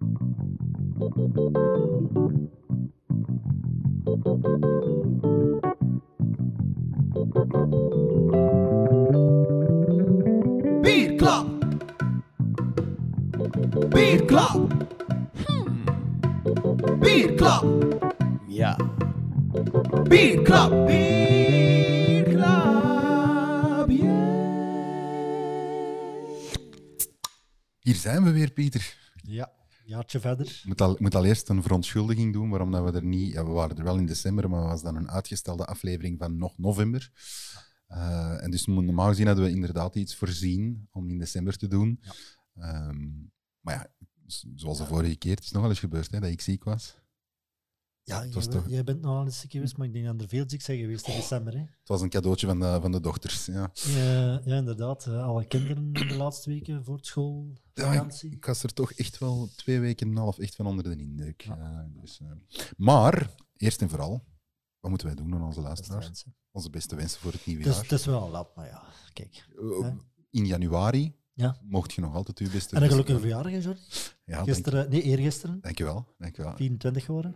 Bierklap. Bierklap. Bierklap. Ja. Bierklap. Bierklap. Hier zijn we weer, Pieter. Ja, jaartje verder. Ik moet al eerst een verontschuldiging doen waarom dat we er niet... Ja, we waren er wel in december, maar het was dan een uitgestelde aflevering van nog november. En dus normaal gezien hadden we inderdaad iets voorzien om in december te doen. Ja. Maar ja, zoals de vorige keer, het is nog wel eens gebeurd hè, dat ik ziek was. Ja, was toch- jij bent nog al eens ziek geweest, maar ik denk dat er veel ziek zijn geweest in december. Hè? Het was een cadeautje van de dochters. Ja. Ja, inderdaad. Alle kinderen de laatste weken voor het schoolvakantie. Ik was er toch echt wel 2 weken en een half echt van onder de indruk. Ja. Maar, eerst en vooral, wat moeten wij doen aan onze Beste luisteraars? wensen. Onze beste wensen voor het nieuwe Het jaar. is wel laat, maar ja, kijk. hè? In januari Ja. mocht je nog altijd uw beste En een wensen gelukkige doen. verjaardag, hè, Jordi? Ja, Eergisteren, dankjewel. 24 geworden.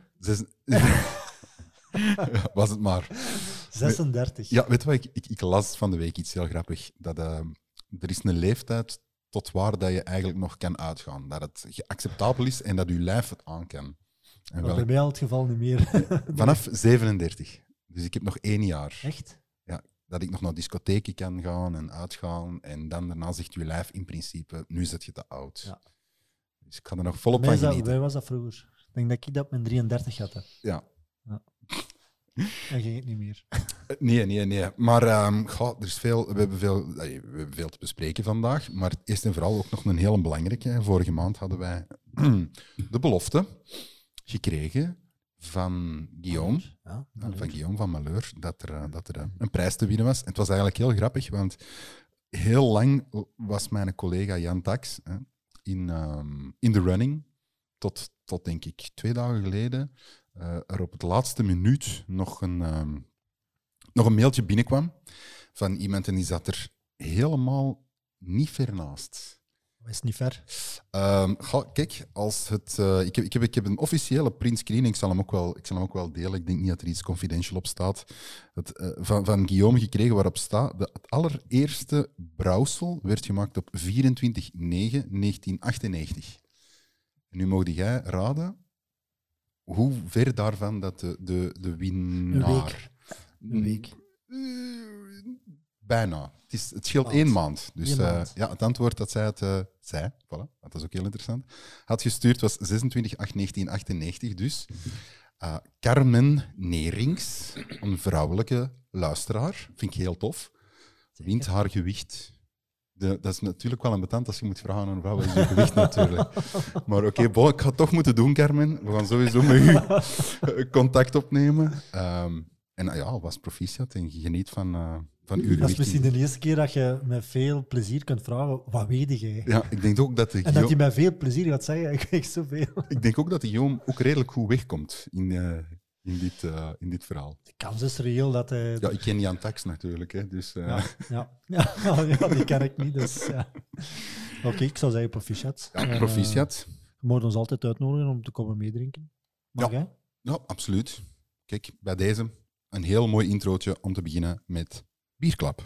Was het maar. 36. Ja, weet je wat? Ik las van de week iets heel grappig. Dat er is een leeftijd tot waar dat je eigenlijk nog kan uitgaan. Dat het acceptabel is en dat je lijf het aan kan. En Maar wel- bij mij al het geval niet meer. vanaf 37. Dus ik heb nog 1 jaar. Echt? Dat ik nog naar discotheken kan gaan en uitgaan. En dan daarna zegt je lijf in principe, nu zit je te oud. Ja. Dus ik ga er nog volop Bij van mij genieten. was dat vroeger. Ik denk dat ik dat op mijn 33 had. Ja. Dan ging het niet meer. Nee. Maar er is we hebben veel te bespreken vandaag. Maar eerst en vooral ook nog een hele belangrijke. Vorige maand hadden wij de belofte gekregen van Guillaume. Ja, Van Guillaume van Malheur, dat er een prijs te winnen was. En het was eigenlijk heel grappig, want heel lang was mijn collega Jan Tax in de running, tot denk ik 2 dagen geleden, er op de laatste minuut nog een mailtje binnenkwam van iemand en die zat er helemaal niet ver naast. Is niet ver. Kijk, als het, ik heb een officiële printscreen. Ik zal hem ook wel delen. Ik denk niet dat er iets confidential op staat. Van Guillaume gekregen waarop staat... Het allereerste brouwsel werd gemaakt op 24/9/1998. En nu mocht jij raden hoe ver daarvan dat de winnaar... Een week. Bijna. Het scheelt Maand. 1 maand. Dus 1 maand. ja, het antwoord dat zij voilà, dat is ook heel interessant, had gestuurd was 26/8/1998. Dus Carmen Nerings, een vrouwelijke luisteraar, vind ik heel tof, wint haar gewicht. Dat is natuurlijk wel ambetant als je moet vragen aan een vrouw, wat is je gewicht natuurlijk. Maar oké, ik ga het toch moeten doen, Carmen. We gaan sowieso met u contact opnemen. En ja, alvast proficiat en geniet van uw gewicht. Dat is misschien de eerste keer dat je met veel plezier kunt vragen, wat weet jij? Ja, ik denk ook dat En dat je met veel plezier gaat zeggen, ik weeg zoveel. Ik denk ook dat de Guillaume ook redelijk goed wegkomt in dit verhaal. De kans is reëel dat hij... Ja, ik ken Jan Tax natuurlijk, hè, dus... Ja, die ken ik niet. Dus, ja. Oké, ik zou zeggen proficiat. ja, proficiat. Je moet ons altijd uitnodigen om te komen meedrinken. Mag Ja. jij? Ja, absoluut. Kijk, bij deze een heel mooi introotje om te beginnen met Bierklap.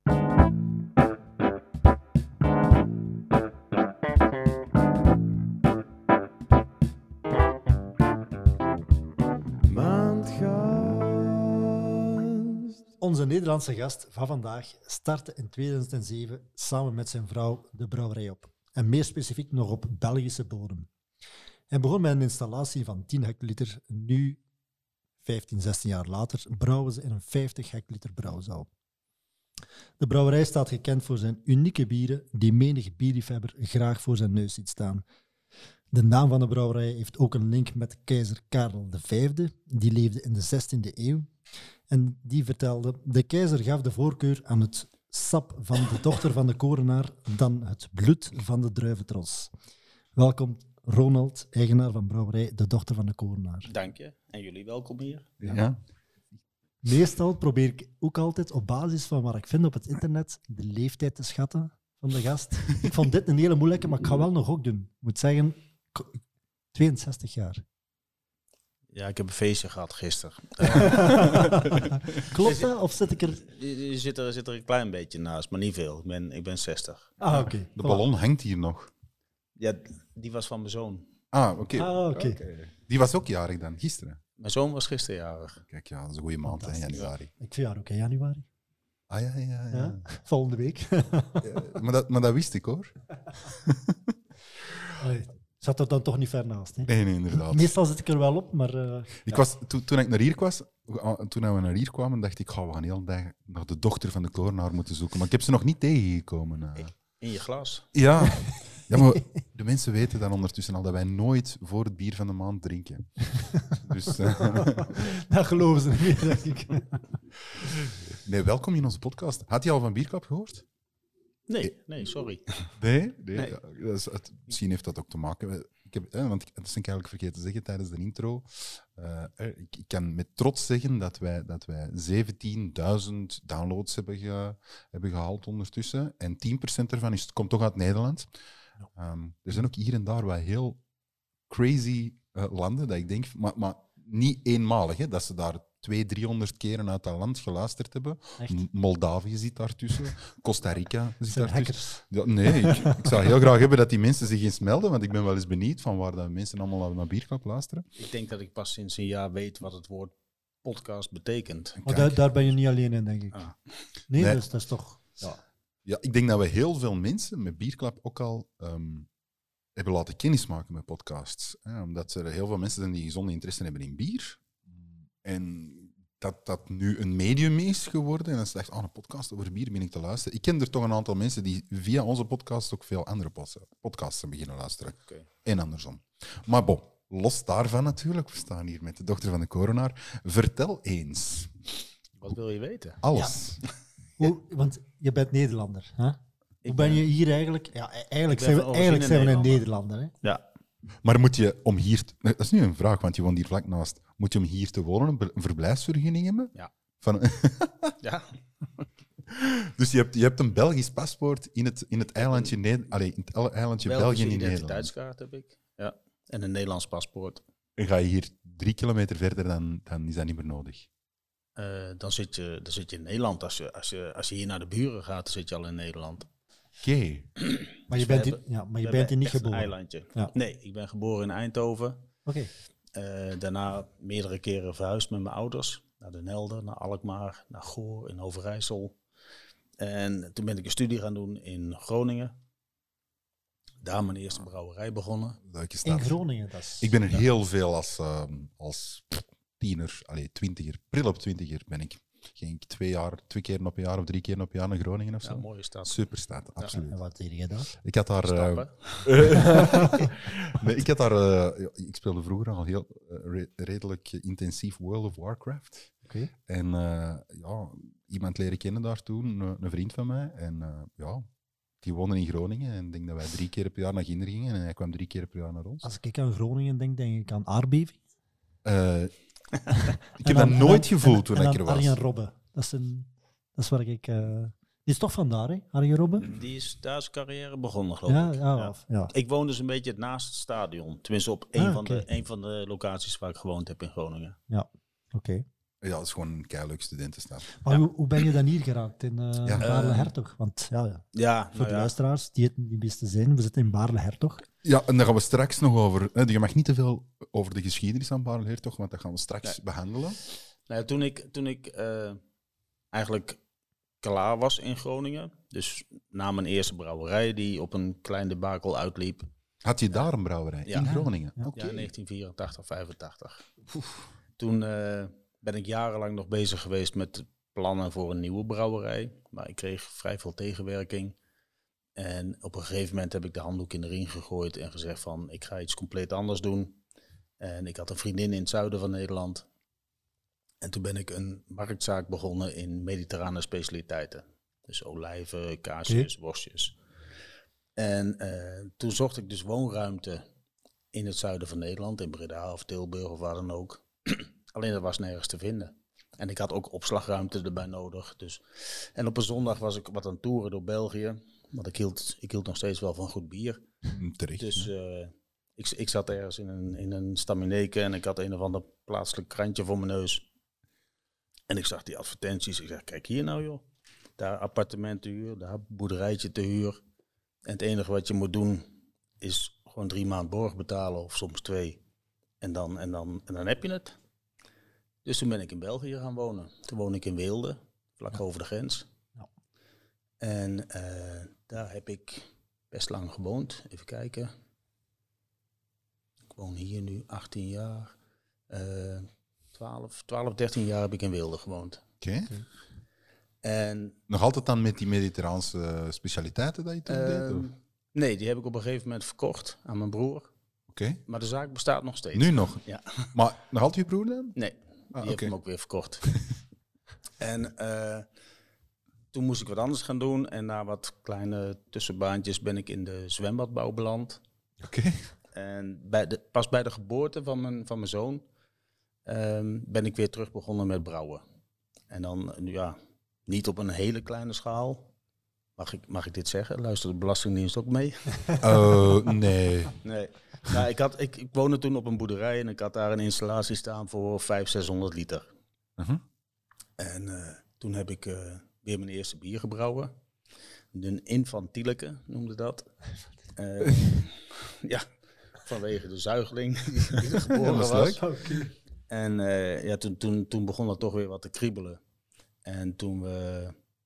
Onze Nederlandse gast van vandaag startte in 2007 samen met zijn vrouw de brouwerij op. En meer specifiek nog op Belgische bodem. Hij begon met een installatie van 10 hectoliter. Nu, 15, 16 jaar later, brouwen ze in een 50 hectoliter brouwzaal. De brouwerij staat gekend voor zijn unieke bieren die menig bierliefhebber graag voor zijn neus ziet staan. De naam van de brouwerij heeft ook een link met keizer Karel V, die leefde in de 16e eeuw. En die vertelde, de keizer gaf de voorkeur aan het sap van de dochter van de korenaar dan het bloed van de druiventros. Welkom Ronald, eigenaar van brouwerij De Dochter van de Korenaar. Dank je. En jullie welkom hier. Ja. Meestal probeer ik ook altijd op basis van wat ik vind op het internet de leeftijd te schatten van de gast. Ik vond dit een hele moeilijke, maar ik ga wel nog ook doen. Ik moet zeggen, 62 jaar. Ja, ik heb een feestje gehad gisteren. Klopt dat? Of zit ik er... Je zit er een klein beetje naast, maar niet veel. Ik ben 60. Ah, oké. De Voilà. ballon hangt hier nog. Ja, die was van mijn zoon. Ah, oké. Ah, oké. Oké. Die was ook jarig dan, gisteren. Mijn zoon was gisteren jarig. Kijk, ja, dat is een goede maand, hè, Fantastisch. januari. Ik verjaar ook in januari. Ah, ja. Ja? Volgende week. Ja, maar dat wist ik, hoor. Allee, zat er dan toch niet ver naast. Hè? Nee, inderdaad. Meestal zit ik er wel op, maar... Ik was, toen ik naar hier was, toen we naar hier kwamen, dacht ik, we gaan heel de dag nog de dochter van de korenaar moeten zoeken. Maar ik heb ze nog niet tegengekomen. In je glas. Ja. Ja, maar de mensen weten dan ondertussen al dat wij nooit voor het bier van de maand drinken. Dus, dat geloven ze niet meer, denk ik. nee, welkom in onze podcast. Had je al van Bierklap gehoord? Nee, sorry. Nee. Nee. Ja, misschien heeft dat ook te maken. Want dat is ik eigenlijk vergeten te zeggen tijdens de intro. Ik kan met trots zeggen dat wij 17.000 downloads hebben gehaald ondertussen. En 10% ervan komt toch uit Nederland. Er zijn ook hier en daar wat heel crazy landen dat ik denk, maar niet eenmalig, hè, dat ze daar 200-300 keren uit dat land geluisterd hebben. Echt? Moldavië zit daartussen, Costa Rica zit Zijn daartussen. hackers. Ja, nee, ik zou heel graag hebben dat die mensen zich eens melden, want ik ben wel eens benieuwd van waar dat mensen allemaal naar Bierklap luisteren. Ik denk dat ik pas sinds een jaar weet wat het woord podcast betekent. Maar daar ben je niet alleen in, denk ik. Ah. Nee, Nee. Dus dat is toch... Ja, ik denk dat we heel veel mensen met Bierklap ook al hebben laten kennismaken met podcasts. Hè, omdat er heel veel mensen zijn die gezonde interesse hebben in bier. En dat nu een medium is geworden. En dan is het echt, een podcast over bier ben ik te luisteren. Ik ken er toch een aantal mensen die via onze podcast ook veel andere podcasts zijn beginnen luisteren. Oké. En andersom. Maar bon, los daarvan natuurlijk. We staan hier met de dochter van de korenaar. Vertel eens. Wat wil je weten? Alles. Want je bent Nederlander, hè? Hoe Ik ben je hier eigenlijk... Ja, eigenlijk ben van origine zijn we een Nederlander. Nederlander, hè? Ja. Maar moet je om hier... Dat is nu een vraag, want je woont hier vlak naast. Moet je om hier te wonen een verblijfsvergunning hebben? Ja. Van, Ja. dus je hebt een Belgisch paspoort in het eilandje, in het eilandje België Belgische in Nederland. identiteitskaart heb ik. Ja. En een Nederlands paspoort. En ga je hier 3 kilometer verder, dan is dat niet meer nodig. Dan zit je in Nederland. Als je hier naar de buren gaat, dan zit je al in Nederland. Oké. Maar je we bent, hebben- maar We je hebben bent hier niet echt een geboren. eilandje. Ja. Nee, ik ben geboren in Eindhoven. Oké. Daarna meerdere keren verhuisd met mijn ouders. Naar Den Helder, naar Alkmaar, naar Goor in Overijssel. En toen ben ik een studie gaan doen in Groningen. Daar mijn eerste brouwerij begonnen. Leuke In stad. Groningen, dat is... Ik ben er heel veel als tiener, twintiger, pril op 20er ben ik. Ging ik 2 keer op een jaar of 3 keer op een jaar naar Groningen of Ja, zo. mooie stad. Superstad, absoluut. En wat deed je daar? Ik had daar... Stappen. nee, ik speelde vroeger al heel redelijk intensief World of Warcraft. Oké. En iemand leren kennen daar toen, een vriend van mij. En die woonde in Groningen. En ik denk dat wij 3 keer per jaar naar Ginder gingen. En hij kwam 3 keer per jaar naar ons. Als ik aan Groningen denk, denk ik aan aardbeving. Ik heb dat nooit gevoeld toen ik er was. Arjen Robben. Dat is waar ik... die is toch vandaar, hè? Arjen Robben? Die is daar zijn carrière begonnen, geloof Ja, ik. ja. Ik woon dus een beetje naast het stadion. Tenminste op oké. een van de locaties waar ik gewoond heb in Groningen. Oké. Ja, dat is gewoon een keileuk studentenstad. Maar hoe ben je dan hier geraakt, in Baarle-Hertog? Want Ja, voor nou de ja. luisteraars die het niet wisten zijn, we zitten in Baarle-Hertog. Ja, en daar gaan we straks nog over. Je mag niet te veel over de geschiedenis van Baarle-Hertog, want dat gaan we straks behandelen. Nou, toen ik eigenlijk klaar was in Groningen, dus na mijn eerste brouwerij die op een klein debakel uitliep, Had je daar een brouwerij? Ja. In Groningen? Ja. Oké. ja, 1984, 85. Toen ben ik jarenlang nog bezig geweest met plannen voor een nieuwe brouwerij, maar ik kreeg vrij veel tegenwerking. En op een gegeven moment heb ik de handdoek in de ring gegooid en gezegd van, ik ga iets compleet anders doen. En ik had een vriendin in het zuiden van Nederland. En toen ben ik een marktzaak begonnen in mediterrane specialiteiten. Dus olijven, kaasjes, worstjes. En toen zocht ik dus woonruimte in het zuiden van Nederland, in Breda of Tilburg of waar dan ook. Alleen dat was nergens te vinden. En ik had ook opslagruimte erbij nodig. Dus. En op een zondag was ik wat aan het toeren door België. Want ik hield nog steeds wel van goed bier. Terecht. Dus Ik zat ergens in een stamineke en ik had een of ander plaatselijk krantje voor mijn neus. En ik zag die advertenties. Ik zeg, kijk hier nou joh. Daar appartement te huur, daar boerderijtje te huur. En het enige wat je moet doen is gewoon 3 maanden borg betalen of soms 2. En dan heb je het. Dus toen ben ik in België gaan wonen. Toen woon ik in Weelde, vlak over de grens. Ja. En daar heb ik best lang gewoond. Even kijken. Ik woon hier nu 18 jaar. 12, 13 jaar heb ik in Weelde gewoond. Oké. En Nog altijd dan met die mediterraanse specialiteiten dat je toen deed? Of? nee, die heb ik op een gegeven moment verkocht aan mijn broer. Oké. Maar de zaak bestaat nog steeds. Nu nog? Ja. Maar nog altijd je broer dan? Nee, die heeft oké. hem ook weer verkocht. En toen moest ik wat anders gaan doen. En na wat kleine tussenbaantjes ben ik in de zwembadbouw beland. Oké. En pas bij de geboorte van mijn zoon ben ik weer terug begonnen met brouwen. En dan, ja, niet op een hele kleine schaal. Mag ik dit zeggen? Luistert de Belastingdienst ook mee? Nee. Nee. Nou, ik woonde toen op een boerderij en ik had daar een installatie staan voor 500-600 liter. Uh-huh. En toen heb ik weer mijn eerste bier gebrouwen. Een infantieleke noemde dat. Ja, vanwege de zuigeling die er geboren Dat is was. leuk. Oké. En ja, toen begon het toch weer wat te kriebelen. En toen we...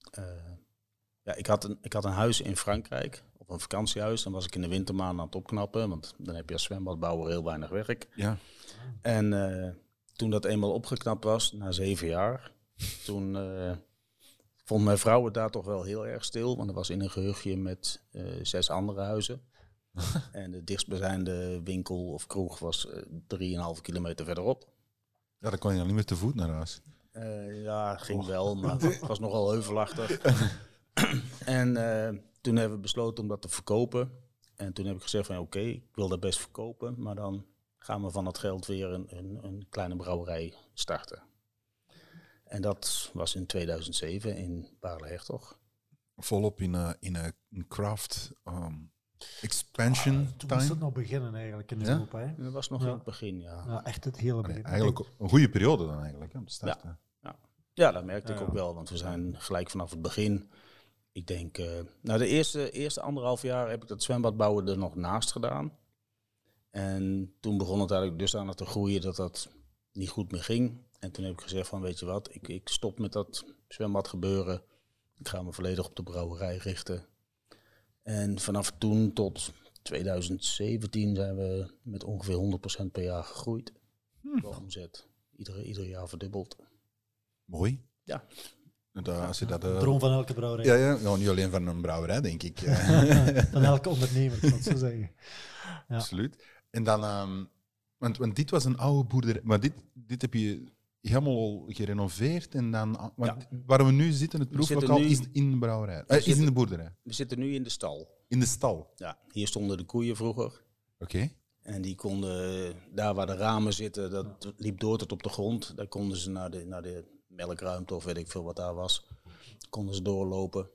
ja, ik had een huis in Frankrijk, op een vakantiehuis. Dan was ik in de wintermaanden aan het opknappen, want dan heb je als zwembadbouwer heel weinig werk. Ja. En toen dat eenmaal opgeknapt was, na 7 jaar, toen vond mijn vrouw het daar toch wel heel erg stil. Want er was in een gehuchtje met 6 andere huizen. En de dichtstbijzijnde winkel of kroeg was 3,5 kilometer verderop. Ja, dan kon je dan niet meer te voet naar huis. Ja, ging wel, maar het was nogal heuvelachtig. En toen hebben we besloten om dat te verkopen. En toen heb ik gezegd van oké, ik wil dat best verkopen. Maar dan gaan we van dat geld weer een kleine brouwerij starten. En dat was in 2007 in Baarle-Hertog. Volop in een craft expansion Toen moest het time. nog beginnen eigenlijk in Ja? Europa. Hè? Dat was nog Ja. in het begin, ja. Ja, echt het hele Allee, begin. eigenlijk een goede periode dan eigenlijk, hè, om te starten. Ja, dat merkte ik Ja. ook wel, want we zijn gelijk vanaf het begin. Ik denk, nou de eerste 1,5 jaar heb ik dat zwembadbouwen er nog naast gedaan. En toen begon het eigenlijk dusdanig te groeien dat dat niet goed meer ging. En toen heb ik gezegd van, weet je wat, ik stop met dat zwembad gebeuren. Ik ga me volledig op de brouwerij richten. En vanaf toen tot 2017 zijn we met ongeveer 100% per jaar gegroeid. De omzet. Ieder jaar verdubbeld. Mooi. Ja. Als je dat, Droom van elke brouwerij. ja, niet alleen van een brouwerij, denk ik. Van elke ondernemer, kan ik zo zeggen. Ja. Absoluut. En dan, want dit was een oude boerderij, maar dit heb je helemaal gerenoveerd en dan, want waar we nu zitten, het proeflokaal, zitten nu- is in de brouwerij, is zitten- in de boerderij, We zitten nu in de stal. in de stal. Ja, hier stonden de koeien vroeger. Oké. En die konden, daar waar de ramen zitten, dat liep door tot op de grond. Daar konden ze naar de melkruimte of weet ik veel wat daar was. Konden ze doorlopen.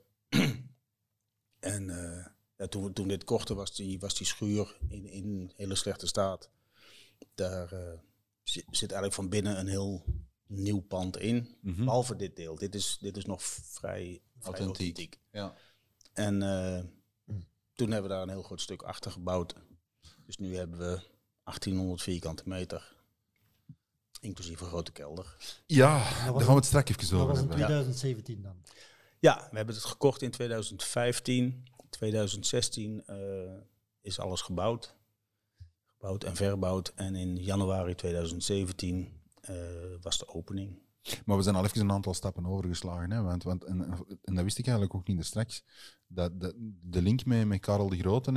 En ja, toen dit kochten was die schuur in hele slechte staat. Daar zit eigenlijk van binnen een heel nieuw pand in. Mhm. Behalve dit deel. Dit is nog vrij authentiek. Ja. En toen hebben we daar een heel groot stuk achter gebouwd. Dus nu hebben we 1800 vierkante meter. Inclusief een grote kelder. Ja, daar gaan we het straks even Dat over was in hebben. 2017 dan. Ja, we hebben het gekocht in 2015. 2016 is alles gebouwd. Gebouwd en verbouwd. En in januari 2017 was de opening. Maar we zijn al even een aantal stappen overgeslagen. Hè? En dat wist ik eigenlijk ook niet straks. De link met Karel de Grote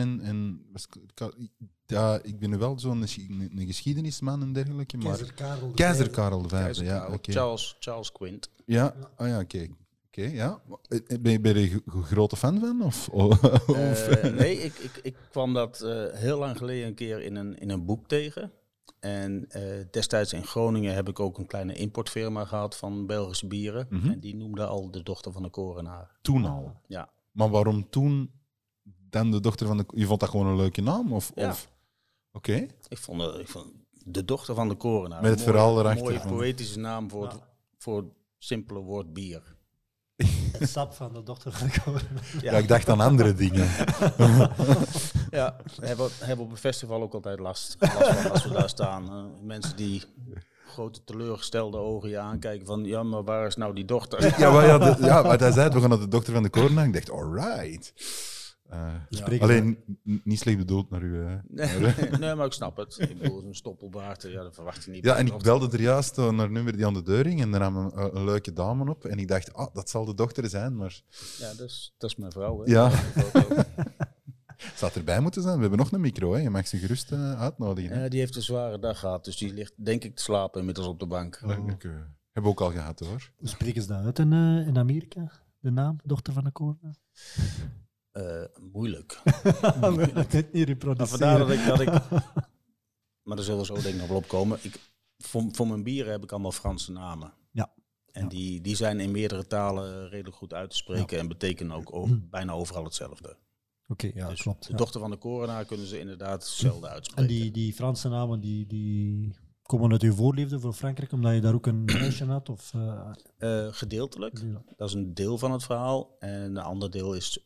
ja, ik ben nu wel zo'n een geschiedenisman en dergelijke. Maar Keizer Karel de Keizer Vijfde. Karel de Vijfde, Keizer ja. Karel, Oké. Charles Quint. Ja, ja, oké. Oké, ja. Ben je een grote fan van? Of? Nee, ik kwam dat heel lang geleden een keer in een boek tegen. En destijds in Groningen heb ik ook een kleine importfirma gehad van Belgische bieren. Mhm. En die noemde al de dochter van de korenaar. Toen al. Ja. Maar waarom toen dan de dochter van de... Je vond dat gewoon een leuke naam? Ja. Oké. Ik vond de dochter van de korenaar. Met het een verhaal mooie, erachter. mooie poëtische naam voor het simpele woord bier. Het sap van de dochter van de koning. Ja, ik dacht aan andere dingen. Ja, hebben op een festival ook altijd last van als we daar staan. Mensen die grote teleurgestelde ogen je aankijken van, ja, maar waar is nou die dochter? Maar hij zei, we gaan naar de dochter van de korenaar. Ik dacht, alright. Alleen, niet slecht bedoeld naar u. Nee, maar ik snap het. Ik bedoel, een stoppelbaard, ja, dat verwacht je niet. Ja, en ik belde er juist naar een nummer die aan de deur ging en daar nam een leuke dame op. En ik dacht, dat zal de dochter zijn, maar... Ja, dat is mijn vrouw. Hè. Ja. Zou erbij moeten zijn. We hebben nog een micro, hè. Je mag ze gerust uitnodigen. Hè. Die heeft een zware dag gehad, dus die ligt denk ik te slapen inmiddels op de bank. Hebben we ook al gehad, hoor. Hoe spreken ze dat uit in Amerika? De naam, dochter van de koning? Moeilijk. Net niet Maar reproduceren. vandaar dat ik... Maar daar zullen we zo denk ik nog wel op komen. Voor mijn bieren heb ik allemaal Franse namen. Ja. En die zijn in meerdere talen redelijk goed uit te spreken en betekenen ook bijna overal hetzelfde. Oké, ja, Dus klopt. de dochter van de korenaar kunnen ze inderdaad hetzelfde En uitspreken. die Franse namen, die komen uit uw voorliefde voor Frankrijk, omdat je daar ook een meisje had? Of, Gedeeltelijk. Dat is een deel van het verhaal. En een ander deel is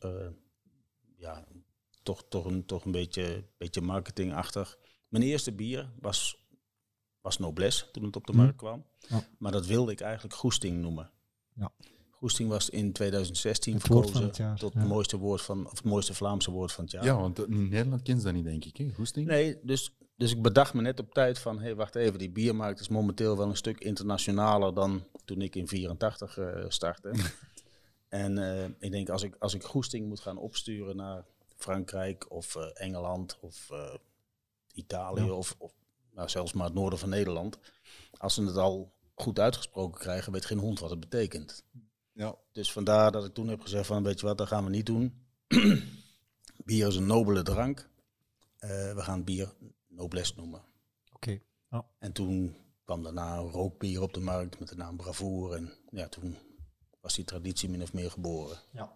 toch een beetje marketingachtig. Mijn eerste bier was Noblesse toen het op de markt kwam. Ja. Maar dat wilde ik eigenlijk Goesting noemen. Ja. Goesting was in 2016 Het woord van verkozen het jaar, tot ja. het mooiste Vlaamse woord van het jaar. Ja, want in Nederland kennen ze dat niet, denk ik. Hè? Goesting? Nee, dus ik bedacht me net op tijd van, hé, wacht even, die biermarkt is momenteel wel een stuk internationaler dan toen ik in 84 startte. En ik denk, als ik Goesting moet gaan opsturen naar Frankrijk of Engeland of Italië of nou, zelfs maar het noorden van Nederland, als ze het al goed uitgesproken krijgen, weet geen hond wat het betekent. Ja. Dus vandaar dat ik toen heb gezegd van, weet je wat, dat gaan we niet doen. Bier is een nobele drank. We gaan bier Noblesse noemen. Oké. Ja. En toen kwam daarna een rookbier op de markt met de naam Bravoer. En ja, toen was die traditie min of meer geboren. Ja.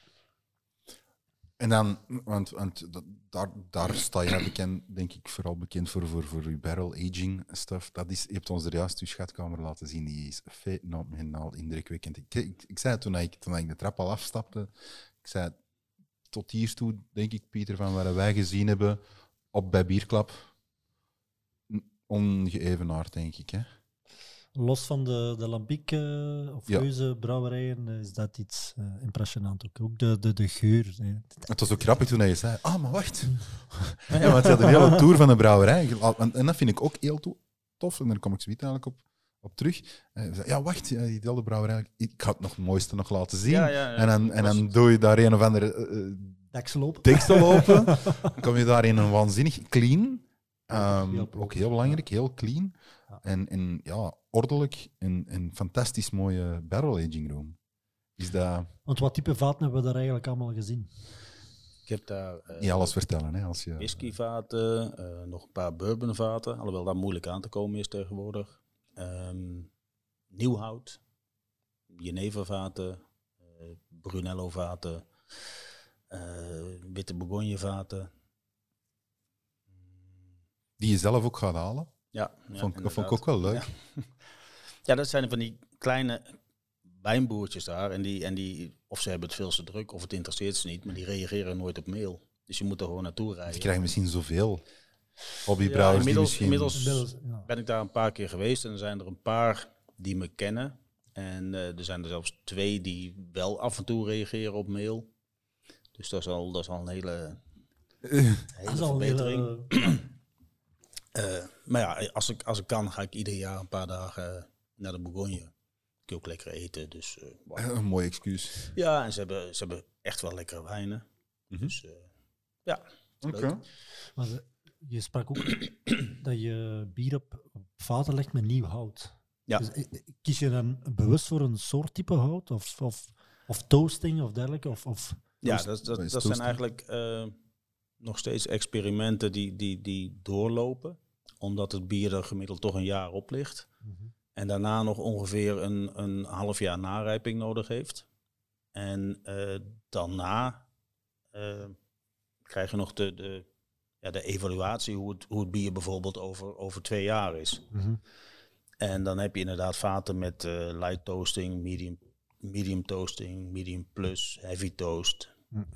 En dan, want daar sta jij bekend, denk ik, vooral bekend voor je barrel aging stuff. Je hebt ons er juist je schatkamer laten zien. Die is fenomenaal indrukwekkend. Ik zei het toen ik de trap al afstapte. Ik zei, tot hiertoe, denk ik, Pieter, van wat wij gezien hebben bij Bierklap, ongeëvenaard, denk ik. Hè? Los van de Lambiek of Geuze brouwerijen is dat iets impressionant ook. Ook de geur. Het was ook grappig toen je zei, maar wacht. Ja, want je had een hele tour van de brouwerij. En dat vind ik ook heel tof. En daar kom ik zoiets eigenlijk op terug. En zei, ja, wacht, die hele brouwerij. Ik ga het mooiste nog laten zien. Ja, en dan doe je daar een of andere Deksel open. deksel open. Dan kom je daar in een waanzinnig clean. Ook heel belangrijk, heel clean. Ja. En ja, ordelijk en fantastisch mooie barrel aging room. Is dat... Want wat type vaten hebben we daar eigenlijk allemaal gezien? Ik heb daar Niet alles vertellen, hè, als je... whiskyvaten, nog een paar bourbonvaten, alhoewel dat moeilijk aan te komen is tegenwoordig. Nieuwhout, Jenevervaten, Brunello-vaten, witte Bourgogne-vaten. Die je zelf ook gaat halen. Ja, Dat vond ik ook wel leuk. Ja, dat zijn van die kleine wijnboertjes daar. En die, of ze hebben het veel te druk, of het interesseert ze niet, maar die reageren nooit op mail. Dus je moet er gewoon naartoe rijden. Je krijgt misschien zoveel hobbybrouwers die misschien... Inmiddels ben ik daar een paar keer geweest en er zijn er een paar die me kennen. En er zijn er zelfs 2 die wel af en toe reageren op mail. Dus dat is al een hele verbetering. Maar ja, als ik kan, ga ik ieder jaar een paar dagen naar de Bourgogne. Kun je ook lekker eten. Dus, Een mooi excuus. Ja, en ze hebben echt wel lekkere wijnen. Dus ja. Oké. Maar je sprak ook dat je bier op vaten legt met nieuw hout. Ja. Dus, kies je dan bewust voor een soort type hout? Of toasting of dergelijke? Of Ja, dat zijn eigenlijk nog steeds experimenten die doorlopen. Omdat het bier er gemiddeld toch een jaar op ligt. En daarna nog ongeveer een half jaar narijping nodig heeft. En daarna krijg je nog de de evaluatie, hoe het bier bijvoorbeeld over 2 jaar is. En dan heb je inderdaad vaten met light toasting, medium toasting, medium plus, heavy toast.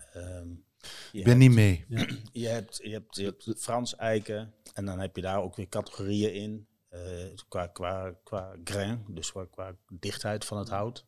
Ik ben niet mee. Je hebt Frans eiken en dan heb je daar ook weer categorieën in. Qua grain, dus qua dichtheid van het hout.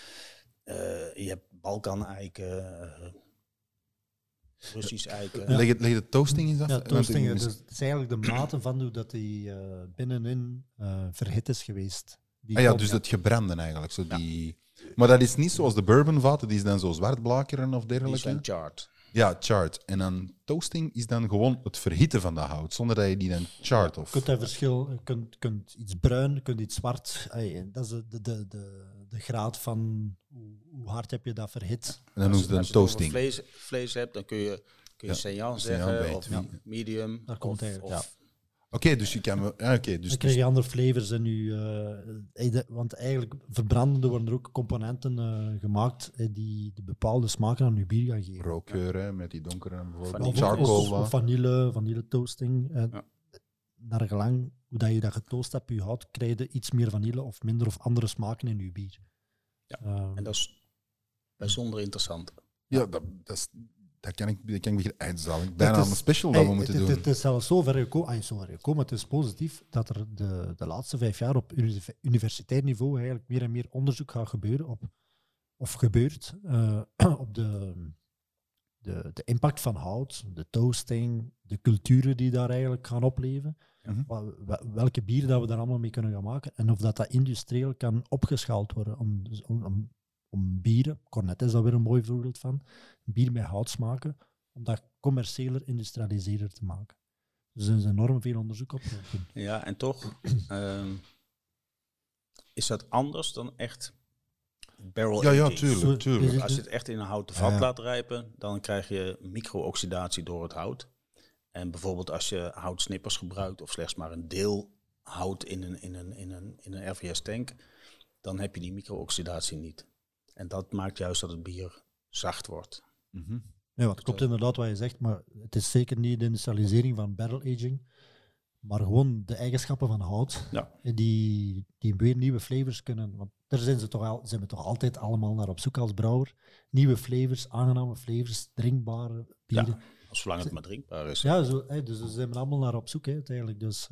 Je hebt Balkan eiken, Russisch eiken. Ja. Leg de toasting eens af. Ja, toasting, dus het is eigenlijk de mate van hoe dat die binnenin verhit is geweest. Dus het gebranden eigenlijk. Zo die... Maar dat is niet zoals de bourbonvaten, die is dan zo zwart blakeren of dergelijke. Die zijn charred. Ja, charred. En dan toasting is dan gewoon het verhitten van de hout, zonder dat je die dan charred. Of... Je kunt dat verschil, je kunt iets bruin, je kunt iets zwart. Dat is de graad van hoe hard heb je dat verhit. En dan noemen ze het een toasting. Als je vlees hebt, dan kun je saignant zeggen, of medium. Daar komt eigenlijk, Oké, dus je kan... dus dan krijg je andere flavors in je... want eigenlijk verbrandende worden er ook componenten gemaakt die de bepaalde smaken aan je bier gaan geven. rookgeur, hè, met die donkere bijvoorbeeld. Vanille. Charcoal. Of vanille toasting. Naar gelang hoe dat je dat getoost hebt, je hout, krijg je iets meer vanille of minder of andere smaken in je bier. Ja, en dat is bijzonder interessant. Ja, dat kan ik bijna een special dat we moeten doen. Het is zelfs zo ver gekomen. Het is positief dat er de laatste 5 jaar op universitair niveau eigenlijk meer en meer onderzoek gaat gebeuren gebeurt op de impact van hout, de toasting, de culturen die daar eigenlijk gaan opleven. Welke bieren dat we daar allemaal mee kunnen gaan maken en of dat industrieel kan opgeschaald worden om bieren, Cornet is daar weer een mooi voorbeeld van, bier met houtsmaken, om dat commerciëler, industrialiseerder te maken. Dus er is enorm veel onderzoek op. Ja, en toch is dat anders dan echt barrel aging. Ja, tuurlijk. Als je het echt in een houten vat laat rijpen, dan krijg je micro-oxidatie door het hout. En bijvoorbeeld als je houtsnippers gebruikt, of slechts maar een deel hout in een RVS-tank, dan heb je die micro-oxidatie niet. En dat maakt juist dat het bier zacht wordt. Ja, het klopt inderdaad wat je zegt, maar het is zeker niet de industrialisering van barrel aging, maar gewoon de eigenschappen van hout, die weer nieuwe flavors kunnen. Want daar zijn we toch altijd allemaal naar op zoek als brouwer. Nieuwe flavors, aangename flavors, drinkbare bieren. Ja, zolang het maar drinkbaar is. Ja, dus daar zijn we allemaal naar op zoek uiteindelijk. Dus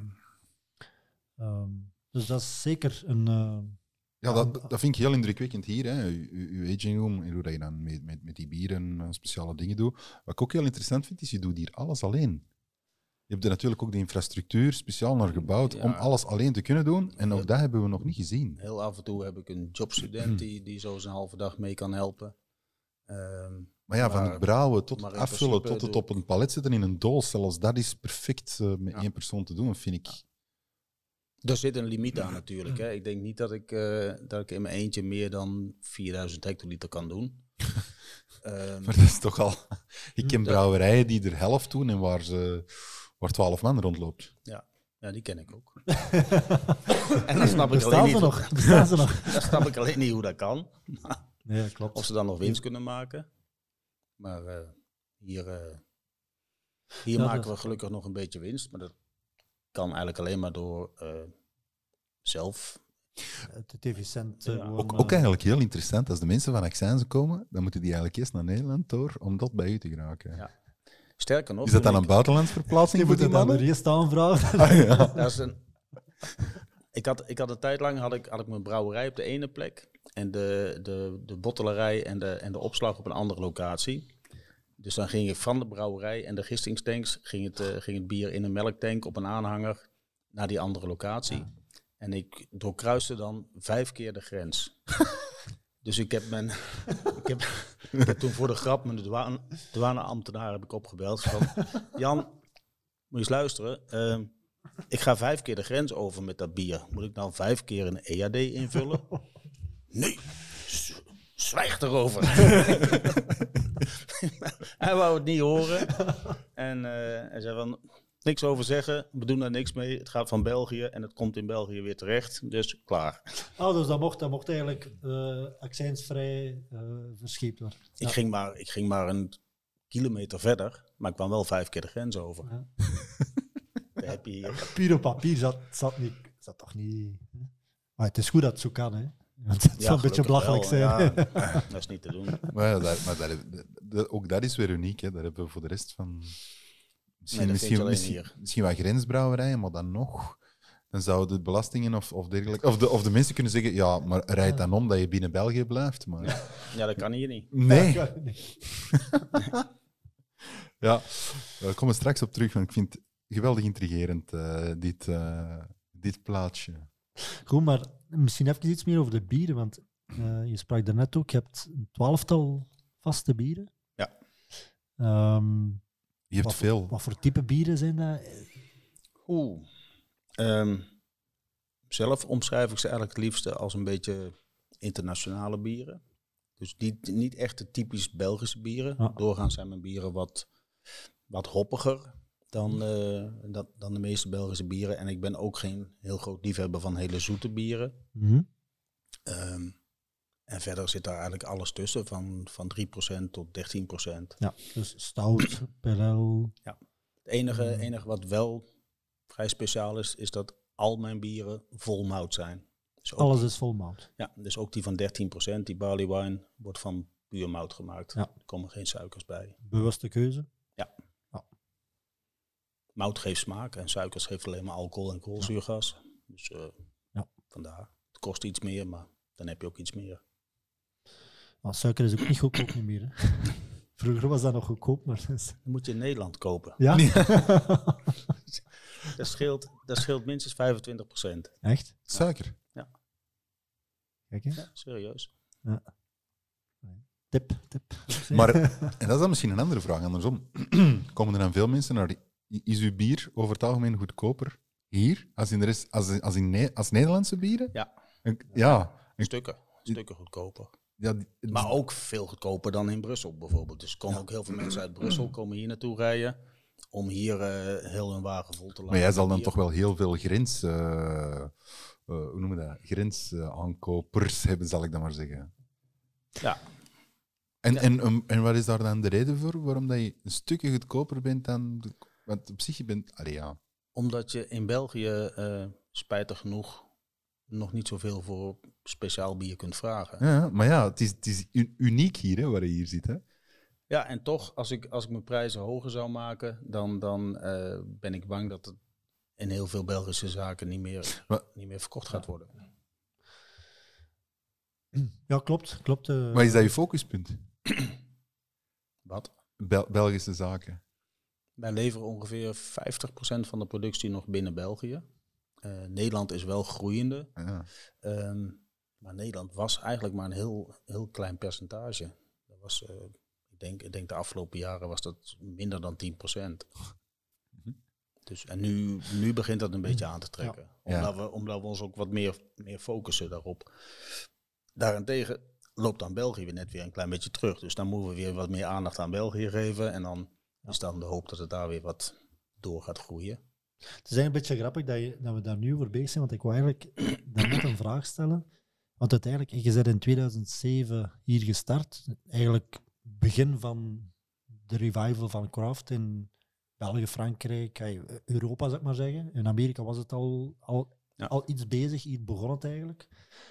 dat is zeker een... dat vind ik heel indrukwekkend hier, hè. Uw aging room en hoe dat je dan met die bieren speciale dingen doet. Wat ik ook heel interessant vind, is je doet hier alles alleen. Je hebt er natuurlijk ook de infrastructuur speciaal naar gebouwd om alles alleen te kunnen doen. En ook dat hebben we nog niet gezien. Heel af en toe heb ik een jobstudent die zo zijn halve dag mee kan helpen. Maar van het brouwen tot het afvullen, tot het op een palet zetten in een doos, zelfs dat is perfect met 1 persoon te doen, vind ik. Er zit een limiet aan natuurlijk. Hè. Ik denk niet dat ik in mijn eentje meer dan 4000 hectoliter kan doen. Maar dat is toch al... Ik ken brouwerijen die er helft doen en waar 12 man rondloopt. Ja, die ken ik ook. En dan snap ik alleen niet... Bestaan ze nog? Dan snap ik alleen niet hoe dat kan. Ja, klopt. Of ze dan nog winst kunnen maken. Maar hier maken we gelukkig nog een beetje winst. Maar dat kan eigenlijk alleen maar door zelf... Het efficiënt. Ook eigenlijk heel interessant. Als de mensen van Accijnzen komen, dan moeten die eigenlijk eerst naar Nederland door om dat bij u te geraken. Ja. Sterker nog... Is dat dan een buitenlandsverplaatsing voor die mannen? Die moeten dan weer eerst aanvragen. Dat is ik had een tijd lang had ik mijn brouwerij op de ene plek en de bottelerij en de opslag op een andere locatie. Dus dan ging ik van de brouwerij en de gistingstanks ging het bier in een melktank op een aanhanger naar die andere locatie. Ja. En ik doorkruiste dan 5 keer de grens. Dus ik heb toen voor de grap mijn douaneambtenaar heb ik opgebeld. Van, Jan, moet je eens luisteren. Ik ga 5 keer de grens over met dat bier. Moet ik nou 5 keer een EAD invullen? Nee, zwijg erover. Hij wou het niet horen. En hij zei van, niks over zeggen, we doen daar niks mee. Het gaat van België en het komt in België weer terecht. Dus klaar. Dus dat mocht eigenlijk accijnsvrij verscheept worden. Ik ging maar een kilometer verder. Maar ik kwam wel 5 keer de grens over. Ja. Daar heb je hier. Puur op papier zat toch niet... Hè? Maar het is goed dat het zo kan, hè. Want het zou een beetje gelukkig belachelijk wel, zijn. ja. Dat is niet te doen. Ook dat is weer uniek. Hè. Daar hebben we voor de rest van... Nee, dat vind je alleen hier. Misschien wat grensbrouwerijen, maar dan nog... Dan zouden de belastingen of dergelijke... Of de mensen kunnen zeggen, ja, maar rijd dan om dat je binnen België blijft. Maar... Ja, dat kan hier niet. Nee. Ja, Ja, daar komen we straks op terug, want ik vind het geweldig intrigerend, dit plaatje. Goed, maar misschien even iets meer over de bieren, want je sprak daarnet ook, je hebt een 12-tal vaste bieren. Ja. Je hebt veel. Wat voor type bieren zijn dat? Zelf omschrijf ik ze eigenlijk het liefste als een beetje internationale bieren. Dus niet echt de typisch Belgische bieren. Ja. Doorgaans zijn mijn bieren wat hoppiger dan de meeste Belgische bieren. En ik ben ook geen heel groot liefhebber van hele zoete bieren. Mhm. En verder zit daar eigenlijk alles tussen, van 3% tot 13%. Ja, dus stout, perel. Het enige wat wel vrij speciaal is dat al mijn bieren vol mout zijn. Dus ook, Alles is vol mout. ja, dus ook die van 13%, die barley wine, wordt van puur mout gemaakt. Ja. Er komen geen suikers bij. Bewuste keuze. Mout geeft smaak en suikers geeft alleen maar alcohol en koolzuurgas. Dus vandaar. Het kost iets meer, maar dan heb je ook iets meer. Maar suiker is ook niet goedkoop niet meer. Hè. Vroeger was dat nog goedkoop, maar... Dan moet je in Nederland kopen. Ja? Dat scheelt minstens 25%. Echt? Suiker. Kijk, hè. Ja, serieus. Tip. Maar, en dat is dan misschien een andere vraag, andersom. Komen er dan veel mensen naar... Is uw bier over het algemeen goedkoper hier als in de rest, als Nederlandse bieren? Ja. Ja. Stukken goedkoper. Ja, Maar ook veel goedkoper dan in Brussel bijvoorbeeld. Dus er komen ook heel veel mensen uit Brussel komen hier naartoe rijden om hier heel hun wagen vol te laten. Maar jij zal dan bier. toch wel heel veel hoe noemen we dat? Grensaankopers hebben, zal ik dat maar zeggen. Ja. En wat is daar dan de reden voor? Waarom dat je een stukje goedkoper bent dan... Want op zich, je bent... Allee, ja. Omdat je in België spijtig genoeg nog niet zoveel voor speciaal bier kunt vragen. Ja, maar ja, het is uniek hier, hè, waar je hier zit. Hè? Ja, en toch, als ik mijn prijzen hoger zou maken, dan ben ik bang dat het in heel veel Belgische zaken niet meer verkocht gaat worden. Ja, klopt. Maar is dat je focuspunt? Wat? Belgische zaken. Wij leveren ongeveer 50% van de productie nog binnen België. Nederland is wel groeiende. Ja. Maar Nederland was eigenlijk maar een heel klein percentage. Dat was, ik denk de afgelopen jaren was dat minder dan 10%. Dus, en nu begint dat een beetje aan te trekken. Ja. Omdat we ons ook wat meer focussen daarop. Daarentegen loopt dan België weer net weer een klein beetje terug. Dus dan moeten we weer wat meer aandacht aan België geven. En dan is dan de hoop dat het daar weer wat door gaat groeien. Het is eigenlijk een beetje grappig dat we daar nu voor bezig zijn, want ik wou eigenlijk daarnet een vraag stellen. Want uiteindelijk, je bent in 2007 hier gestart. Eigenlijk begin van de revival van craft in België, Frankrijk, Europa, zou ik maar zeggen. In Amerika was het al iets bezig, hier begon het eigenlijk.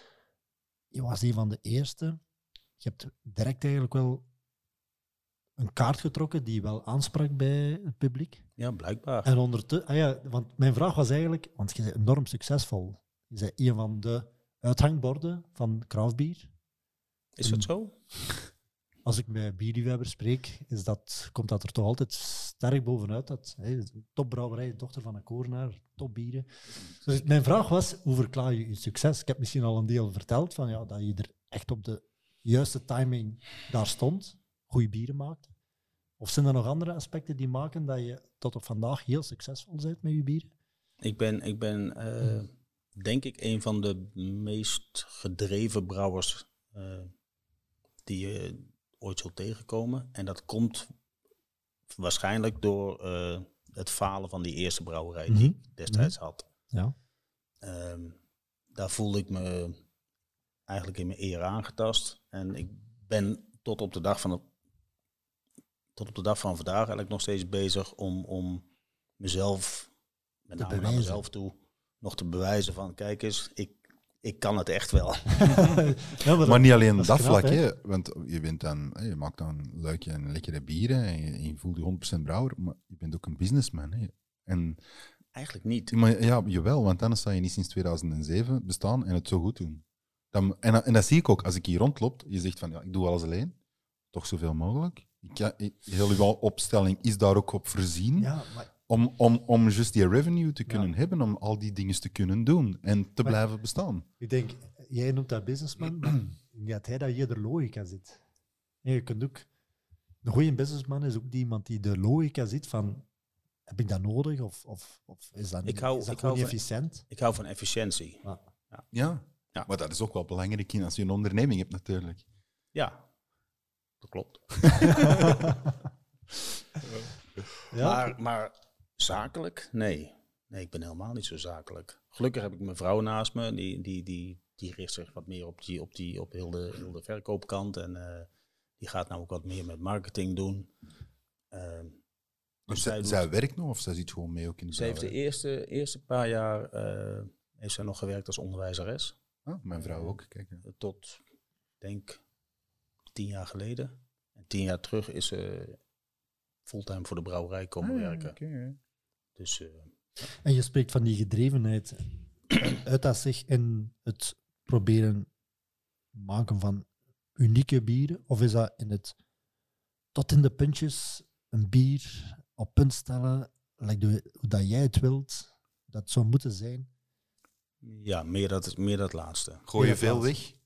Je was een van de eerste. Je hebt direct eigenlijk wel een kaart getrokken die wel aansprak bij het publiek. Ja, blijkbaar. En ondertussen, want mijn vraag was eigenlijk, want je bent enorm succesvol. Je bent een van de uithangborden van craftbier. Is dat zo? Als ik bij bierliefhebbers spreek, komt dat er toch altijd sterk bovenuit. Dat topbrouwerij, dochter van een korenaar, topbieren. Dus mijn vraag was, hoe verklaar je je succes? Ik heb misschien al een deel verteld, van, dat je er echt op de juiste timing daar stond, goede bieren maakte. Of zijn er nog andere aspecten die maken dat je tot op vandaag heel succesvol bent met je bieren? Ik ben denk ik een van de meest gedreven brouwers die je ooit zult tegenkomen. En dat komt waarschijnlijk door het falen van die eerste brouwerij die ik destijds had. Ja. Daar voelde ik me eigenlijk in mijn eer aangetast. En ik ben tot op de dag tot op de dag van vandaag eigenlijk nog steeds bezig om mezelf, met Te name naar bewijzen. mezelf toe, nog te bewijzen van, kijk eens, ik kan het echt wel. Ja, Maar niet alleen dat dat, is knap, vlak, hè? hè, want je maakt dan leukje en lekkere bieren en je voelt je 100% brouwer, maar je bent ook een businessman. Hè. En, Eigenlijk niet. maar ja, jawel, want anders zou je niet sinds 2007 bestaan en het zo goed doen. En dat zie ik ook, als ik hier rondloop, je zegt van, ja, ik doe alles alleen, toch zoveel mogelijk. Heel uw opstelling is daar ook op voorzien. Ja, maar Om juist die revenue te kunnen hebben, om al die dingen te kunnen doen en te Maar- blijven bestaan. ik denk, jij noemt dat businessman, maar ik denk dat hij dat hier de logica zit. En je kunt ook... Een goede businessman is ook die iemand die de logica ziet van, heb ik dat nodig of is dat, niet, Ik hou- is dat ik gewoon hou niet van- efficiënt? Ik hou van efficiëntie. Ja. Ja. Maar dat is ook wel belangrijk als je een onderneming hebt, natuurlijk. Ja, dat klopt. Ja, Maar zakelijk? Nee. Nee, ik ben helemaal niet zo zakelijk. Gelukkig heb ik mijn vrouw naast me. Die richt zich wat meer op heel de verkoopkant. En die gaat nou ook wat meer met marketing doen. Dus zij zij werkt nog of zij zit gewoon mee ook in de Ze heeft de eerste paar jaar heeft zij nog gewerkt als onderwijzeres. mijn vrouw ook, kijk. Tot, denk 10 jaar geleden. En 10 jaar terug is ze fulltime voor de brouwerij komen werken. Dus en je spreekt van die gedrevenheid. Uit dat zich in het proberen maken van unieke bieren? Of is dat in het tot in de puntjes een bier op punt stellen, hoe dat jij het wilt, dat het zou moeten zijn? ja, meer dat laatste. Gooi je Ja, veel plaats. weg?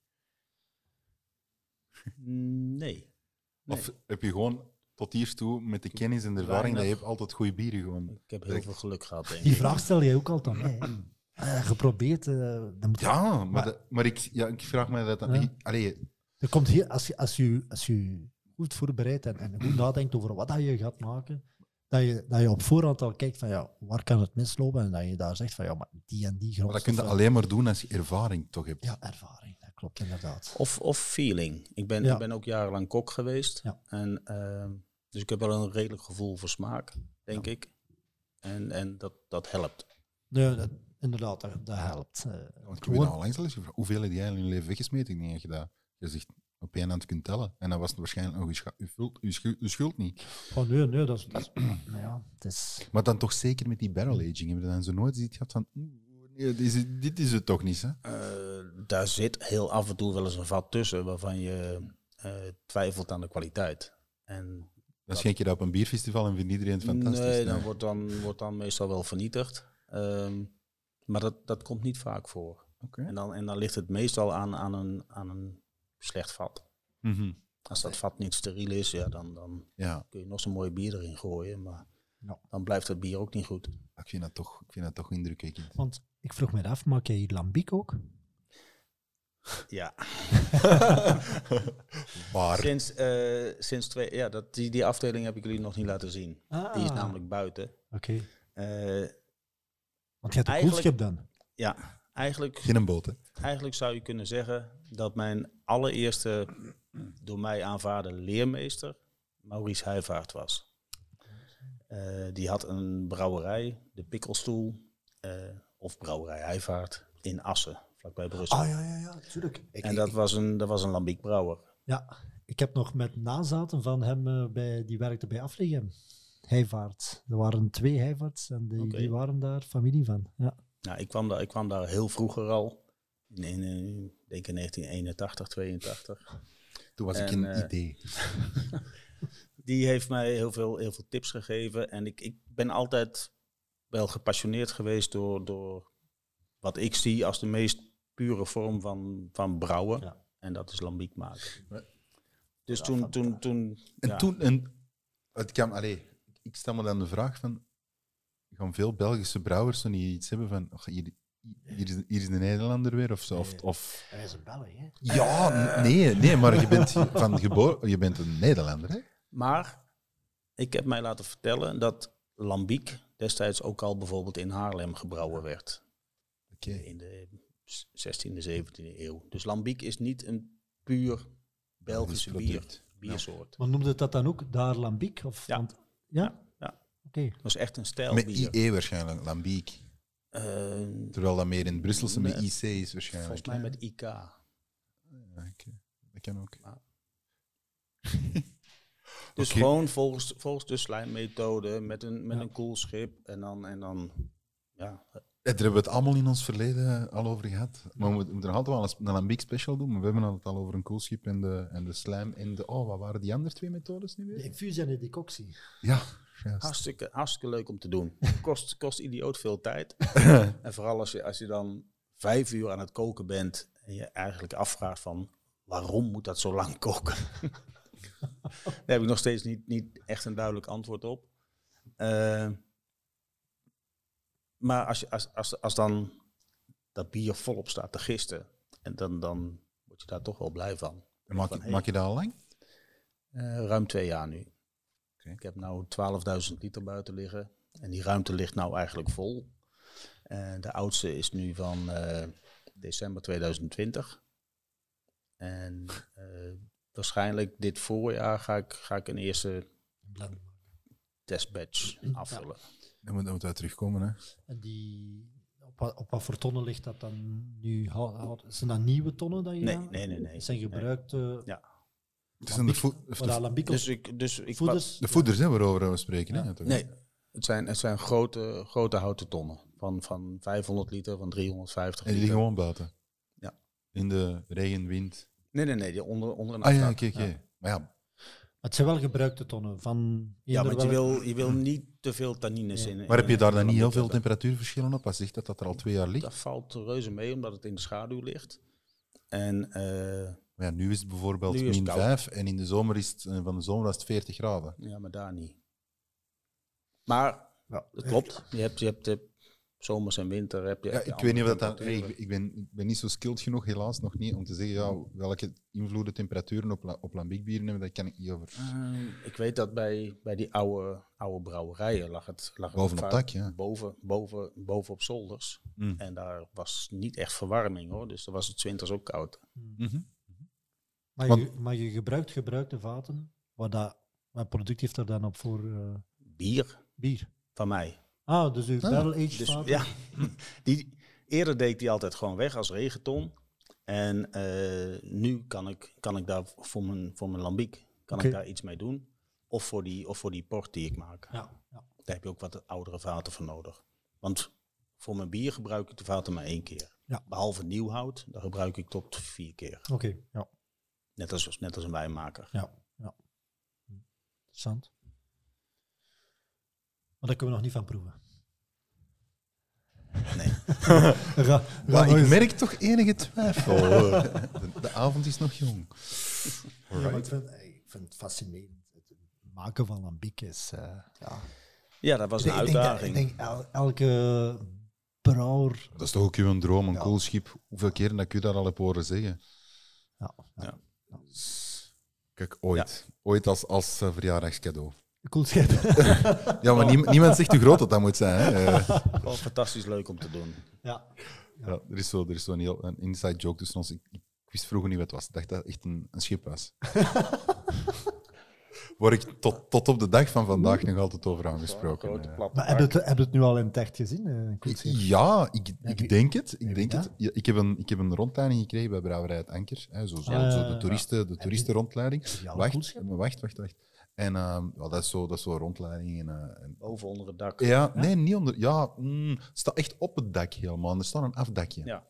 Nee. Of heb je gewoon tot hier toe met de kennis en de ervaring dat je hebt altijd goede bieren gewoon? Ik heb heel veel geluk gehad, denk Die ik. vraag stel jij ook altijd aan mij. Hè. Geprobeerd. Dan moet Ja, Maar- maar ik vraag me dat dan... Ja. Allee, er komt hier, als je goed voorbereidt en goed nadenkt over wat dat je gaat maken, dat je op voorhand al kijkt van ja, waar kan het mislopen en dat je daar zegt van ja, maar die en die maar dat kun je grondstoffen. alleen maar doen als je ervaring toch hebt. Ja, ervaring, dat klopt inderdaad. Of feeling. Ik Ja. ben ook jarenlang kok geweest. Ja. En, dus ik heb wel een redelijk gevoel voor smaak, denk ik. En dat helpt. Nee, inderdaad, dat helpt. Want ik heb je Gewoon- al langs al eens gevraagd, hoeveel heb jij in je leven weggesmeten? Ik denk dat je dat je zegt op één hand kunt tellen. En dan was het waarschijnlijk nog je schuld niet. Oh, nee, dat is nou ja, het is... Maar dan toch zeker met die barrel aging. Heb je dan zo nooit iets gehad van... nee, dit is het toch niet, hè? Daar zit heel af en toe wel eens een vat tussen waarvan je twijfelt aan de kwaliteit. En Dan schenk je dat op een bierfestival en vindt iedereen het fantastisch. nee, dan wordt dan meestal wel vernietigd. Maar dat komt niet vaak voor. Oké. En dan ligt het meestal aan een slecht vat. Mhm. Als dat vat niet steriel is, ja, dan Ja, kun je nog zo'n mooi bier erin gooien. Maar Ja. dan blijft het bier ook niet goed. ik vind dat toch indrukwekkend. Want ik vroeg me af, maak jij hier lambiek ook? Ja. Maar Sinds die afdeling heb ik jullie nog niet laten zien. Die is namelijk buiten. Oké. Eh, Want je hebt een Eigenlijk- koelschip dan? ja, eigenlijk geen een boot, hè? Eigenlijk zou je kunnen zeggen dat mijn allereerste door mij aanvaarde leermeester Maurice Heijvaart was. Die had een brouwerij, de Pikkelstoel, of brouwerij Heijvaart, in Assen, vlakbij Brussel. Ah ja, natuurlijk. En dat was een lambiekbrouwer. Ja, ik heb nog met nazaten van hem, die werkte bij Afligem. Heijvaart. Er waren 2 Heijvaarts en Oké. die waren daar familie van. Ja. Nou, ik kwam daar heel vroeger al, in denk in 1981, 82. Toen was ik En, een idee. Die heeft mij heel veel tips gegeven. En ik ben altijd wel gepassioneerd geweest door wat ik zie als de meest pure vorm van brouwen. Ja. En dat is lambiek maken. Dus Ja, toen En ja. toen, ik stel me dan de vraag van, gaan veel Belgische brouwers zo niet iets hebben van, hier is de Nederlander weer of zo? Of Hij is een Belg, hè? ja, nee, maar je bent van geboren, je bent een Nederlander, hè? Maar ik heb mij laten vertellen dat lambiek destijds ook al bijvoorbeeld in Haarlem gebrouwen werd. Oké. In de 16e, 17e eeuw. Dus lambiek is niet een puur Belgische bier. product. biersoort. Maar noemde dat dan ook daar lambiek? Of, Ja. Ja? Ja. Oké. Dat is echt een Met stijlbier. IE waarschijnlijk, lambiek. Terwijl dat meer in het Brusselse met IC is waarschijnlijk. Volgens mij hè? met IK. Ja, oké. Dat kan ook. Dus Oké. gewoon volgens de slijmmethode met een koelschip en dan ja, Daar hebben we het allemaal in ons verleden al over gehad. Maar we moeten nog altijd wel een lambiek special doen. Maar we hebben het al over een koelschip en de slijm en de... Oh, wat waren die andere 2 methodes nu De weer? infusie en de decoctie. Ja, juist. hartstikke leuk om te doen. Kost idioot veel tijd. En vooral als je dan 5 uur aan het koken bent en je eigenlijk afvraagt van waarom moet dat zo lang koken? Daar heb ik nog steeds niet echt een duidelijk antwoord op. Maar als dan dat bier volop staat te gisten, en dan word je daar toch wel blij van. En Van, hey, maak je dat al lang? ruim 2 jaar nu. Oké. Ik heb nu 12.000 liter buiten liggen. En die ruimte ligt nou eigenlijk vol. De oudste is nu van december 2020. En waarschijnlijk dit voorjaar ga ik een eerste testbatch afvullen. Dan moeten we terugkomen, hè. En op wat voor tonnen ligt dat dan nu? Zijn dat nieuwe tonnen dat je Nee. Het zijn gebruikte... Ja. Het zijn de lambiek Dus ik voeders. de voeders hè, waarover we spreken. Hè, toch? nee, het zijn grote houten tonnen. Van 500 liter, van 350 En die liter. liggen gewoon buiten? Ja. In de regen, wind? Nee, die onder een Ah ja, afdak. oké. Maar ja, Het zijn wel gebruikte tonnen. Van Ja, eender want welk- je wil niet te veel tannines in. maar heb je daar dan niet heel veel lambiek hebben. temperatuurverschillen op? Als zegt dat er al 2 jaar ligt? Dat valt reuze mee, omdat het in de schaduw ligt. En Maar ja, nu is het bijvoorbeeld Nu is het min koud. 5 en in de zomer is het, van de zomer was het 40 graden. ja, maar daar niet. Maar dat klopt. Je hebt zomers en winter. Heb je Ik weet niet of dat dan... temperaturen. Ik ben niet zo skilled genoeg, helaas nog niet, om te zeggen welke invloeden temperaturen op lambiekbieren hebben. Daar kan ik niet over. Ik weet dat bij die oude brouwerijen lag het Bovenop vaak dak, ja. boven op zolders. Mm. En daar was niet echt verwarming hoor. Dus dan was het 's winters ook koud. Mhm. Maar je gebruikt gebruikte vaten. Wat product heeft er dan op voor Bier bier? van mij. Dus uw barrel-aged Dus vaten? ja, eerder deed ik die altijd gewoon weg als regenton. En nu kan ik daar voor mijn lambiek Oké. ik daar iets mee doen. Of voor die port die ik maak. Ja. Daar heb je ook wat oudere vaten voor nodig. Want voor mijn bier gebruik ik de vaten maar 1 keer. Ja. Behalve nieuwhout, daar gebruik ik tot 4 keer. Oké, ja. Net als een wijnmaker. Ja. Interessant. Maar daar kunnen we nog niet van proeven. Nee. Maar ik merk toch enige twijfel. De avond is nog jong. Ja, maar ik vind het fascinerend. Het maken van lambiek is... Ja, dat was een uitdaging. Ik denk elke brouwer... Dat is toch ook uw droom, een Ja. koelschip. Hoeveel keren dat ik u dat al heb horen zeggen? Ja. Kijk, ooit als verjaardagscadeau. Koelschip. Ja, maar niemand zegt hoe groot dat moet zijn. Hè. Wel fantastisch leuk om te doen. Ja. Ja, er is zo een inside joke tussen ons. Ik wist vroeger niet wat het was. Ik dacht dat het echt een schip was. Waar ik tot op de dag van vandaag nog altijd over aangesproken. Grote platte Maar bak. heb je het nu al in het echt gezien? Een koelschip? Ja, ik denk het. Ik denk Ja? het. Ja, ik heb een rondleiding gekregen bij Brouwerij Het Anker. Hè, zo de toeristenrondleiding. Speciale koelschip? Wacht. En dat is zo een rondleiding. En Boven onder het dak. ja, nee, niet onder. Ja, het staat echt op het dak helemaal. Er staat een afdakje. Ja.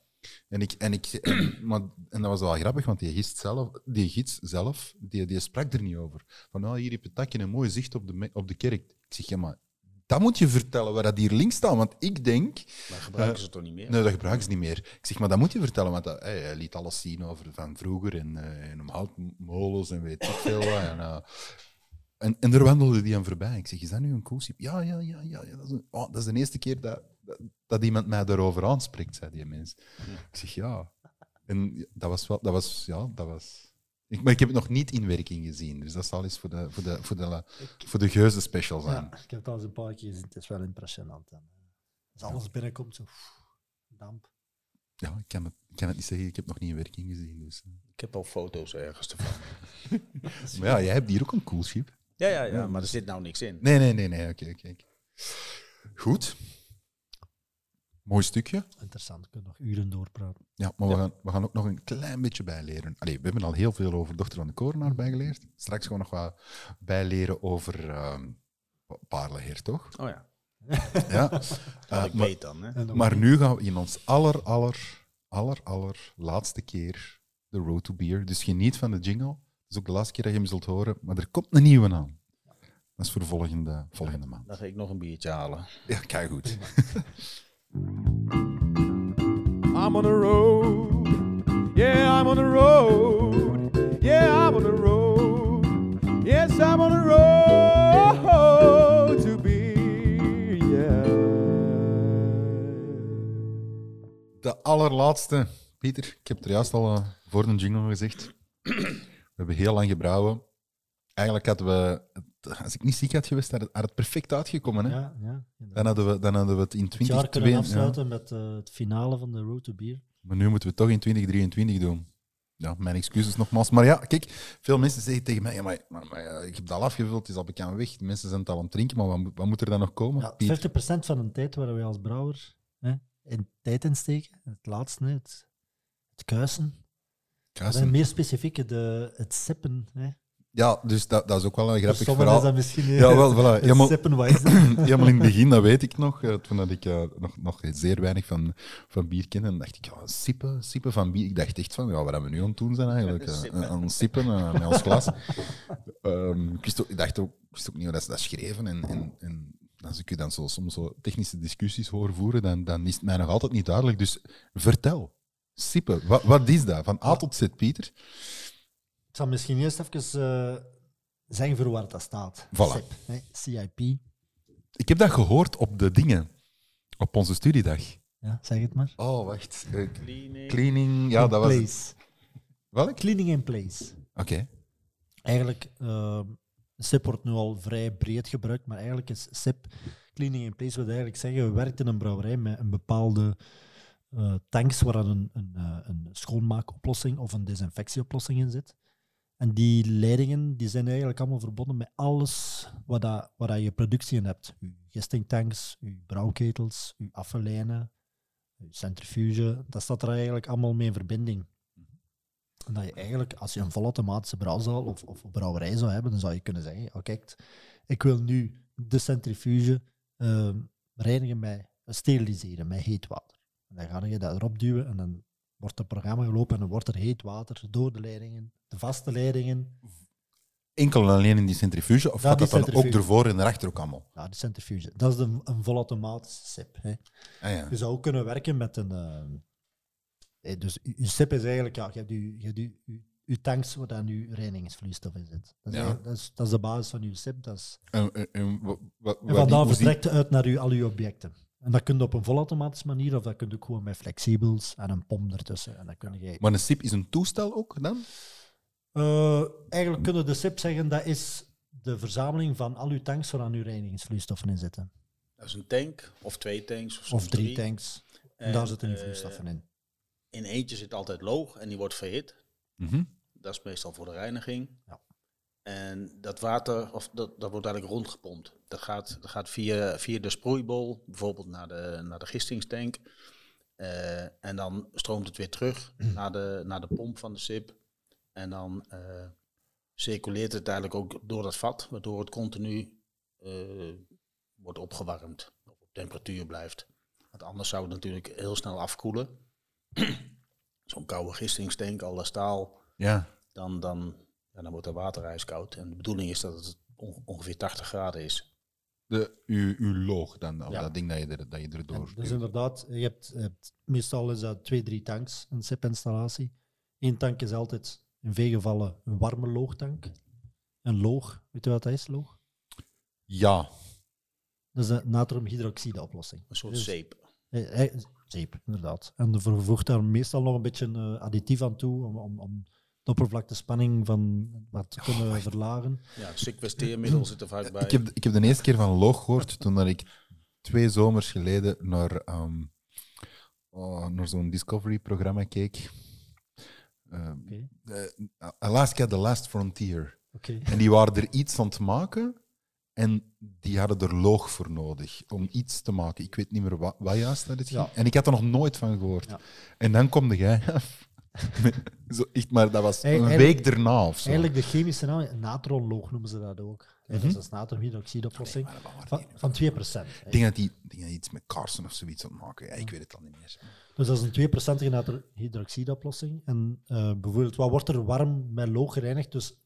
En dat was wel grappig, want die gids zelf, die sprak er niet over. Van, hier heb je het dakje, een mooi zicht op de kerk. Ik zeg, ja, maar dat moet je vertellen, waar dat hier links staat. Want ik denk... Maar gebruiken ze het toch niet meer? Nee, dat gebruiken ze niet meer. Ik zeg, maar dat moet je vertellen, want hij liet alles zien over van vroeger en om houtmolens en weet ik veel wat. En er wandelde die aan voorbij. Ik zeg, is dat nu een koelschip? Ja. Dat is de eerste keer dat iemand mij daarover aanspreekt, zei die mens. Ik zeg, ja. En dat was. Maar ik heb het nog niet in werking gezien, dus dat zal eens voor de geuze special zijn. Ja, ik heb het al eens een paar keer gezien. Het is wel impressionant. Als alles binnenkomt, zo damp. Ja, ik kan het niet zeggen. Ik heb nog niet in werking gezien. Dus. Ik heb al foto's ergens ervan. Maar ja, jij hebt hier ook een cool schip. Ja, maar er zit nou niks in. Nee. Oké. Goed. Mooi stukje. Interessant, we kunnen nog uren doorpraten. Ja, maar we gaan ook nog een klein beetje bijleren. Allee, we hebben al heel veel over Dochter van de Korenaar bijgeleerd. Straks gaan we nog wat bijleren over Paarlenhertog. Oh ja, Ja. dat ik weet dan. Hè. En dan Maar nu gaan we in ons aller laatste keer de Road to Beer. Dus geniet van de jingle. Dat is ook de laatste keer dat je hem zult horen. Maar er komt een nieuwe aan. Dat is voor de volgende maand. Dan ga ik nog een biertje halen. Ja, kijk goed. I'm on the road. Yeah, I'm on the road. Yeah, I'm on the road. Yes, I'm on the road to be. Yeah. De allerlaatste. Pieter, ik heb er juist al voor de jingle gezegd. We hebben heel lang gebrouwen. Eigenlijk hadden we, als ik niet ziek had geweest, had het perfect uitgekomen. Hè? Ja, Dan hadden we het in het jaar kunnen 2022. afsluiten met het finale van de Road to Beer. Maar nu moeten we het toch in 2023 doen. Ja, mijn excuses nogmaals. Maar ja, kijk, veel mensen zeggen tegen mij, ja, maar ik heb dat al afgevuld, het is al bekend weg. De mensen zijn het al aan het drinken, maar wat moet er dan nog komen? Ja, Piet? 50% van de tijd waar we als brouwer in tijd insteken, het laatste, het kuisen. Kassen. En meer specifiek het sippen. Ja, dus dat is ook wel een grappig Sommigen verhaal. is dat misschien Ja, wel, voilà. het Helemaal, sippen wat is dat? helemaal in het begin, dat weet ik nog. Toen had ik nog zeer weinig van bier kende. En dacht ik, ja, sippen van bier. Ik dacht echt van, ja, wat we nu aan het doen zijn eigenlijk. Aan het sippen met ons glas. Ik dacht ook niet hoe dat ze dat schreven. En als ik je dan soms zo technische discussies hoor voeren, dan is het mij nog altijd niet duidelijk. Dus vertel, sippen, wat is dat? Van A tot Z, Pieter? Ik zal misschien eerst even zeggen voor waar dat staat. Voilà. CIP. Ik heb dat gehoord op de dingen, op onze studiedag. Ja, zeg het maar. Oh, wacht. Cleaning. Cleaning, ja, dat was het. Place. Welk? Cleaning in place. Oké. Eigenlijk, SIP wordt nu al vrij breed gebruikt, maar eigenlijk is SIP, Cleaning in Place, wil eigenlijk zeggen, we werken in een brouwerij met een bepaalde tanks waar een schoonmaakoplossing of een desinfectieoplossing in zit. En die leidingen die zijn eigenlijk allemaal verbonden met alles waar je productie in hebt. Je gistingtanks, je brouwketels, je afvallijnen, je centrifuge, dat staat er eigenlijk allemaal mee in verbinding. En dat je eigenlijk, als je een volautomatische brouwzaal of brouwerij zou hebben, dan zou je kunnen zeggen, kijk, ik wil nu de centrifuge reinigen steriliseren met heet water. En dan ga je dat erop duwen en dan wordt het programma gelopen en dan wordt er heet water door de leidingen, de vaste leidingen. Enkel en alleen in die centrifuge, of Ja, gaat die dat dan ook centrifuge. ervoor en erachter ook allemaal? Ja, de centrifuge. Dat is een volautomatische SIP. Hè. Ah, ja. Je zou ook kunnen werken met dus je SIP is eigenlijk, je hebt je tanks waar dan je reinigingsvloeistof in zit. Dat is, Ja. dat is de basis van je SIP. Dat is, En vandaar vertrekt uit naar al je objecten. En dat kun je op een volautomatische manier, of dat kun je ook gewoon met flexibels en een pom ertussen. En dan kun je... Maar een SIP is een toestel ook dan? Eigenlijk kunnen de SIP zeggen, dat is de verzameling van al uw tanks waar aan uw reinigingsvloeistoffen in zitten. Dat is een tank, of 2 tanks, of soms Of 3 3. tanks. En daar zitten die vloeistoffen in. In eentje zit altijd loog en die wordt verhit. Mhm. Dat is meestal voor de reiniging. Ja. En dat water, dat wordt eigenlijk rondgepompt. Dat gaat via de sproeibol, bijvoorbeeld naar de gistingstank. En dan stroomt het weer terug naar de pomp van de SIP. En dan circuleert het eigenlijk ook door dat vat, waardoor het continu wordt opgewarmd, op temperatuur blijft. Want anders zou het natuurlijk heel snel afkoelen. Zo'n koude gistingstank, al dat staal, Ja. dan wordt het water ijskoud. En de bedoeling is dat het ongeveer 80 graden is. Uw loog dan, of Ja. dat ding dat je erdoor... Dus inderdaad, je hebt meestal is dat 2-3 tanks, een SIP-installatie. Eén tank is altijd in veel gevallen een warme loogtank. Een loog, weet je wat dat is, loog? Ja. Dat is een natriumhydroxide-oplossing. Een soort Dus- zeep. Zeep, inderdaad. En er voegt daar meestal nog een beetje additief aan toe om de oppervlaktespanning van wat te kunnen verlagen. Ja, sequesteermiddel zit er vaak bij. Ik heb de eerste keer van loog gehoord toen dat ik 2 zomers geleden naar zo'n Discovery-programma keek. Oké. Alaska The Last Frontier. Oké. En die waren er iets aan het maken en die hadden er loog voor nodig om iets te maken. Ik weet niet meer wat juist dat het ging. Ja. En ik had er nog nooit van gehoord. Ja. En dan komde jij af. Zo, echt, maar dat was een Eigenlijk- week erna of zo. Eigenlijk de chemische naam, natronloog noemen ze dat ook. Ja, dat is natriumhydroxideoplossing van 2%. Ik denk dat die iets met kaarsen of zoiets aan het maken. Ja, ik weet het al niet meer. Dus dat is een 2% natriumhydroxideoplossing. En bijvoorbeeld, wat wordt er warm met loog gereinigd? Dus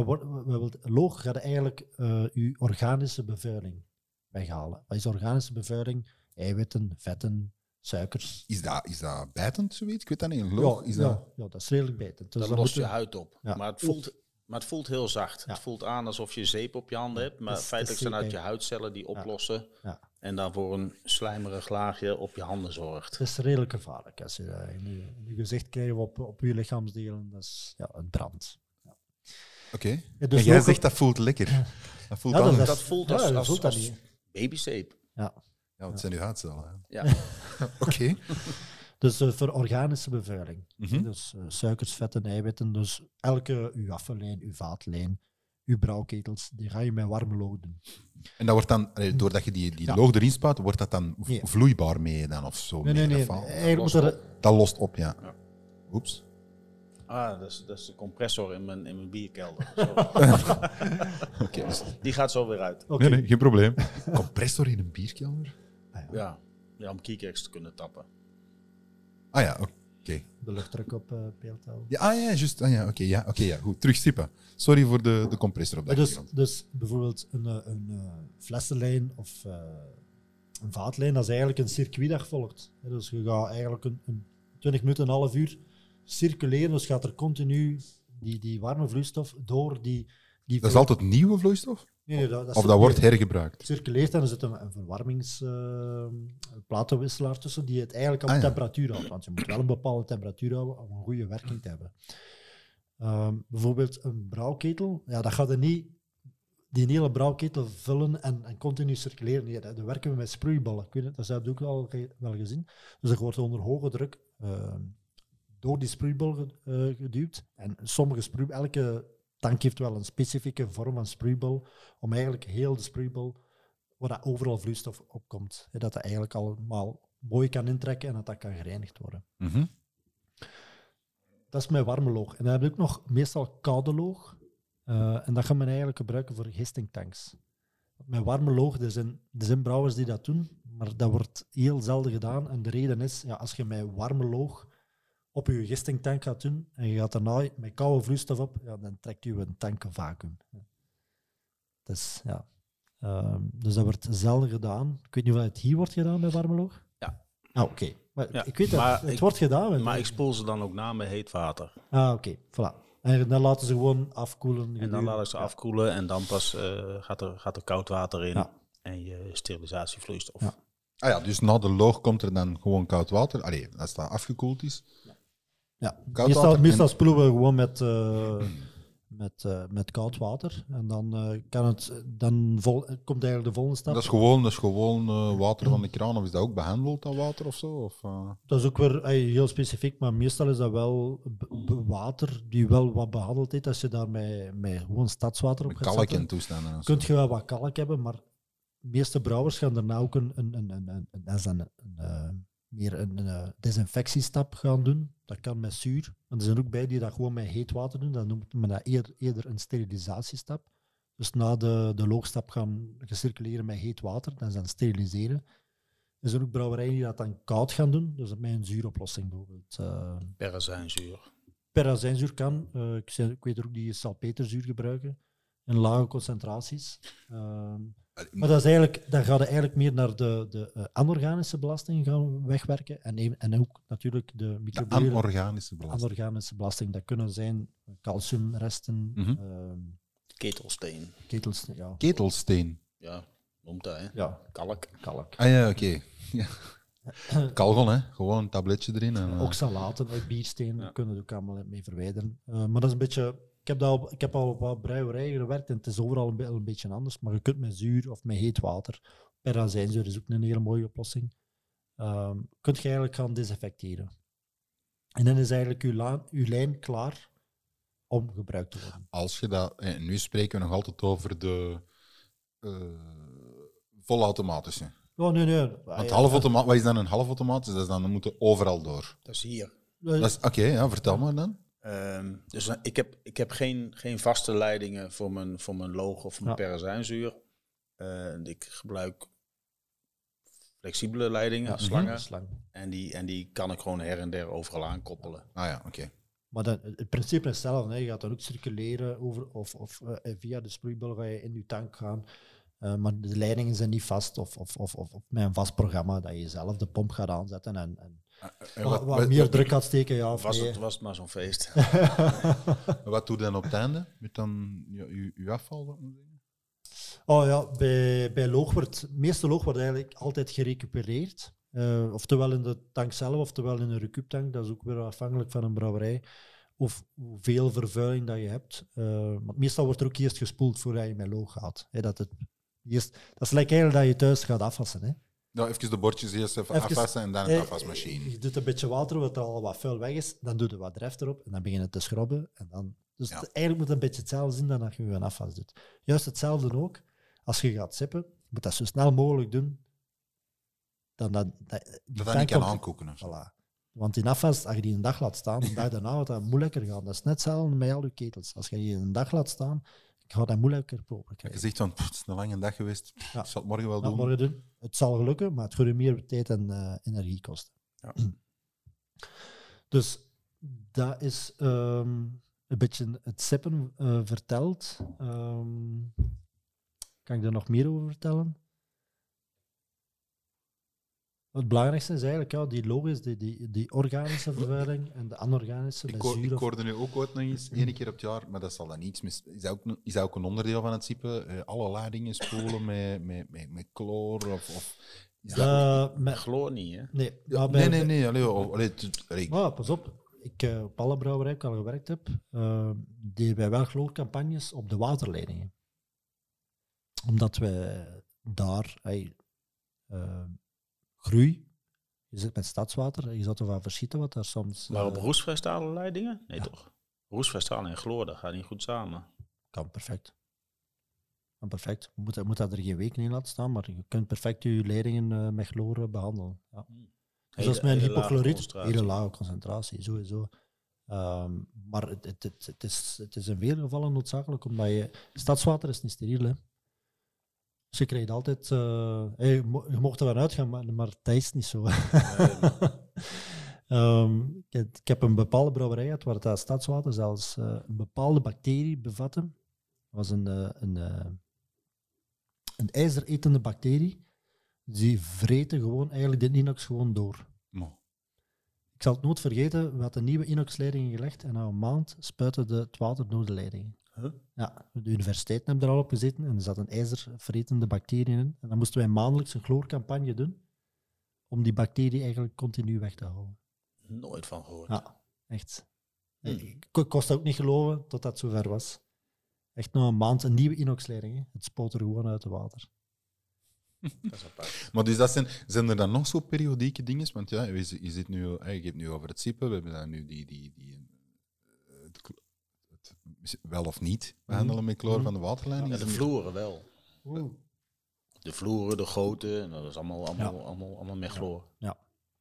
loog gaat eigenlijk je organische bevuiling weghalen. Wat is organische bevuiling? Eiwitten, vetten, suikers. Is dat bijtend, zoiets? Ik weet dat niet. Loog, is dat... ja, dat is redelijk bijtend. Dus Dan dan lost je moeten- huid op. Ja. Maar het voelt heel zacht. Ja. Het voelt aan alsof je zeep op je handen hebt. Maar Dat is- feitelijk dat is zijn het je zeep, huidcellen die oplossen. Ja. En dan voor een slijmerig laagje op je handen zorgt. Het is redelijk gevaarlijk als je dat in je gezicht krijgt op je lichaamsdelen. Dat is, het brandt. Oké. Ja, dus en jij loog- zegt dat voelt lekker. Dat voelt Ja, dat anders. is- Dat voelt ja, als, dat als, voelt dat als niet. babyzeep. Ja. Ja, wat zijn uw huidcellen? hè? Ja. Oké. Dus voor organische bevuiling. Mhm. Dus suikers, vetten, eiwitten. Dus uw afvallijn, uw vaatlijn, uw brouwketels, die ga je met warme loog doen. En dat wordt dan, doordat je die Ja. loog erin spuit, wordt dat dan Nee. vloeibaar mee dan of zo? Nee. Meer of wat? Eigenlijk moet er... Dat lost op, ja. Ja. Oeps. Ah, dat is de compressor in mijn bierkelder. Zo. Oké. dus- Die gaat zo weer uit. Oké. Nee, geen probleem. Compressor in een bierkelder? Ja, om kiekers te kunnen tappen. Ah ja, oké. De luchtdruk op beeld houden. Ja, juist. Ah, ja, oké, ja, goed. Terug stippen. Sorry voor de compressor op de achtergrond. Dus bijvoorbeeld een flessenlijn of een vaatlijn, dat is eigenlijk een circuit dat je volgt. Dus je gaat eigenlijk een 20 minuten, een half uur circuleren. Dus gaat er continu die warme vloeistof door die Dat is altijd nieuwe vloeistof? Nee, Of dat wordt hergebruikt? circuleert en er zit een verwarmingsplatenwisselaar tussen die het eigenlijk op Ah, ja. temperatuur houdt. Want je moet wel een bepaalde temperatuur houden om een goede werking te hebben. Bijvoorbeeld een brouwketel, ja, dat gaat er niet die hele brouwketel vullen en continu circuleren. Nee, dat werken we met sproeiballen. Ik weet het, dat heb je ook wel gezien. Dus dat wordt onder hoge druk door die sproeibal geduwd. En elke tank heeft wel een specifieke vorm van sproeibal, om eigenlijk heel de sproeibal, waar dat overal vloeistof op komt, dat dat eigenlijk allemaal mooi kan intrekken en dat kan gereinigd worden. Mhm. Dat is mijn warme loog. En dan heb ik ook nog meestal koude loog. En dat gaat men eigenlijk gebruiken voor gistingtanks. Met warme loog, er zijn brouwers die dat doen, maar dat wordt heel zelden gedaan. En de reden is, ja, als je met warme loog op je gistingtank gaat doen en je gaat daarna met koude vloeistof op, ja, dan trekt je een tank een vacuüm. Dus, ja. Dus dat wordt zelden gedaan. Ik weet niet of het hier wordt gedaan met warme loog. Ja. Ah, oké. Maar Ja, ik weet dat maar het ik- wordt gedaan. Maar ik spoel ze dan ook na met heet water. Ah, oké. Voilà. En dan laten ze gewoon afkoelen. En dan laat ik ze afkoelen en dan pas gaat er koud water in Ja. en je sterilisatievloeistof. Ja. Ah ja, dus na de loog komt er dan gewoon koud water. Allee, als dat afgekoeld is. Ja, Koud water meestal en- spoelen we gewoon met koud water. En dan, komt eigenlijk de volgende stap. Dat is gewoon water van de kraan. Of is dat ook behandeld, dat water of zo? Of, Dat is ook weer heel specifiek, maar meestal is dat wel water die wel wat behandeld heeft. Als je daar met gewoon stadswater op met gaat kalk zetten, en toestanden en zo. kun je wel wat kalk hebben, maar de meeste brouwers gaan daarna ook meer een desinfectiestap gaan doen. Dat kan met zuur. En er zijn ook bij die dat gewoon met heet water doen. Dan noemt men dat eerder een sterilisatiestap. Dus na de loogstap gaan circuleren met heet water. Dan is dat steriliseren. Er zijn ook brouwerijen die dat dan koud gaan doen. Dus met een zuuroplossing bijvoorbeeld. Perazijnzuur. Perazijnzuur kan. Ik weet er ook die salpeterzuur gebruiken. In lage concentraties. Maar dat is eigenlijk, dan gaat het eigenlijk meer naar de anorganische belasting gaan wegwerken. En ook natuurlijk de De microbiële anorganische belasting. anorganische belasting. Dat kunnen zijn calciumresten, Mhm. Ketelsteen. ketels, ja, Ketelsteen. Ja, noemt dat, hè? ja, Kalk. kalk. Ah ja, oké. Ja. Kalgon, hè. Gewoon een tabletje erin. En, Oxalaten uit biersteen, Ja. daar kunnen we ook allemaal mee verwijderen. Maar dat is een beetje... Ik heb al op wat brouwerijen gewerkt en het is overal een beetje anders. Maar je kunt met zuur of met heet water. Perazijnzuur is ook een hele mooie oplossing. kun je eigenlijk gaan desinfecteren. En dan is eigenlijk uw lijn klaar om gebruikt te worden. Als je dat... nu spreken we nog altijd over de volautomatische. Oh, nee. Want halfautomaat, wat is dan een halfautomatische? Dat is dan moeten overal door. Dat is hier. Oké, ja, vertel maar dan. Dus ik heb geen vaste leidingen voor mijn loog of mijn perazijnzuur. Ik gebruik flexibele leidingen, slangen. En die kan ik gewoon her en der overal aankoppelen. Ah ja, oké. Maar het principe is hetzelfde. Je gaat dan ook circuleren of via de sproeibul ga je in je tank gaan. Maar de leidingen zijn niet vast of met een vast programma dat je zelf de pomp gaat aanzetten en wat meer druk gaat steken. Ja, of was nee. het maar zo'n feest. Wat doe je dan op het einde? Met dan je afval? Wat moet ik zeggen? Oh ja, bij loog het meeste loog wordt eigenlijk altijd gerecupereerd. Oftewel in de tank zelf, oftewel in een recuuptank. Dat is ook weer afhankelijk van een brouwerij. Of hoeveel vervuiling dat je hebt. Want meestal wordt er ook eerst gespoeld voordat je met loog gaat. Dat is lijkt eigenlijk dat je thuis gaat afwassen. Hè. Nou, even de bordjes eerst even afwassen en dan de afwasmachine. Je doet een beetje water, wat al wat vuil weg is. Dan doe je wat dref erop en dan begin je te schrobben. En dan, dus eigenlijk moet het een beetje hetzelfde zien dan dat je een afwas doet. Juist hetzelfde ook. Als je gaat sippen, moet dat zo snel mogelijk doen. Dat niet kan aankoeken. Voilà. Want in afwas, als je die een dag laat staan, de dag daarna gaat dat moeilijker gaan. Dat is net hetzelfde met al je ketels. Als je die een dag laat staan, gaat dat moeilijker open krijgen. Je zegt van, het is een lange dag geweest, ik zal het morgen wel doen. Morgen doen. Het zal gelukken, maar het gaat je meer tijd en energie kosten. Ja. Dus dat is een beetje het sippen verteld. Kan ik er nog meer over vertellen? Het belangrijkste is eigenlijk die logisch, die organische vervuiling en de anorganische. Ik hoorde nu ook ooit nog eens, 1 keer op het jaar, maar dat zal dan niets mis. Is dat ook een onderdeel van het sippen? Alle leidingen spoelen met chloor? Of is dat met chloor niet, hè? Nee. Ja, nee. Pas op. Op alle brouwerijen waar ik al gewerkt heb, deden wij wel chloorcampagnes op de waterleidingen. Omdat we daar... groei. Je zit met stadswater, je zat ervan verschieten wat daar soms... Maar op roestvrijstalen leidingen? Nee, toch? Roestvrijstalen en chloor, dat gaat niet goed samen. Kan perfect. Je moet dat er geen week in laten staan, maar je kunt perfect je leidingen met chloor behandelen. Ja. Dus als met een hypochloriet, hele lage concentratie, sowieso. Maar het is in veel gevallen noodzakelijk, omdat stadswater is niet steriel, hè. Dus je krijgt altijd... je mocht er wel uitgaan, maar dat is niet zo. Ik heb een bepaalde brouwerij gehad waar het stadswater zelfs een bepaalde bacterie bevatte. Dat was een ijzeretende bacterie. Die vreten gewoon eigenlijk de inox gewoon door. No. Ik zal het nooit vergeten, we hadden een nieuwe inoxleiding gelegd en na een maand spuitte het water door de leidingen. Huh? Ja, de universiteiten hebben er al op gezeten en er zat een ijzervretende bacterie in. En dan moesten wij maandelijks een chloorcampagne doen om die bacterie eigenlijk continu weg te houden. Nooit van gehoord. Ja, echt. Ik kost ook niet geloven tot dat zover was. Echt na een maand een nieuwe inoxleiding. Hè. Het spoot er gewoon uit het water. Dat is apart. Maar dus zijn er dan nog zo periodieke dingen? Want ja, je zit nu, je hebt nu over het sippen, we hebben dan nu wel of niet behandelen met chloor van de waterleiding. Ja, de vloeren wel. Oeh. De vloeren, de goten, dat is allemaal met chloor. Ja,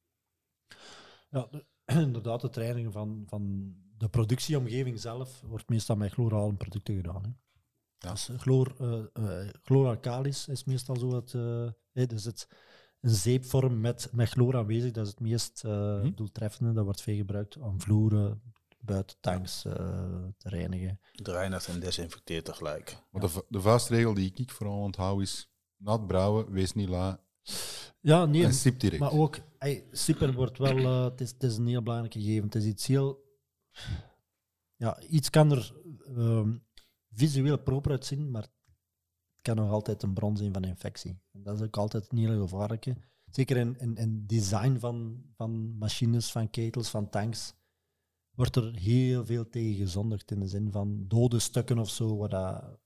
inderdaad, de training van de productieomgeving zelf wordt meestal met chlorale producten gedaan. Hè. Ja. Dus chloralkalis is meestal zo dus een zeepvorm met chloor aanwezig, dat is het meest doeltreffende. Dat wordt veel gebruikt aan vloeren, buiten tanks te reinigen. Het reinigt en desinfecteert tegelijk. Maar de vuistregel die ik vooral onthoud is, na het brouwen, wees niet la. Ja, nee, en sip direct. maar ook, sippen wordt wel, het is een heel belangrijk gegeven. Het is iets heel... Ja, iets kan er visueel proper uitzien, maar het kan nog altijd een bron zijn van infectie. En dat is ook altijd een hele gevaarlijke. Zeker in design van machines, van ketels, van tanks, wordt er heel veel tegen gezondigd in de zin van dode stukken of zo, waar dat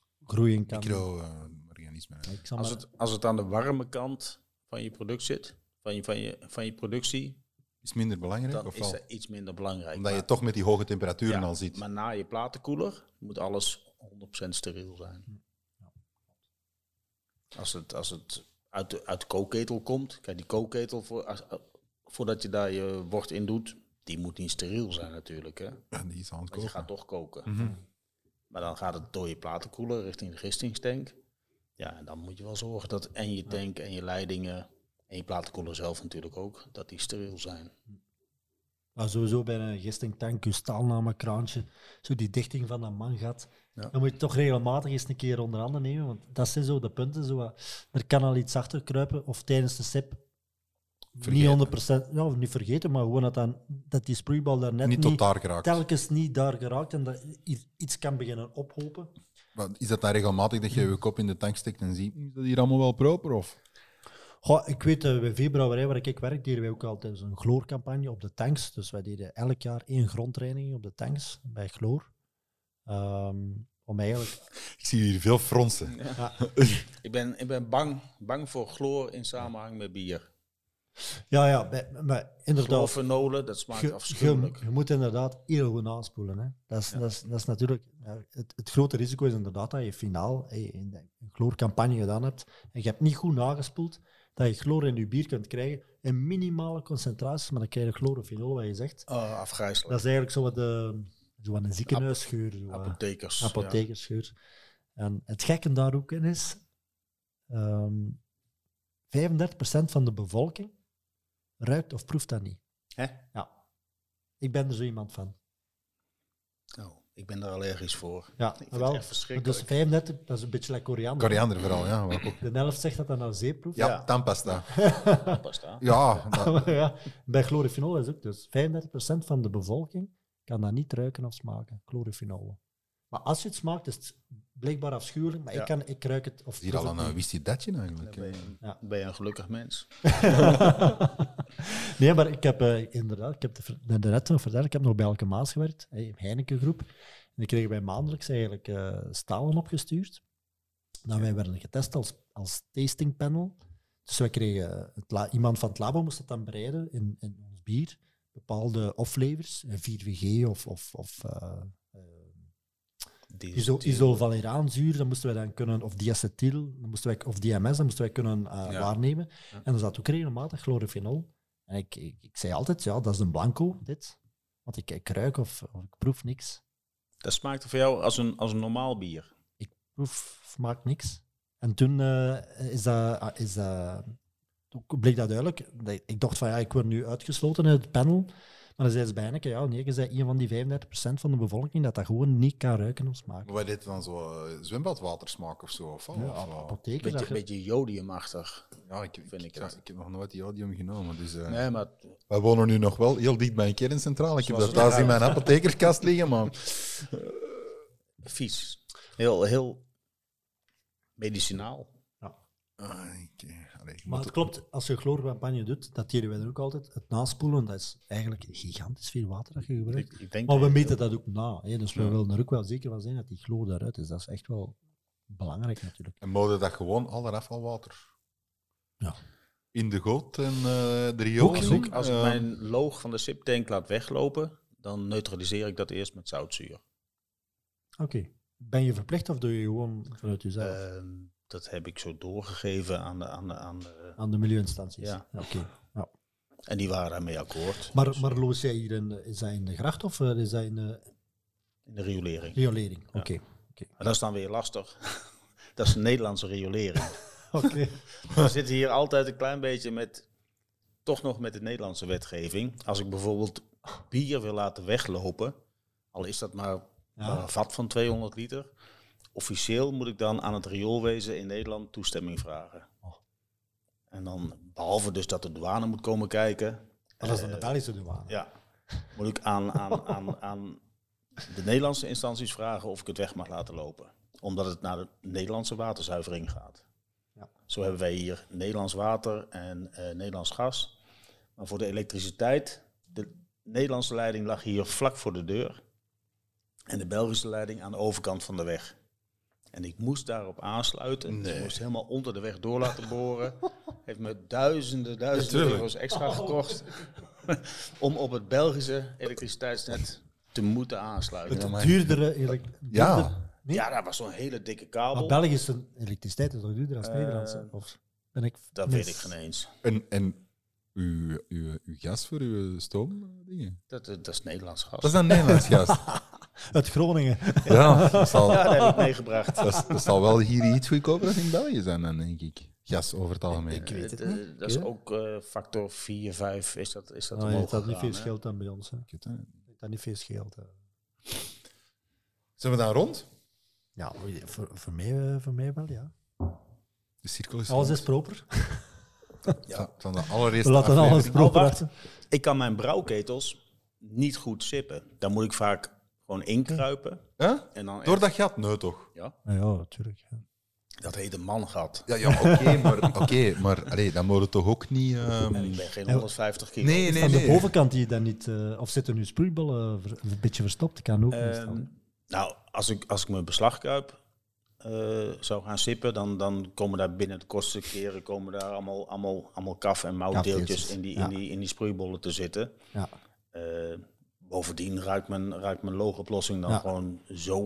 groeien kan. Micro-organismen. Als het aan de warme kant van je product zit, van je productie, Is minder belangrijk? dan Of is wel? dat iets minder belangrijk. Omdat je Maar- toch met die hoge temperaturen ja, al zit. Maar na je platenkoeler moet alles 100% steriel zijn. Als het uit de kookketel komt, kijk, die kookketel, voordat je daar je wort in doet, die moet niet steriel zijn natuurlijk. Hè? Ja, die is aan het Want je koken. gaat toch koken. Mhm. Maar dan gaat het door je platenkoeler richting de gistingstank. Ja, en dan moet je wel zorgen dat en je tank en je leidingen en je platenkoeler zelf natuurlijk ook, dat die steriel zijn. Maar sowieso bij een gistingtank, je staalnamenkraantje, zo die dichting van dat mangat, Ja. dan moet je toch regelmatig eens een keer onder handen nemen, want dat zijn zo de punten. Er kan al iets achter kruipen, of tijdens de sip niet 100%, ja, of niet vergeten, maar gewoon dat die sproeibal daar net Niet tot daar geraakt. telkens niet daar geraakt en dat iets kan beginnen ophopen. Maar is dat dan regelmatig dat je je kop in de tank steekt en ziet, is dat hier allemaal wel proper? Of? Goh, ik weet, bij veebrouwerij waar ik werk, deden wij ook altijd een chloorcampagne op de tanks. Dus wij deden elk jaar 1 grondreiniging op de tanks bij chloor. Om eigenlijk... Ik zie hier veel fronsen. Ja, Ik ben bang voor chloor in samenhang met bier. maar inderdaad, Chloorfenolen, dat smaakt afschuwelijk. je moet inderdaad heel goed aanspoelen. Hè. Dat is natuurlijk... Het grote risico is inderdaad dat je finaal een chloorcampagne gedaan hebt en je hebt niet goed nagespoeld, dat je chloor in je bier kunt krijgen in minimale concentraties, maar dan krijg je chlorofenol, wat je zegt. Afgrijselijk. Dat is eigenlijk zo een ziekenhuisgeur. Zo, Apothekers. apothekersgeur. En het gekke daar ook in is, 35% van de bevolking ruikt of proeft dat niet. Hè? Ja. Ik ben er zo iemand van. Oh, ik ben daar allergisch voor. Ja, Ik vind het wel. echt verschrikkelijk. Dus 35, dat is een beetje like koriander. Koriander vooral, ja. Wat ook. De helft zegt dat dat naar zee proeft. Ja, Ja. tandpasta. Pasta. Ja, dat- Ja, bij chlorofenol is ook dus 35% van de bevolking kan dat niet ruiken of smaken, chlorofenol. Maar als je het smaakt, is het blijkbaar afschuwelijk, maar Ja. ik ruik het. Of is hier al proef het een wist je datje eigenlijk. Dan Ja. ben je een gelukkig mens. Nee, maar ik heb inderdaad, ik heb net nog verteld, ik heb nog bij Elke Maas gewerkt, Heineken Groep. En die kregen wij maandelijks eigenlijk stalen opgestuurd. Nou, wij werden getest als tasting panel. Dus wij kregen, iemand van het labo moest dat dan bereiden in ons bier. Bepaalde offlevers, 4VG of isovaleraanzuur, dat moesten wij dan kunnen, of diacetyl, of DMS, dat moesten wij kunnen waarnemen. Ja. En er zat ook regelmatig chlorofenol. En ik zei altijd, ja, dat is een blanco, dit. Want ik ruik of ik proef niks. Dat smaakt voor jou als een normaal bier. Ik proef of maak niks. En toen toen bleek dat duidelijk. Ik dacht van, ja, ik word nu uitgesloten uit het panel. Maar dan zei ze bij Heineken, ja, nee, je zei een van die 35% van de bevolking dat gewoon niet kan ruiken of smaken. Wat dit dan zo zwembadwatersmaak of zo? Of, Ja, of, apotheker. Beetje jodiumachtig. ja, ik heb nog nooit jodium genomen. Dus, Nee, maar wij wonen nu nog wel heel dicht bij een kerncentrale. Ik heb Zoals dat het thuis in mijn apothekerskast liggen, maar vies. Heel medicinaal. Maar het klopt, als je chloorcampagne doet, dat deden wij dan ook altijd. Het naspoelen, dat is eigenlijk gigantisch veel water dat je gebruikt. Ik denk Maar we meten dat ook na. Hè? Dus we Ja. willen er ook wel zeker van zijn dat die chloor daaruit is. Dat is echt wel belangrijk natuurlijk. en mode dat gewoon al dat afvalwater Ja. in de goot en de riool. Als ik mijn loog van de siptank laat weglopen, dan neutraliseer ik dat eerst met zoutzuur. Oké. Ben je verplicht of doe je gewoon vanuit jezelf? Dat heb ik zo doorgegeven aan de Aan de milieuinstanties? ja. Oké. Ja. en die waren daarmee akkoord. Maar loos jij hier is dat in de gracht of is dat in de In de riolering. riolering? Oké. En dat is dan weer lastig. Dat is een Nederlandse riolering. Oké. We zitten hier altijd een klein beetje toch nog met de Nederlandse wetgeving. Als ik bijvoorbeeld bier wil laten weglopen, al is dat maar een vat van 200 liter, officieel moet ik dan aan het rioolwezen in Nederland toestemming vragen. En dan, behalve dus dat de douane moet komen kijken. Maar dat is dan de Belgische douane. Ja, moet ik aan de Nederlandse instanties vragen of ik het weg mag laten lopen. Omdat het naar de Nederlandse waterzuivering gaat. Ja. Zo hebben wij hier Nederlands water en Nederlands gas. Maar voor de elektriciteit, de Nederlandse leiding lag hier vlak voor de deur. En de Belgische leiding aan de overkant van de weg. En ik moest daarop aansluiten. Nee. Ik moest helemaal onder de weg door laten boren. Heeft me duizenden tuurlijk. euro's extra gekost. Om op het Belgische elektriciteitsnet te moeten aansluiten. Het maar- duurdere... Ja. Nee? Ja, dat was zo'n hele dikke Maar kabel. Belgische elektriciteit is toch duurder dan Nederlandse? Of ben ik Dat mis? weet ik geen eens. En uw gas voor uw stoomdingen? Dat is Nederlands gas. Dat is dan Nederlands gas. Uit Groningen. Ja, dat zal, Ja, dat heb ik meegebracht. dat zal wel hier iets goedkoper dan in België zijn, dan, denk ik. Gas over het algemeen. Ik weet het Eh, niet. Dat is Ja. ook factor 4, 5 is dat Oh, omhoog ja, dat niet gegaan, veel hè? scheelt dan bij ons. Hè. Ik weet het niet. Dat niet veel scheelt. Hè. Zijn we dan rond? Ja, voor mij wel, ja. De cirkel is Alles rond. is proper. Van de allereerste We laten alles aflevering. proper wacht. achter. Ik kan mijn brouwketels niet goed sippen. Dan moet ik vaak gewoon inkruipen. Huh? En dan Door echt- dat gat? Nee, toch? Ja, Ja, natuurlijk. Ja. dat heet een mangat. Ja, maar allee, dan moet het toch ook niet... En ik ben geen 150 kilo. Nee, Is nee, aan de nee. bovenkant die je dan niet... of zitten nu sproeiballen een beetje verstopt? Kan ook niet Ehm, staan. nou, als ik mijn beslagkuip zou gaan sippen, dan komen daar binnen de kortste keren komen daar allemaal kaf- en moutdeeltjes Kafdeeltjes, in die sproeibollen te zitten. Ja. Bovendien ruikt mijn loogoplossing dan Ja. gewoon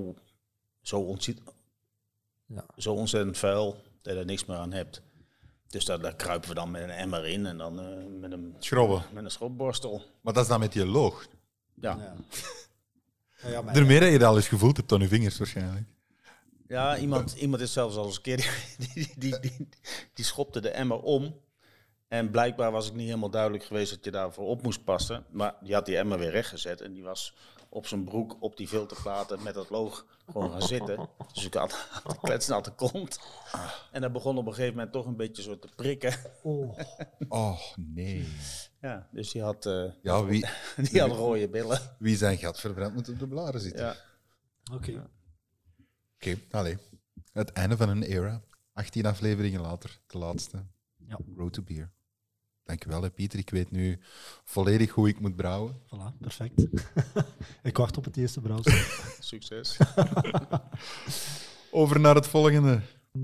Ja. zo ontzettend vuil dat je er niks meer aan hebt. Dus daar kruipen we dan met een emmer in en dan Schrobben. met een schropborstel. Maar dat is dan met die loog. Ja. Ja. Ja, maar Daarmee dat je dat al eens gevoeld hebt aan je vingers waarschijnlijk. Ja, iemand is zelfs al eens een keer, die schopte de emmer om. En blijkbaar was ik niet helemaal duidelijk geweest dat je daarvoor op moest passen. Maar die had die emmer weer rechtgezet en die was op zijn broek op die filterplaten met dat loog gewoon gaan zitten. Dus ik had een kletsnatte kont. En dat begon op een gegeven moment toch een beetje zo te prikken. Oh. Oh, nee. Ja, dus die had, Ja, die had rode billen. wie zijn gat verbrandt moet op de blaren zitten. Ja. Oké. Oké, allee. Het einde van een era. 18 afleveringen later, de laatste. Ja. Road to Beer. Dankjewel, hè, Pieter. Ik weet nu volledig hoe ik moet brouwen. Voilà, perfect. Ik wacht op het eerste brouwsel. Succes. Over naar het volgende.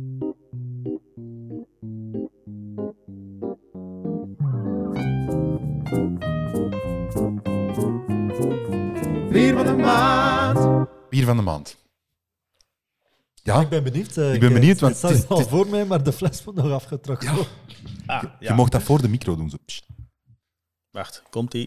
Bier van de maand. Bier van de maand. Ja, Ik ben benieuwd. Ik ben benieuwd, want het staat het is- al voor mij, maar de fles moet nog afgetrokken worden. je mocht dat voor de micro doen. Zo. Psst. Wacht, komt-ie.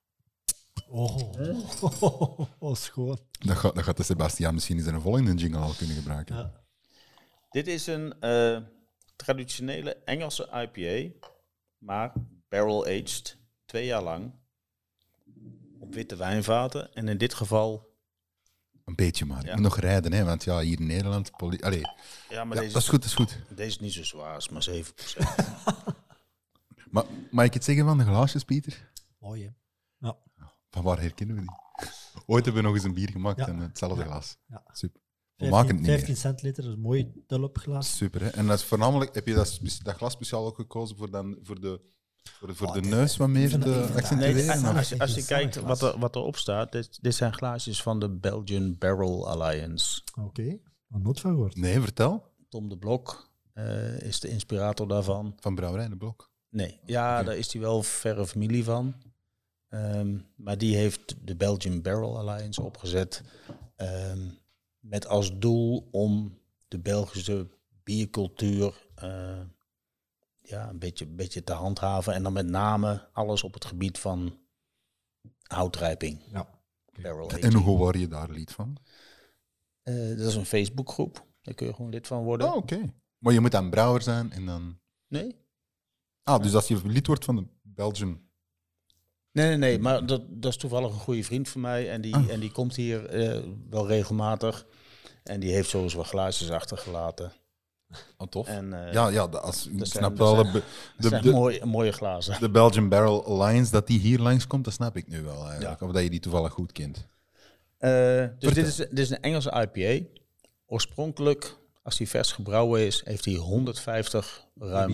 Oh, schoon. Dat gaat de Sebastiaan misschien eens in een volgende jingle al kunnen gebruiken. Ja. Dit is een traditionele Engelse IPA, maar barrel-aged, 2 jaar lang, op witte wijnvaten. En in dit geval, Een beetje maar. Ja. Ik moet nog rijden, hè, want ja, hier in Nederland... Allee, ja, maar ja, deze, dat is goed, dat is goed. deze is niet zo zwaar, is maar 7%. Maar mag ik het zeggen van de glaasjes, Pieter? Mooi, hè? Ja. Van waar herkennen we die? Ooit hebben we nog eens een bier gemaakt Ja. en hetzelfde Ja. glas. Ja. Super. We maken het niet 15 meer. centiliter, dat is een mooi tulpglas. Super, hè? En dat is voornamelijk... Heb je dat glas speciaal ook gekozen voor de neus wat meer vind dat- ik te vind dat- accentueren? Nee, of- als je kijkt wat erop staat, dit zijn glaasjes van de Belgian Barrel Alliance. Oké, nog nooit van gehoord. Nee, vertel. Tom de Blok is de inspirator daarvan. Van Brouwerij de Blok. Nee, ja, Oké. daar is hij wel verre familie van. Maar die heeft de Belgian Barrel Alliance opgezet. Met als doel om de Belgische biercultuur een beetje te handhaven. En dan met name alles op het gebied van houtrijping. Ja. Barrel En aging. hoe word je daar lid van? Dat is een Facebookgroep. Daar kun je gewoon lid van worden. Oh, oké. Maar je moet dan brouwer zijn en dan... Nee? Dus als je lid wordt van de Belgian... Nee, maar dat is toevallig een goede vriend van mij. En die komt hier wel regelmatig. En die heeft sowieso wat glaasjes achtergelaten. Oh, tof. En, ik dat snap zijn- wel... dat De, zijn de, mooie glazen. de Belgian Barrel Alliance, dat die hier langskomt, dat snap ik nu wel eigenlijk. Ja. Of dat je die toevallig goed kent. Dus dit is een Engelse IPA. Oorspronkelijk, als die vers gebrouwen is, heeft hij 150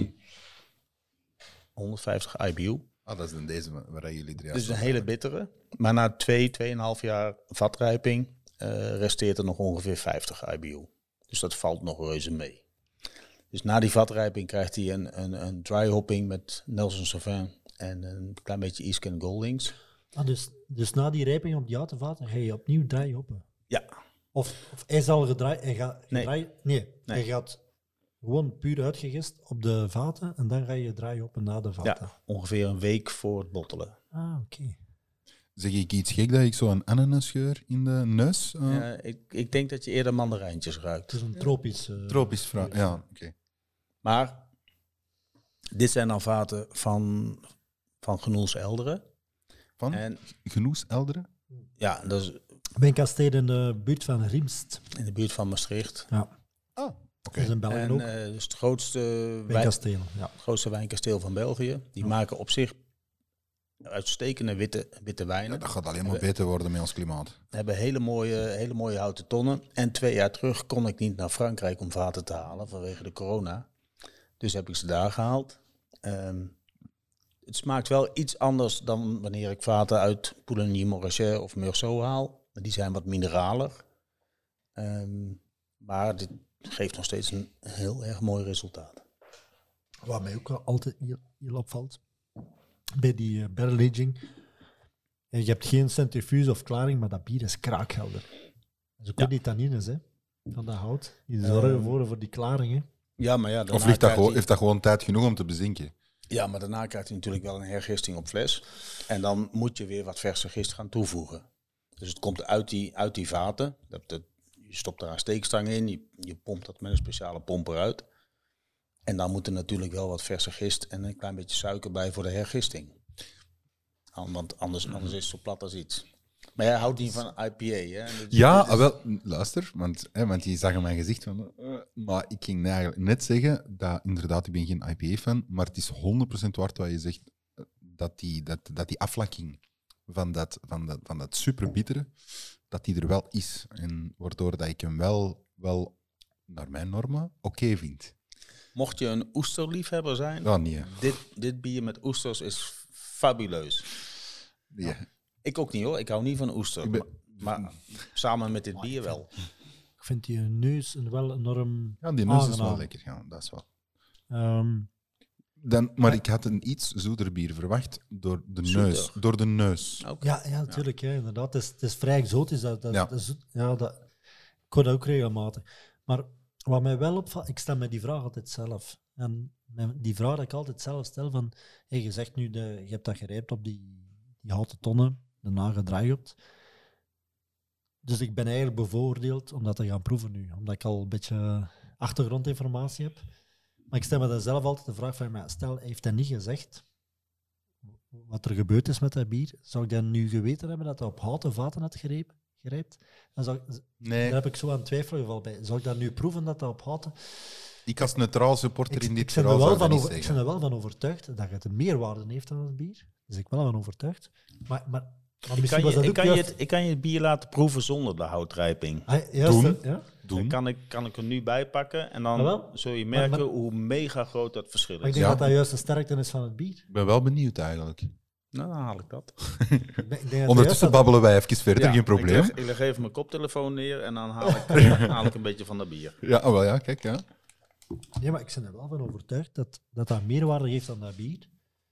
IBU. Ah, dat is dan deze waar jullie drie Dus een hele bittere. Maar na 2,5 jaar vatrijping resteert er nog ongeveer 50 IBU. Dus dat valt nog reuze mee. Dus na die vatrijping krijgt hij een dry hopping met Nelson Sauvin en een klein beetje East Goldings. Dus na die rijping op die houten vaten ga je opnieuw draaien hoppen? Ja. Of hij is al gedraaid? Nee. Hij gaat gewoon puur uitgegist op de vaten en dan ga je draaien hoppen na de vaten. Ja, ongeveer een week voor het bottelen. Ah, oké. Zeg ik iets gek dat ik zo een ananas geur in de neus? Ik denk dat je eerder mandarijntjes ruikt. Het is een tropisch... Tropisch fruit, ja, oké. Maar dit zijn dan vaten van Genoels Elderen. Van En Genoes Elderen? ja, dat is Mijn kasteel in de buurt van Riemst. in de buurt van Maastricht. Ja, Ah, oké. dat is in België En ook. dus het grootste, Mijn kasteel, ja. grootste wijnkasteel van België. Die maken op zich uitstekende witte wijnen. Ja, dat gaat alleen maar beter worden met ons klimaat. Hebben hele mooie houten tonnen. En 2 jaar terug kon ik niet naar Frankrijk om vaten te halen vanwege de corona. Dus heb ik ze daar gehaald. Het smaakt wel iets anders dan wanneer ik vaten uit Pouligny-Morachet of Meursault haal. Die zijn wat mineraler. Maar dit geeft nog steeds een heel erg mooi resultaat. Wat mij ook altijd heel opvalt, bij die barrel aging, je hebt geen centrifuge of klaring, maar dat bier is kraakhelder. Dat is ook die tannines, hè, van dat hout. Die zorgen voor die klaringen. Ja, maar ja, Of daarna ligt dat krijgt heeft dat gewoon tijd genoeg om te bezinken? ja, maar daarna krijgt hij natuurlijk wel een hergisting op fles. En dan moet je weer wat verse gist gaan toevoegen. Dus het komt uit die vaten. Je stopt daar een steekstang in, je pompt dat met een speciale pomper uit. En dan moet er natuurlijk wel wat verse gist en een klein beetje suiker bij voor de hergisting. Want anders is het zo plat als iets. Maar jij houdt niet van IPA, hè? Ja, wel, luister, want je zag in mijn gezicht van... maar ik ging eigenlijk net zeggen dat inderdaad, ik ben geen IPA-fan, maar het is 100% waard wat je zegt, dat die aflakking van dat superbittere, dat die er wel is. En waardoor dat ik hem wel naar mijn normen oké vind. Mocht je een oesterliefhebber zijn, Ja, nee. dit bier met oesters is fabuleus. Nee. Ik ook niet hoor, ik hou niet van oester. Maar samen met dit bier wel. Ik vind die neus wel enorm Ja, die neus is wel aangenaam. lekker. Ja, dat is wel. Ehm, Maar ik had een iets zoeter bier verwacht door de Zoeter. neus. Door de neus. Oké. ja, inderdaad. Het is vrij exotisch. Ja. Ik hoor dat ook regelmatig. Maar wat mij wel opvalt, ik stel me die vraag altijd zelf. En die vraag dat ik altijd zelf stel, van, hey, je zegt nu, je hebt dat gerijpt op die houten tonnen, daarna gedraaid. Dus ik ben eigenlijk bevoordeeld om dat te gaan proeven nu, omdat ik al een beetje achtergrondinformatie heb. Maar ik stel me dan zelf altijd de vraag van, maar stel, heeft hij niet gezegd wat er gebeurd is met dat bier? Zou ik dan nu geweten hebben dat hij op houten vaten had gerijpt? Nee, Daar heb ik zo aan twijfelgeval bij. Zou ik dat nu proeven dat dat op houten... ik als neutraal supporter in dit ik ben verhaal zou dat niet ik ben zeggen. er wel van overtuigd dat het een meerwaarde heeft dan het bier. Dus ik ben er wel van overtuigd. Maar misschien was dat ook juist... Ik kan je het bier laten proeven zonder de houtrijping. Juist, Doen. ja? Doen. Kan ik er nu bij pakken en dan Jawel. zul je merken Maar- hoe mega groot dat verschil Maar ik is. denk Ja. dat dat juist de sterkte is van het bier. Ik ben wel benieuwd eigenlijk. Nou, dan haal ik dat. Ik denk dat Ondertussen juist dat- babbelen wij even verder, geen probleem. Ik leg even mijn koptelefoon neer en dan haal ik een beetje van dat bier. Ja, wel ja, kijk. Ja. Nee, maar ik ben er wel van overtuigd dat meerwaarde heeft dan dat bier.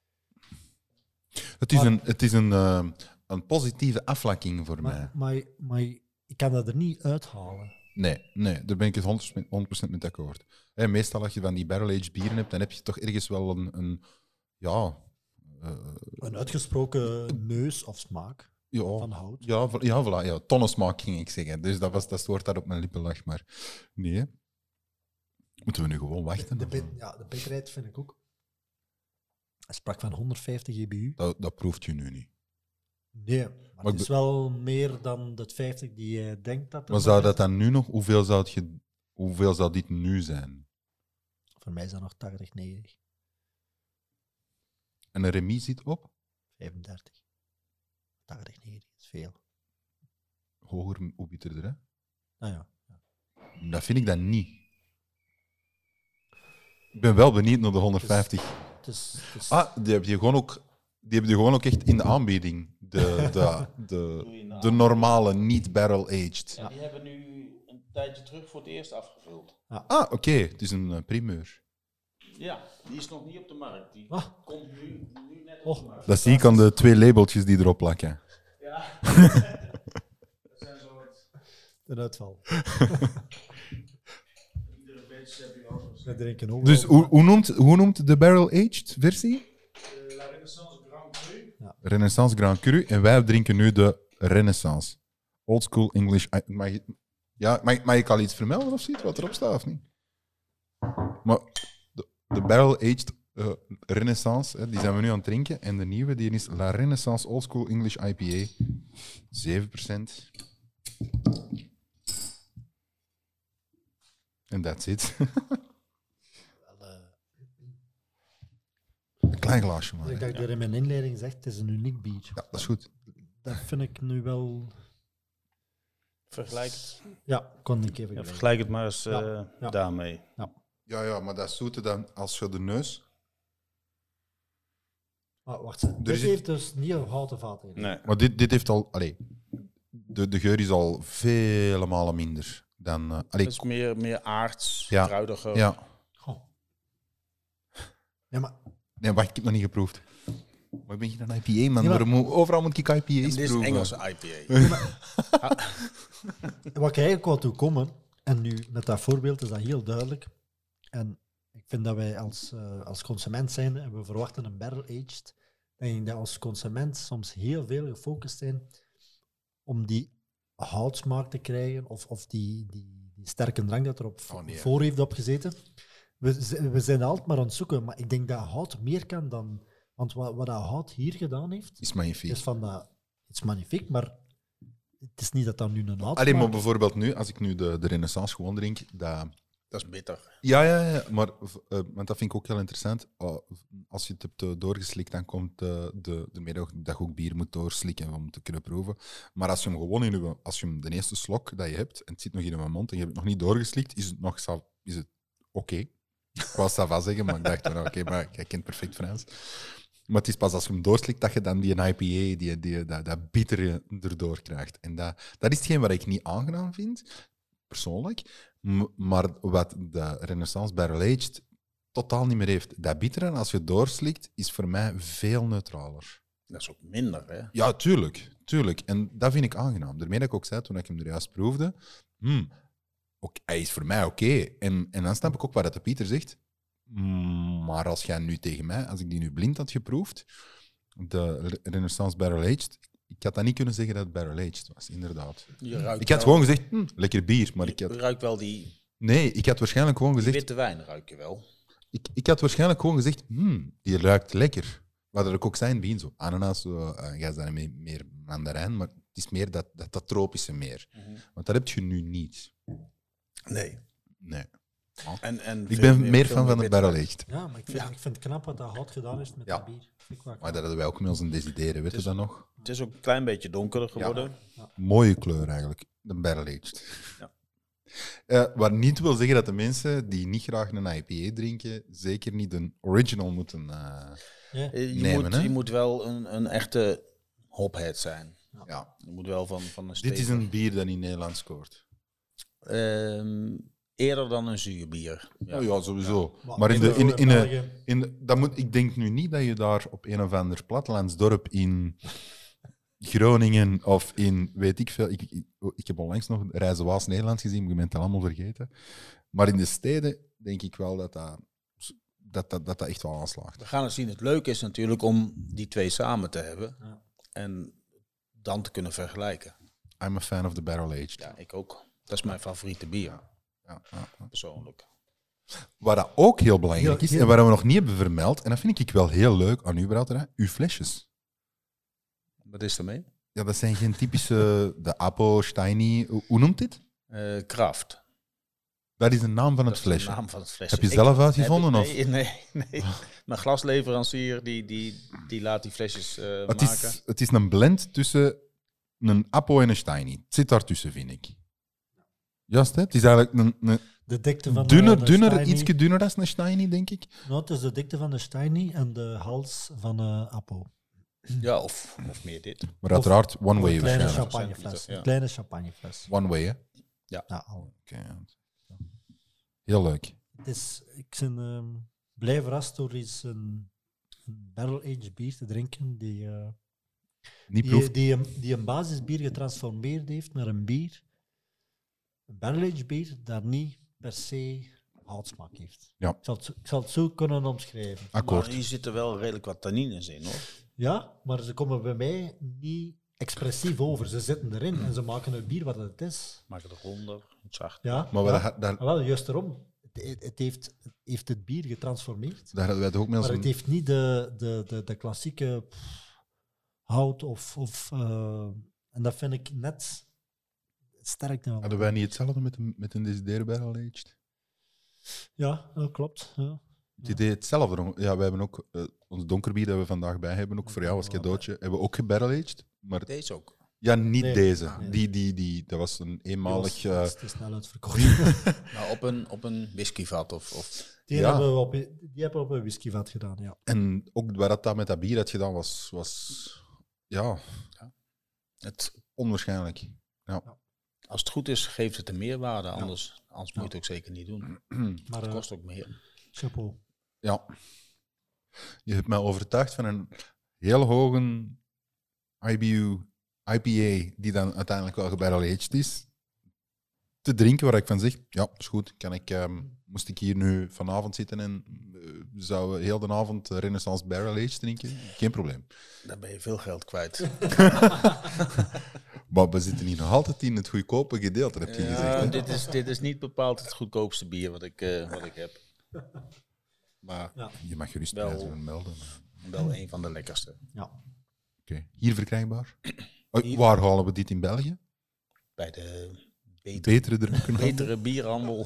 Het is een positieve aflakking voor mij. Maar ik kan dat er niet uithalen. Nee, daar ben ik het 100% mee akkoord. Meestal als je van die barrel-aged bieren hebt, dan heb je toch ergens wel een Een uitgesproken neus of smaak van ja, hout. voilà, tonnensmaak ging ik zeggen. Dus dat is het woord dat op mijn lippen lag. Maar nee, moeten we nu gewoon wachten? De bitterheid vind ik ook. Hij sprak van 150 GBU. Dat proeft je nu niet. Nee, maar het is wel meer dan de 50 die je denkt dat er Maar zou is. dat dan nu nog... Hoeveel zou dit nu zijn? Voor mij is dat nog 80, 90, En een remis zit op? 35. 80, 90 is veel. Hoger, hoe bitterder, hè? Nou ja. Dat vind ik dan niet. Ik ben wel benieuwd naar de 150. Het is Die heb je gewoon ook echt in de aanbieding. De normale, niet barrel-aged. Die hebben nu een tijdje terug voor het eerst afgevuld. Ah, oké. Het is een primeur. Ja, die is nog niet op de markt. Die komt nu net op de markt. Dat zie ik aan de 2 labeltjes die erop plakken. Ja. Dat zijn zo wat... Een uitval. Iedere badge heb je wel zo. We drinken ook. Dus hoe noemt de barrel-aged versie? La Renaissance Grand Cru. Renaissance Grand Cru. En wij drinken nu de Renaissance. Old School English. Mag ik al iets vermelden of zoiets? Wat erop staat of niet? Maar de barrel-aged Renaissance, hè, die zijn we nu aan het drinken. En de nieuwe, die is La Renaissance Old School English IPA. 7%. En that's it. Een klein glaasje, man. Ik dacht dat in mijn inleiding zegt, het is een uniek bier. Ja, dat is goed. Dat vind ik nu wel... Vergelijk het. Ja, kon ik even Ja, vergelijk het maar eens Ja. daarmee. Ja, maar dat zoete dan als je de neus... Wacht, Er dit zit- heeft dus niet een houten vaat in. Nee. Maar dit heeft al... Allee, de geur is al vele malen minder dan... Het allee, is meer aards, Ja. kruidiger. ja. Goh. Ja, maar Nee, wacht, ik heb nog niet geproefd. Maar ik ben geen IPA, man. Ja, maar- Overal moet ik IPA's Dit is een proeven. Engelse IPA. wat ik eigenlijk wou toe komen, en nu met dat voorbeeld is dat heel duidelijk. En ik vind dat wij als consument zijn en we verwachten een barrel-aged, denk ik dat als consument soms heel veel gefocust zijn om die houtsmaak te krijgen of die sterke drank dat erop voor heeft opgezeten. We zijn altijd maar aan het zoeken, maar ik denk dat hout meer kan dan... Want wat dat hout hier gedaan heeft, Is magnifiek. is van dat... Het is magnifiek, maar het is niet dat dat nu een hout Allee, maar bijvoorbeeld nu, als ik nu de Renaissance gewoon drink, dat... Dat is bitter. Ja, maar want dat vind ik ook heel interessant. Als je het hebt doorgeslikt, dan komt de middag dat je ook bier moet doorslikken om te kunnen proeven. Maar als je hem gewoon als je hem de eerste slok dat je hebt, en het zit nog in mijn mond en je hebt het nog niet doorgeslikt, is het oké. Ik wou ça va zeggen, maar ik dacht, oké, maar jij kent perfect Frans. Maar het is pas als je hem doorslikt dat je dan die IPA, dat bittere erdoor krijgt. En dat is hetgeen wat ik niet aangenaam vind, persoonlijk. Maar wat de Renaissance Barrel Aged totaal niet meer heeft. Dat bittere, als je het doorslikt, is voor mij veel neutraler. Dat is ook minder, hè? Ja, tuurlijk. En dat vind ik aangenaam. Daarmee dat ik ook zei, toen ik hem er juist proefde, hij is voor mij oké. En dan snap ik ook wat de Pieter zegt. Maar als jij nu tegen mij, als ik die nu blind had geproefd, de Renaissance Barrel Aged, ik had dat niet kunnen zeggen dat het Barrel Aged was, inderdaad. Je ruikt Ik had wel- gewoon gezegd, lekker bier. Maar Je ruikt wel die Nee, ik had waarschijnlijk gewoon gezegd... witte wijn, ruik je wel. Ik had waarschijnlijk gewoon gezegd, die ruikt lekker. Wat er ook zijn, begin zo ananas, jij zei meer mandarijn, maar het is meer dat tropische meer. Want dat heb je nu niet. Nee. Nee. En Ik veel ben meer veel fan van de witte barrel wijn. aged. Ja, maar ik vind het knap wat dat hout gedaan is met Ja. dat bier. Vind ik wel Maar knap. dat hadden wij ook met ons desideren, weet je dat nog? Het is ook een klein beetje donkerder geworden. Mooie kleur eigenlijk, de barrel aged. Ja. Wat niet wil zeggen dat de mensen die niet graag een IPA drinken, zeker niet een original moeten... Ja. Nemen, Je moet wel een echte hophead zijn. Ja. Je moet wel van een Dit stevig... is een bier dat in Nederland scoort. Eerder dan een zuurbier. Ja, sowieso. Ja. Maar In België. ik denk nu niet dat je daar op een of ander plattelandsdorp in Groningen of in, weet ik veel... Ik heb onlangs nog Reizen Waas-Nederland gezien, maar je bent het allemaal vergeten. Maar in de steden denk ik wel dat echt wel aanslaagt. We gaan het zien. Het leuke is natuurlijk om die twee samen te hebben. Ja. En dan te kunnen vergelijken. I'm a fan of the barrel aged. Ja, ik ook. Dat is mijn favoriete bier, Ja. persoonlijk. Wat dat ook heel belangrijk is, Heel- en waar we nog niet hebben vermeld, en dat vind ik wel heel leuk aan uw brouwerij, uw flesjes. Wat is er mee? Ja, dat zijn geen typische, de Apo, Steiny, hoe noemt dit? Kraft. Dat is de naam van het Dat is de flesje. naam van het flesje. Heb je zelf uitgevonden? Heb Of? ik- Nee. Mijn glasleverancier die laat die flesjes maken. Het is een blend tussen een Apo en een Steiny. Het zit daartussen, vind ik. Juist, hè? Het is eigenlijk een De dikte van dunner, de dunner, Steiny. ietsje dunner dan een Steiny, denk ik. Nou, het is de dikte van de Steiny en de hals van Apo. Ja, of meer dit. Maar uiteraard one way Een kleine waarschijnlijk. champagnefles. Ja. Een kleine champagnefles. One way, hè? Ja. Al. Oké. Heel leuk. Ik ben blij verrast door eens een barrel-aged bier te drinken Niet proef. die een basisbier getransformeerd heeft naar een bier, een barrel-aged bier, dat niet per se houtsmaak heeft. Ja. Ik zal het zo kunnen omschrijven. Akkoord. Maar hier zitten wel redelijk wat tannines in, hoor. Ja, maar ze komen bij mij niet expressief over. Ze zitten erin en ze maken het bier wat het is. Maak het ronder, het zacht. Ja, Maar ja. daar Wel, juist erom. Het heeft het bier getransformeerd. hadden wij toch ook met Maar het zo'n... heeft niet de klassieke hout en dat vind ik net sterk. Nou. Hadden wij niet hetzelfde met een Desidero Barrel Aged? Ja, dat klopt. Ja. Het idee hetzelfde. Ja, wij hebben ook ons donkerbier dat we vandaag bij hebben, ook voor jou als cadeautje, hebben we ook gebarrel-aged. Maar Deze ook. ja, niet Nee. deze. Nee. Dat was een Die eenmalig... was te snel uitverkocht. Nou, op een whiskyvat of Die Ja. hebben we op een whiskyvat gedaan, ja. En ook waar dat met dat bier had gedaan, was ja, het, onwaarschijnlijk. als het goed is, geeft het een meerwaarde. Anders moet je het ook zeker niet doen. Maar Het kost ook meer. chapeau. Ja. Je hebt mij overtuigd van een heel hoge IPA, die dan uiteindelijk wel gebarrel-aged is, te drinken, waar ik van zeg, ja, is goed. Moest ik hier nu vanavond zitten en zouden we heel de avond Renaissance barrel-aged drinken? Geen probleem. Dan ben je veel geld kwijt. Maar we zitten hier nog altijd in het goedkope gedeelte, heb je gezegd. Hè? Dit is niet bepaald het goedkoopste bier wat ik heb. Maar Ja. Je mag gerust Wel. prijzen melden. wel een van de lekkerste. Ja. Oké. Hier verkrijgbaar? Hier. Waar halen we dit in België? Bij de Betere dranken? betere bierhandel.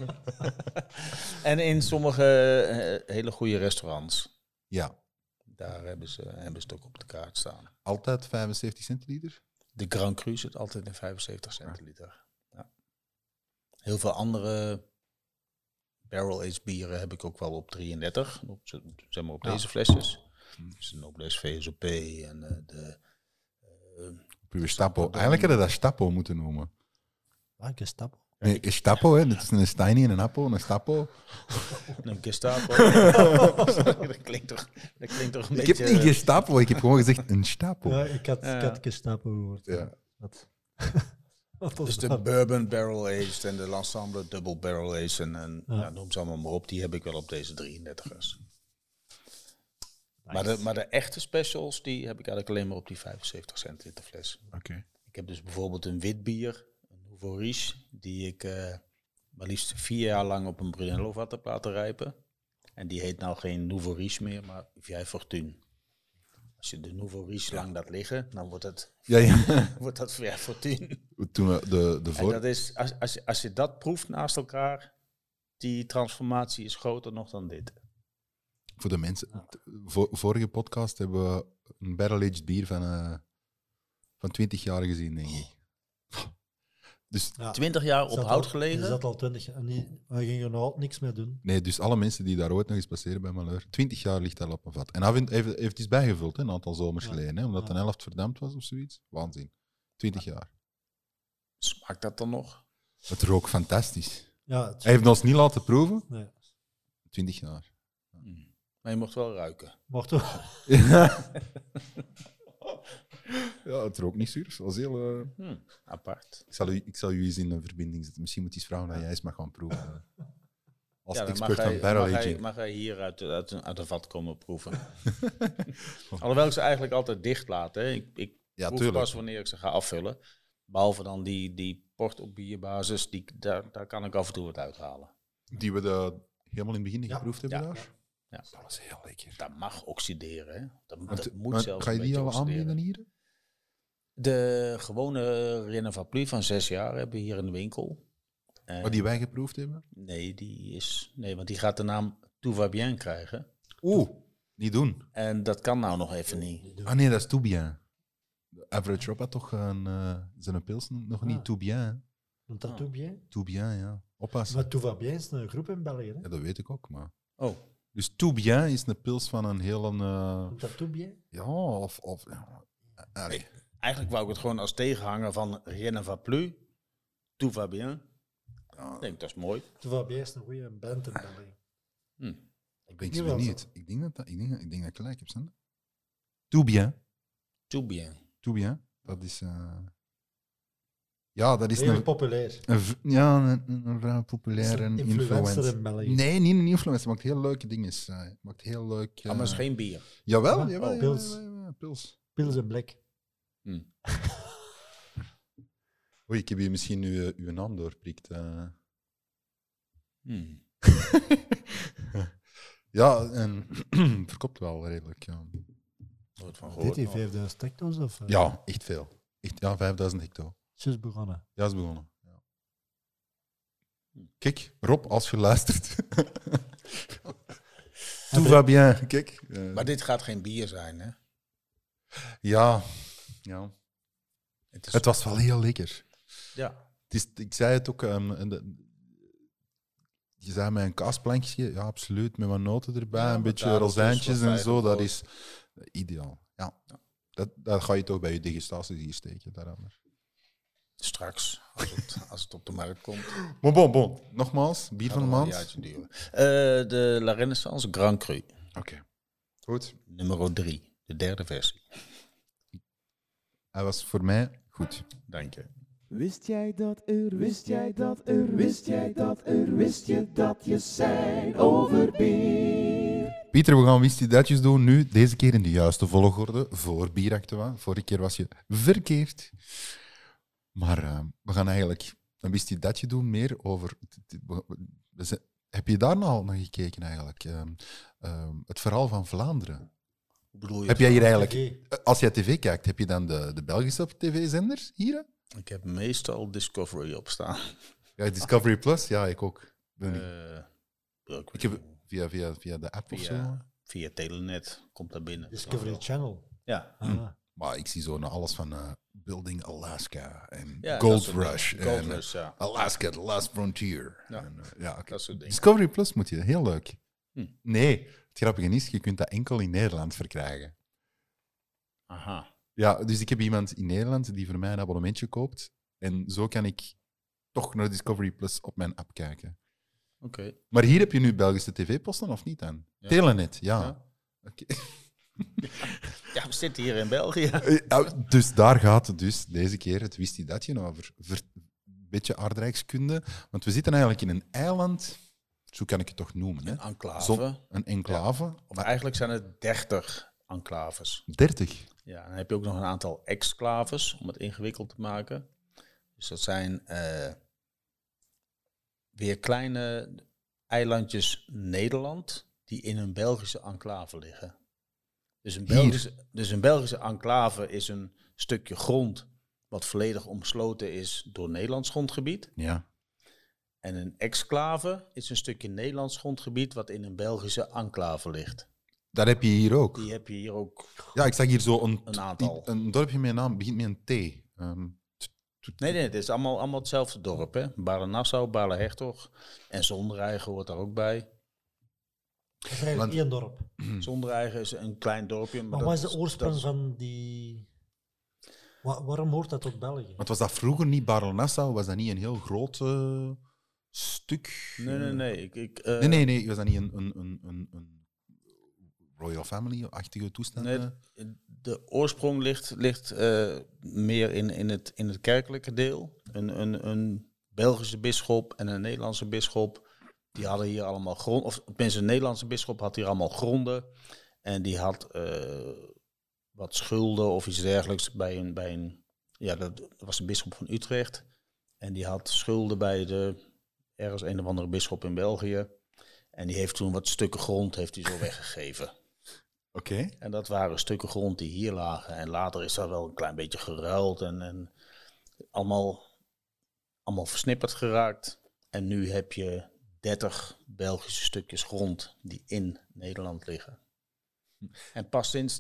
En in sommige hele goede restaurants. Ja. Daar hebben ze het ook op de kaart staan. Altijd 75 centiliter? De Grand Cru zit altijd in 75 centiliter. Ja. Heel veel andere barrel-aged bieren heb ik ook wel op 33. Zeg maar op deze flesjes. Dus de Noblesse VSOP en de... Op uw Stapo. Eigenlijk hadden we dat Stapo moeten noemen. Welke stap? Nee, een Stapo, hè. Dat is een Steiny en een Appo, een Stapo. Een Gestapo. dat klinkt toch een Ik beetje... heb niet Gestapo, ik heb gewoon gezegd een Stapo. Ja, ik had Gestapo gehoord. Ja. Wat was Dus de dat? Bourbon Barrel Aged en de L'Ensemble Double Barrel Aged en Ja. ja, noem ze allemaal maar op. Die heb ik wel op deze 33ers. Nice. Maar de echte specials, die heb ik eigenlijk alleen maar op die 75 centiliter fles. Oké. Ik heb dus bijvoorbeeld een wit bier, een Nouveau Riche, die ik maar liefst 4 jaar lang op een Brunello vat heb laten rijpen. En die heet nou geen Nouveau Riche meer, maar Vieille Fortune. Als je de Nouveau Riche lang laat liggen, dan wordt dat Vieille Fortune. Toen we de En voor... dat is, als je dat proeft naast elkaar, die transformatie is groter nog dan dit. Voor de mensen... Vorige podcast hebben we een barrel-aged bier van 20 jaar gezien, denk ik. Dus... Ja. 20 jaar op Zat hout al- gelegen. Zat al 20 jaar. We gingen er nog altijd niks mee doen. Nee, dus alle mensen die daar ooit nog eens passeren bij Malheur, 20 jaar ligt dat op een vat. En hij heeft iets bijgevuld, hè, een aantal zomers Ja. geleden, hè, omdat Ja. een helft verdampt was of zoiets. Waanzin. 20 jaar. Smaakt dat dan nog? Het rook fantastisch. Ja, Hij heeft ons niet laten proeven. nee. 20 jaar. Maar je mocht wel ruiken. Mocht toch? Ja, het rook niet zuur. Het was heel... Apart. Ik zal u eens in een verbinding zetten. Misschien moet je eens vragen dat jij eens mag gaan proeven. Als Ja, dan expert van barrel aging. mag hij hier uit de vat komen proeven. Alhoewel ik ze eigenlijk altijd dicht laat. Hè. Ik Ja, proef tuurlijk. pas wanneer ik ze ga afvullen. Behalve dan die port op bierbasis, daar kan ik af en toe wat uithalen. Die we helemaal in het begin geproefd hebben Ja. daar. Ja. Dat was heel lekker. Dat mag oxideren. Hè. Dat Want- moet maar zelfs ga je een die beetje al oxideren. aanbieden hier? De gewone Rennes van 6 jaar hebben we hier in de winkel. Wat die wij geproefd hebben? Nee, want die gaat de naam Tout va bien krijgen. Oeh, niet doen. En dat kan nou nog even niet. Ah nee, dat is Tout Bien. De Average Rob had toch zijn pils nog niet Tout Bien. hè? Want dat doet bien. Tout Bien, ja. Oppassen. Maar Tout va bien is een groep in België. Hè? Ja, dat weet ik ook, maar... Oh, Dus Tout Bien is een pils van een hele... Noemt dat doet bien? ja, of ja. Allee. eigenlijk wou ik het gewoon als tegenhanger van Rennes van Plus Tout va bien. Ik denk, dat is mooi. Toen was best een goede band in België. Ik ben niet wel benieuwd. Ik denk dat ik gelijk heb, Sander. Tout bien. Tout bien. Tout bien. Dat is... ja, dat is Heel een... populair. Een vrij populaire Influencer influencer. in België. Nee, niet een influencer. Maakt heel leuke dingen. Maakt heel leuk... Maar het is geen bier. Jawel, Ja? jawel. Oh, pils. Ja, pils. Pils en Black. Oei, ik heb hier misschien uw naam doorprikt. Ja, en verkoopt wel redelijk. Ja, Nooit van Dit gehoord. heeft 5000 hecto's of? ja echt veel. Echt, ja, 5000 hecto. Just begonnen. Ja, is begonnen. Ja. Kijk, Rob, als je luistert. Tout va bien. Kijk. Maar dit gaat geen bier zijn, hè? Ja. Het is, Het was wel heel lekker. ja. Ik zei het ook. Je zei mij een kaasplankje. Ja, absoluut. Met wat noten erbij. Ja, een wat beetje dadels, rozijntjes wat en zo. Dat vijgenbrood. is ideaal. Ja. Dat ga je toch bij je degustaties hier steken. Daaronder. Straks, als het op de markt komt. Maar bon. Nogmaals, bier van de Gaat wel een maand. jaartje duren. De La Renaissance Grand Cru. Oké. Goed. Nummer 3. De derde versie. Hij was voor mij goed. Dank je. Wist jij dat je zijn over bier? Pieter, we gaan wist je datjes doen nu. Deze keer in de juiste volgorde voor Bieractua. Vorige keer was je verkeerd. Maar we gaan eigenlijk een wist je datje doen meer over... Heb je daar nou al naar gekeken eigenlijk? Het verhaal van Vlaanderen. Hoe bedoel je? Heb jij hier eigenlijk... TV. Als jij tv kijkt, heb je dan de Belgische tv-zender hier? Ik heb meestal Discovery op staan. Ja, Discovery Plus? Ja, ik ook. Ik heb via de app of zo. Via Telenet komt daar binnen. Discovery Channel. Ja. Ah. Maar ik zie zo naar alles van Building Alaska en Ja, Gold dat soort Rush. dingen. Gold en Rush, ja. Alaska, The Last Frontier. Ja. En, oké. Dat soort dingen. Discovery Plus moet je, heel leuk. Hm. Nee, het grappige is, je kunt dat enkel in Nederland verkrijgen. Aha. Ja, dus ik heb iemand in Nederland die voor mij een abonnementje koopt. En zo kan ik toch naar Discovery Plus op mijn app kijken. Oké. Maar hier heb je nu Belgische tv-posten of niet dan? Ja. Telenet, ja. Ja. Oké. Ja, we zitten hier in België. Dus daar gaat het dus deze keer, het wist hij datje over. Een beetje aardrijkskunde. Want we zitten eigenlijk in een eiland, zo kan ik het toch noemen. Hè? Een enclave. Een enclave. Of Maar eigenlijk zijn het 30 enclaves. 30. Ja, dan heb je ook nog een aantal exclaves, om het ingewikkeld te maken. Dus dat zijn weer kleine eilandjes Nederland die in een Belgische enclave liggen. Dus een Belgische enclave is een stukje grond wat volledig omsloten is door Nederlands grondgebied. Ja. En een exclave is een stukje Nederlands grondgebied wat in een Belgische enclave ligt. Dat heb je hier ook. Die heb je hier ook. Ja, ik zag hier zo Een aantal. een dorpje met een naam, begint met een T. Nee, het is allemaal hetzelfde dorp. Hè? Baarle-Nassau, Baarle-Hertog en Zondereigen hoort daar ook bij. Dat is eigenlijk Want- één dorp. Zondereigen is een klein dorpje. Maar wat is de oorsprong van die... Waarom hoort dat tot België? Want was dat vroeger niet Baarle-Nassau? Was dat niet een heel groot stuk? Nee. Nee. Was dat niet een Royal Family-achtige toestand? Nee, de oorsprong ligt meer in het kerkelijke deel. Een Belgische bisschop en een Nederlandse bisschop, die hadden hier allemaal grond. Of tenminste, een Nederlandse bisschop had hier allemaal gronden. En die had wat schulden of iets dergelijks bij een ja, dat was de bisschop van Utrecht. En die had schulden bij ergens een of andere bisschop in België. En die heeft toen wat stukken grond heeft hij zo weggegeven. Oké. En dat waren stukken grond die hier lagen. En later is dat wel een klein beetje geruild en allemaal versnipperd geraakt. En nu heb je 30 Belgische stukjes grond die in Nederland liggen. En pas sinds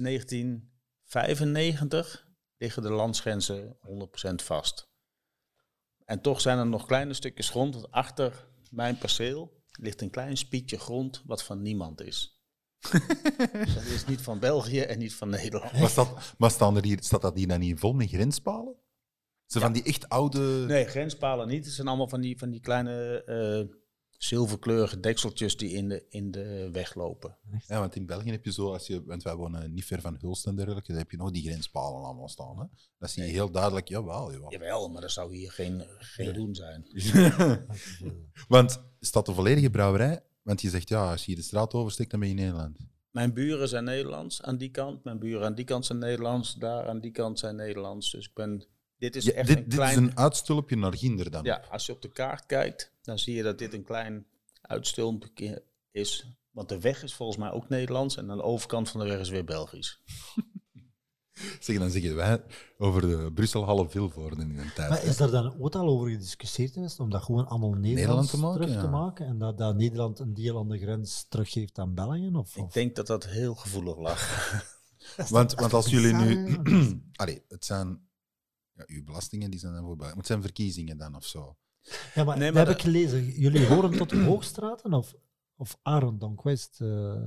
1995 liggen de landsgrenzen 100% vast. En toch zijn er nog kleine stukjes grond, want achter mijn perceel ligt een klein spietje grond wat van niemand is. Dus dat is niet van België en niet van Nederland. Maar staat dat hier dan niet vol met grenspalen? Zo van die echt oude... Nee, grenspalen niet. Het zijn allemaal van die kleine zilverkleurige dekseltjes die in de weg lopen. Ja, want in België heb je zo, want wij wonen niet ver van Hulst en dergelijke, dan heb je nog die grenspalen allemaal staan. Hè? Dat zie je heel duidelijk, jawel. Jawel, maar dat zou hier geen doen zijn. Want staat de volledige brouwerij? Want je zegt, ja, als je hier de straat oversteekt, dan ben je in Nederland. Mijn buren zijn Nederlands aan die kant. Mijn buren aan die kant zijn Nederlands. Daar aan die kant zijn Nederlands. Dus dit is echt dit een klein... is een uitstulpje naar Ginder dan. Ja, als je op de kaart kijkt, dan zie je dat dit een klein uitstulpje is. Want de weg is volgens mij ook Nederlands. En aan de overkant van de weg is weer Belgisch. Dan zeggen wij over de Brussel-Halle-Vilvoorde in een tijd. Maar is daar dan ook al over gediscussieerd geweest om dat gewoon allemaal Nederlands te maken, terug ja. te maken en dat Nederland een deel aan de grens teruggeeft aan België? Ik denk dat dat heel gevoelig lag. Want als jullie nu... bizar, Allee, het zijn... Ja, uw belastingen die zijn dan voorbij. Maar het zijn verkiezingen dan of zo. Ja, maar, Nee, dat maar heb ik gelezen. Jullie horen tot de Hoogstraten of Arendonk? Wat is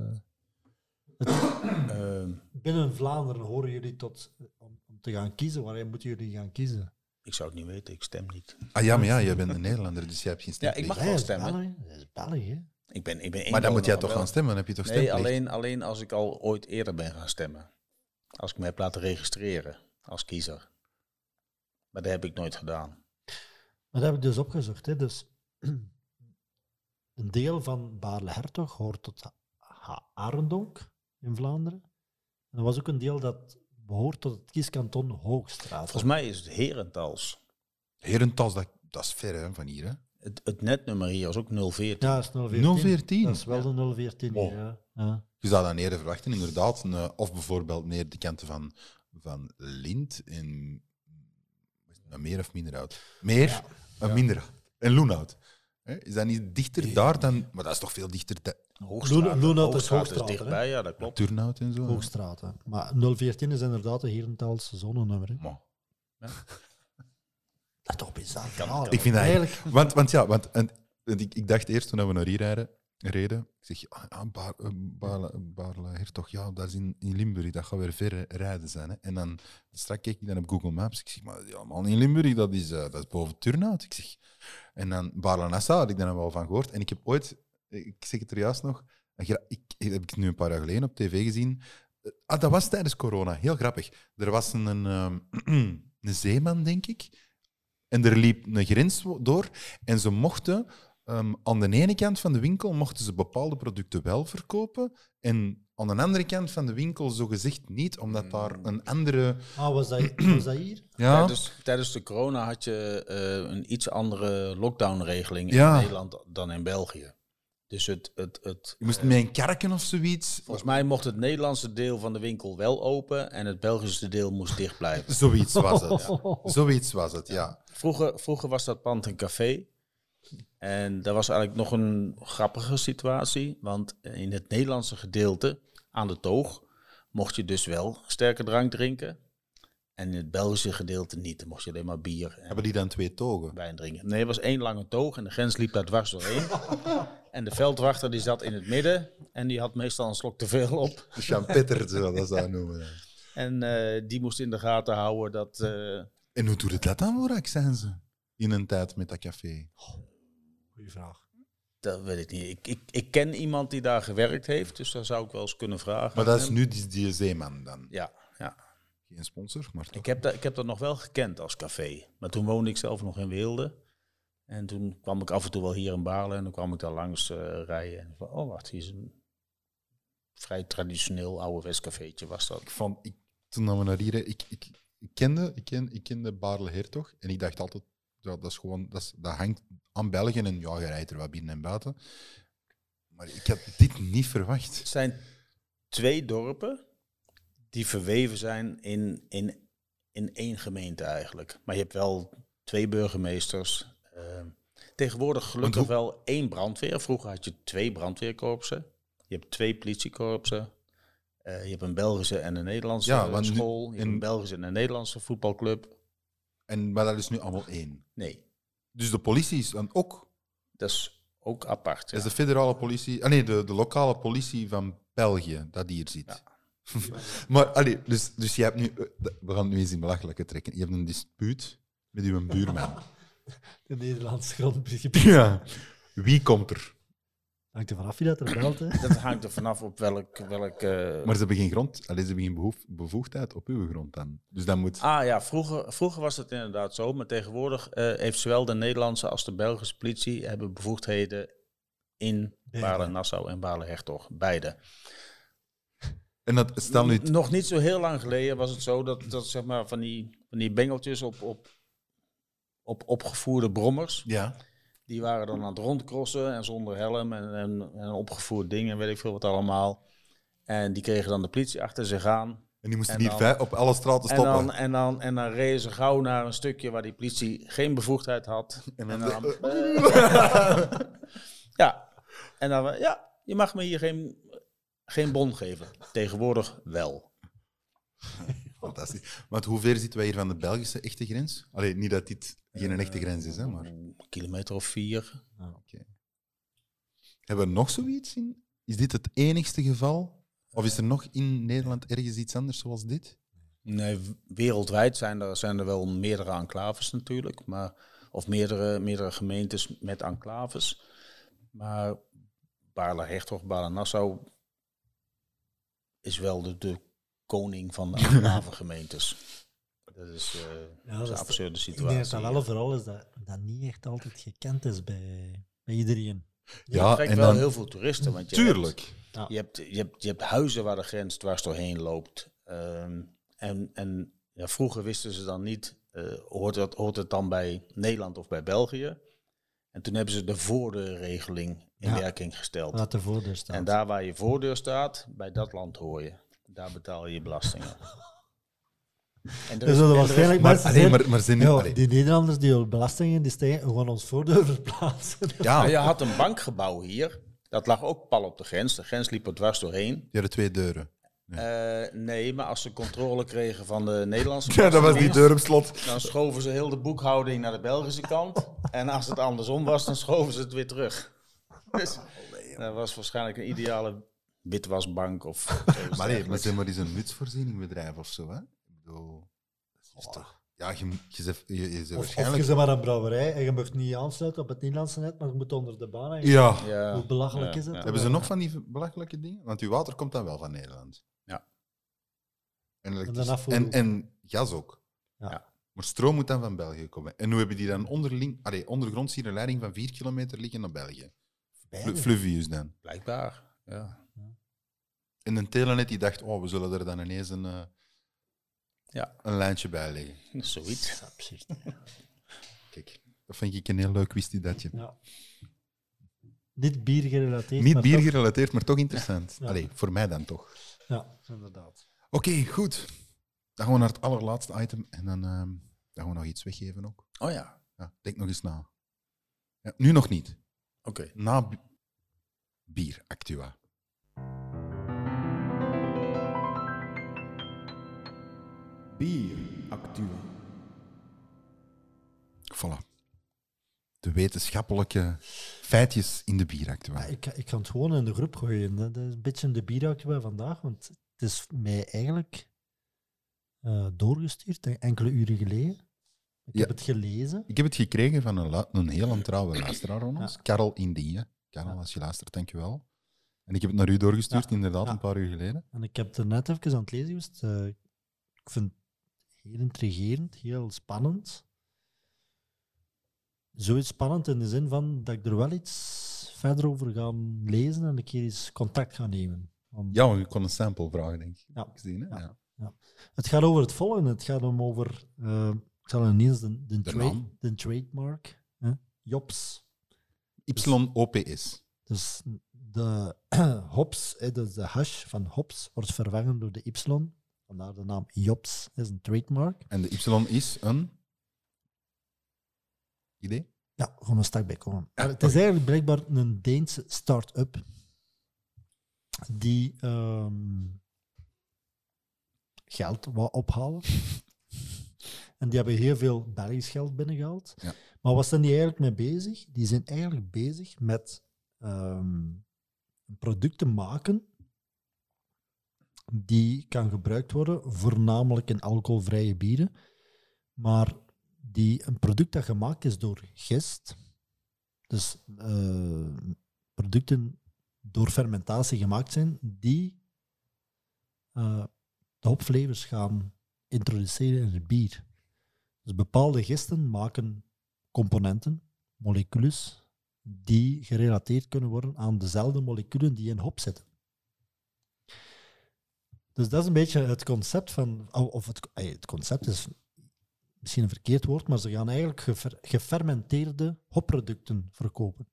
binnen Vlaanderen horen jullie tot om te gaan kiezen. Waarin moeten jullie gaan kiezen? Ik zou het niet weten, ik stem niet. Ah ja, maar ja, jij bent een Nederlander, dus jij hebt geen stem. Ja, ik mag Ja, wel dat is stemmen. België. Dat is België. Ik ben Maar dan moet jij inwoner toch wel. gaan stemmen, dan heb je toch Nee, stemplicht? alleen als ik al ooit eerder ben gaan stemmen. Als ik me heb laten registreren als kiezer. Maar dat heb ik nooit gedaan. Maar dat heb ik dus opgezocht. Hè. Dus, een deel van Baarle-Hertog hoort tot Arendonk in Vlaanderen. En er was ook een deel dat behoort tot het kieskanton Hoogstraat. Volgens mij is het Herentals. Herentals, dat is ver hè, van hier. Hè? Het netnummer hier is ook 014. Ja, dat is 014. 014? Dat is wel de 014, Oh. ja. Je zou dat eerder verwachten, inderdaad. Of bijvoorbeeld meer de kanten van Lint in... Meer of minder oud? Meer of minder oud? En Loenhout. Is dat niet dichter daar dan... Maar dat is toch veel dichter... Loenhout is Hoogstraat Hoogstraat, dichtbij, ja, dat klopt. Turnhout en zo. hè? Hoogstraat. Hè. Maar 014 is inderdaad een Herentals zonenummer. Hè. Maar, Dat is toch bizar verhaal. ik vind dat... Eigenlijk, Want ik dacht eerst toen we naar hier reden, ik zeg, Baarle-Hertog, ja, dat is in Limburg, dat gaat weer ver rijden zijn. Hè. En dan straks keek ik dan op Google Maps, ik zeg, maar dat is allemaal in Limburg, dat is boven Turnhout. Ik zeg, en dan Baarle-Nassau had ik daar wel van gehoord. En ik heb ooit, ik zeg het er juist nog, heb ik nu een paar jaar geleden op tv gezien. Dat was tijdens corona, heel grappig. Er was een zeeman, denk ik, en er liep een grens door en ze mochten... aan de ene kant van de winkel mochten ze bepaalde producten wel verkopen en aan de andere kant van de winkel zogezegd niet, omdat daar een andere... was dat hier? Ja, Tijdens de corona had je een iets andere lockdown-regeling Ja. in Nederland dan in België. Dus je moest met een karken of zoiets. volgens mij mocht het Nederlandse deel van de winkel wel open en het Belgische deel moest dicht blijven. Zoiets was het. Zoiets was het, ja. Vroeger was dat pand een café. En dat was eigenlijk nog een grappige situatie. Want in het Nederlandse gedeelte aan de toog mocht je dus wel sterke drank drinken. En in het Belgische gedeelte niet. Dan mocht je alleen maar bier en Hebben die dan 2 togen? wijn drinken. Nee, het was 1 lange toog en de grens liep daar dwars doorheen. En de veldwachter die zat in het midden. En die had meestal een slok te veel op. De champetter, zo dat zou noemen. En die moest in de gaten houden dat... En hoe doet het dat dan voor accijnzen? In een tijd met dat café? Goeie vraag. Dat weet ik niet. Ik ken iemand die daar gewerkt heeft, dus daar zou ik wel eens kunnen vragen. Maar dat is nu die zeeman dan. Ja. Geen sponsor, maar toch. Ik heb dat nog wel gekend als café. Maar toen woonde ik zelf nog in Weelde. En toen kwam ik af en toe wel hier in Baarle en dan kwam ik daar langs rijden. En van, oh wacht, hier is een vrij traditioneel ouderwets cafeetje was dat. Toen we naar hier... Ik kende Baarle-Hertog en ik dacht altijd, ja, dat is gewoon, dat hangt aan België en ja, je rijdt er wat binnen en buiten. Maar ik had dit niet verwacht. Het zijn 2 dorpen die verweven zijn in 1 gemeente eigenlijk. Maar je hebt wel 2 burgemeesters. Tegenwoordig gelukkig wel 1 brandweer. Vroeger had je 2 brandweerkorpsen. Je hebt 2 politiekorpsen. Je hebt een Belgische en een Nederlandse school. Je hebt een Belgische en een Nederlandse voetbalclub. Maar dat is nu allemaal 1. Nee, Dus de politie is dan ook... dat is ook apart. Dat is de federale politie... de lokale politie van België, dat hier zit. Ja. Maar, dus je hebt nu... We gaan het nu eens in belachelijke trekken. Je hebt een dispuut met uw buurman. De Nederlandse grondbegrip. Ja. Wie komt er? Hangt er vanaf wie dat er belt, hè? Dat hangt er vanaf op welk Maar ze hebben geen grond, alleen ze hebben geen bevoegdheid op uw grond dan. Dus dat moet... Ah ja, vroeger was het inderdaad zo, maar tegenwoordig heeft zowel de Nederlandse als de Belgische politie hebben bevoegdheden in Baarle-Nassau en Baarle-Hertog, beide. En dat, stel nu... Nog niet zo heel lang geleden was het zo dat zeg maar van die bengeltjes op opgevoerde brommers, Ja. die waren dan aan het rondcrossen en zonder helm en een opgevoerd ding en weet ik veel wat allemaal. En die kregen dan de politie achter zich aan. En die moesten En niet dan- op alle straten stoppen. En dan reden ze gauw naar een stukje waar die politie geen bevoegdheid had. En En dan- dan, ja, en dan, ja, je mag me hier geen bon geven. Tegenwoordig wel. Fantastisch. Maar hoe ver zitten wij hier van de Belgische echte grens? Allee, niet dat dit geen echte grens is, hè, maar... Een kilometer of 4. Hebben we nog zoiets in? Is dit het enigste geval? Of is er nog in Nederland ergens iets anders zoals dit? Nee, wereldwijd zijn er wel meerdere enclaves natuurlijk. Of meerdere gemeentes met enclaves. Maar Baarle-Hertog, Baarle-Nassau is wel de koning van de enclavegemeentes. Dat is dat een is absurde Ik denk situatie. dat dat wel vooral is dat niet echt altijd gekend is bij iedereen. Je trekt wel heel veel toeristen. Want Tuurlijk. Je hebt huizen waar de grens dwars doorheen loopt. En vroeger wisten ze dan niet, hoort het dan bij Nederland of bij België? En toen hebben ze de voordeurregeling in werking gesteld. Wat de voordeur staat. En daar waar je voordeur staat, bij dat land hoor je. Daar betaal je belastingen. En Dus dat waarschijnlijk Maar, mensen allee, zijn, maar zijn niet... ja, allee. die Nederlanders die op belastingen die stijgen, gewoon ons voordeur verplaatsen. Ja, je had een bankgebouw hier. Dat lag ook pal op de grens. De grens liep er dwars doorheen. die hadden 2 deuren. Nee, maar als ze controle kregen van de Nederlandse Ja, dat was die Belastingdienst, deur op slot. dan schoven ze heel de boekhouding naar de Belgische kant. En als het andersom was, dan schoven ze het weer terug. Dus dat was waarschijnlijk een ideale witwasbank of zoiets Maar nee, maar dergelijks. zeg maar eens een nutsvoorzieningbedrijf of zo, hè? Ik bedoel... Dat is toch... Ja, je zegt Of waarschijnlijk... je bent maar een brouwerij en je mag niet aansluiten op het Nederlandse net, maar je moet onder de baan. En Ja. Ja, Hoe belachelijk ja, is het? ja. Hebben ze nog van die belachelijke dingen? Want uw water komt dan wel van Nederland. Ja. En, dan afvoer ook. en gas ook. Ja. Maar stroom moet dan van België komen. En hoe hebben die dan ondergronds hier een leiding van 4 kilometer liggen naar België? Fluvius dan. Blijkbaar, ja. En een telenet die dacht, we zullen er dan ineens een lijntje bij leggen. Zoiets. Dat is absurd. Kijk, dat vind ik een heel leuk wistidadje. Ja. Niet bier gerelateerd. Niet maar bier toch- gerelateerd, maar toch interessant. Ja. Allee, voor mij dan toch. Ja, inderdaad. Oké, goed. Dan gaan we naar het allerlaatste item en dan gaan we nog iets weggeven ook. Oh ja, Ja, denk nog eens na. Ja, nu nog niet. oké. Na bier, Actua. Bier Actua. Voilà. De wetenschappelijke feitjes in de bieractua. Ja, ik kan het gewoon in de groep gooien. Dat is een beetje de bieractua vandaag, want het is mij eigenlijk doorgestuurd enkele uren geleden. Ik Ja. heb het gelezen. Ik heb het gekregen van een heel trouwe luisteraar van ons, Karel Indie. Karel, Ja. als je luistert, dankjewel. En ik heb het naar u doorgestuurd, Ja. inderdaad, Ja. een paar uur geleden. En ik heb er net even aan het lezen geweest. Ik vind het heel intrigerend, heel spannend. Zoiets spannend in de zin van dat ik er wel iets verder over ga lezen en een keer eens contact ga nemen. Ja, want je kon een sample vragen, denk ik. Ja. Gezien, hè? Ja. Ja. Het gaat over het volgende. Het gaat over... ik zal ineens de naam. trademark. Jops. YOPS. Dus de hops, dus de hash van hops, wordt vervangen door de Y. Vandaar de naam Jops is een trademark. En de Y is een... Idee? Ja, gewoon een stak bij komen. Maar het is eigenlijk blijkbaar een Deense start-up die geld wou ophalen. En die hebben heel veel Belgisch geld binnengehaald. Ja. Maar wat zijn die eigenlijk mee bezig? Die zijn eigenlijk bezig met een product te maken die kan gebruikt worden, voornamelijk in alcoholvrije bieren. Maar die een product dat gemaakt is door gist, dus producten door fermentatie gemaakt zijn, die de hopflavors gaan introduceren in het bier. Dus bepaalde gisten maken componenten, moleculen, die gerelateerd kunnen worden aan dezelfde moleculen die in hop zitten. Dus dat is een beetje het concept van... Of het concept is misschien een verkeerd woord, maar ze gaan eigenlijk gefermenteerde hopproducten verkopen.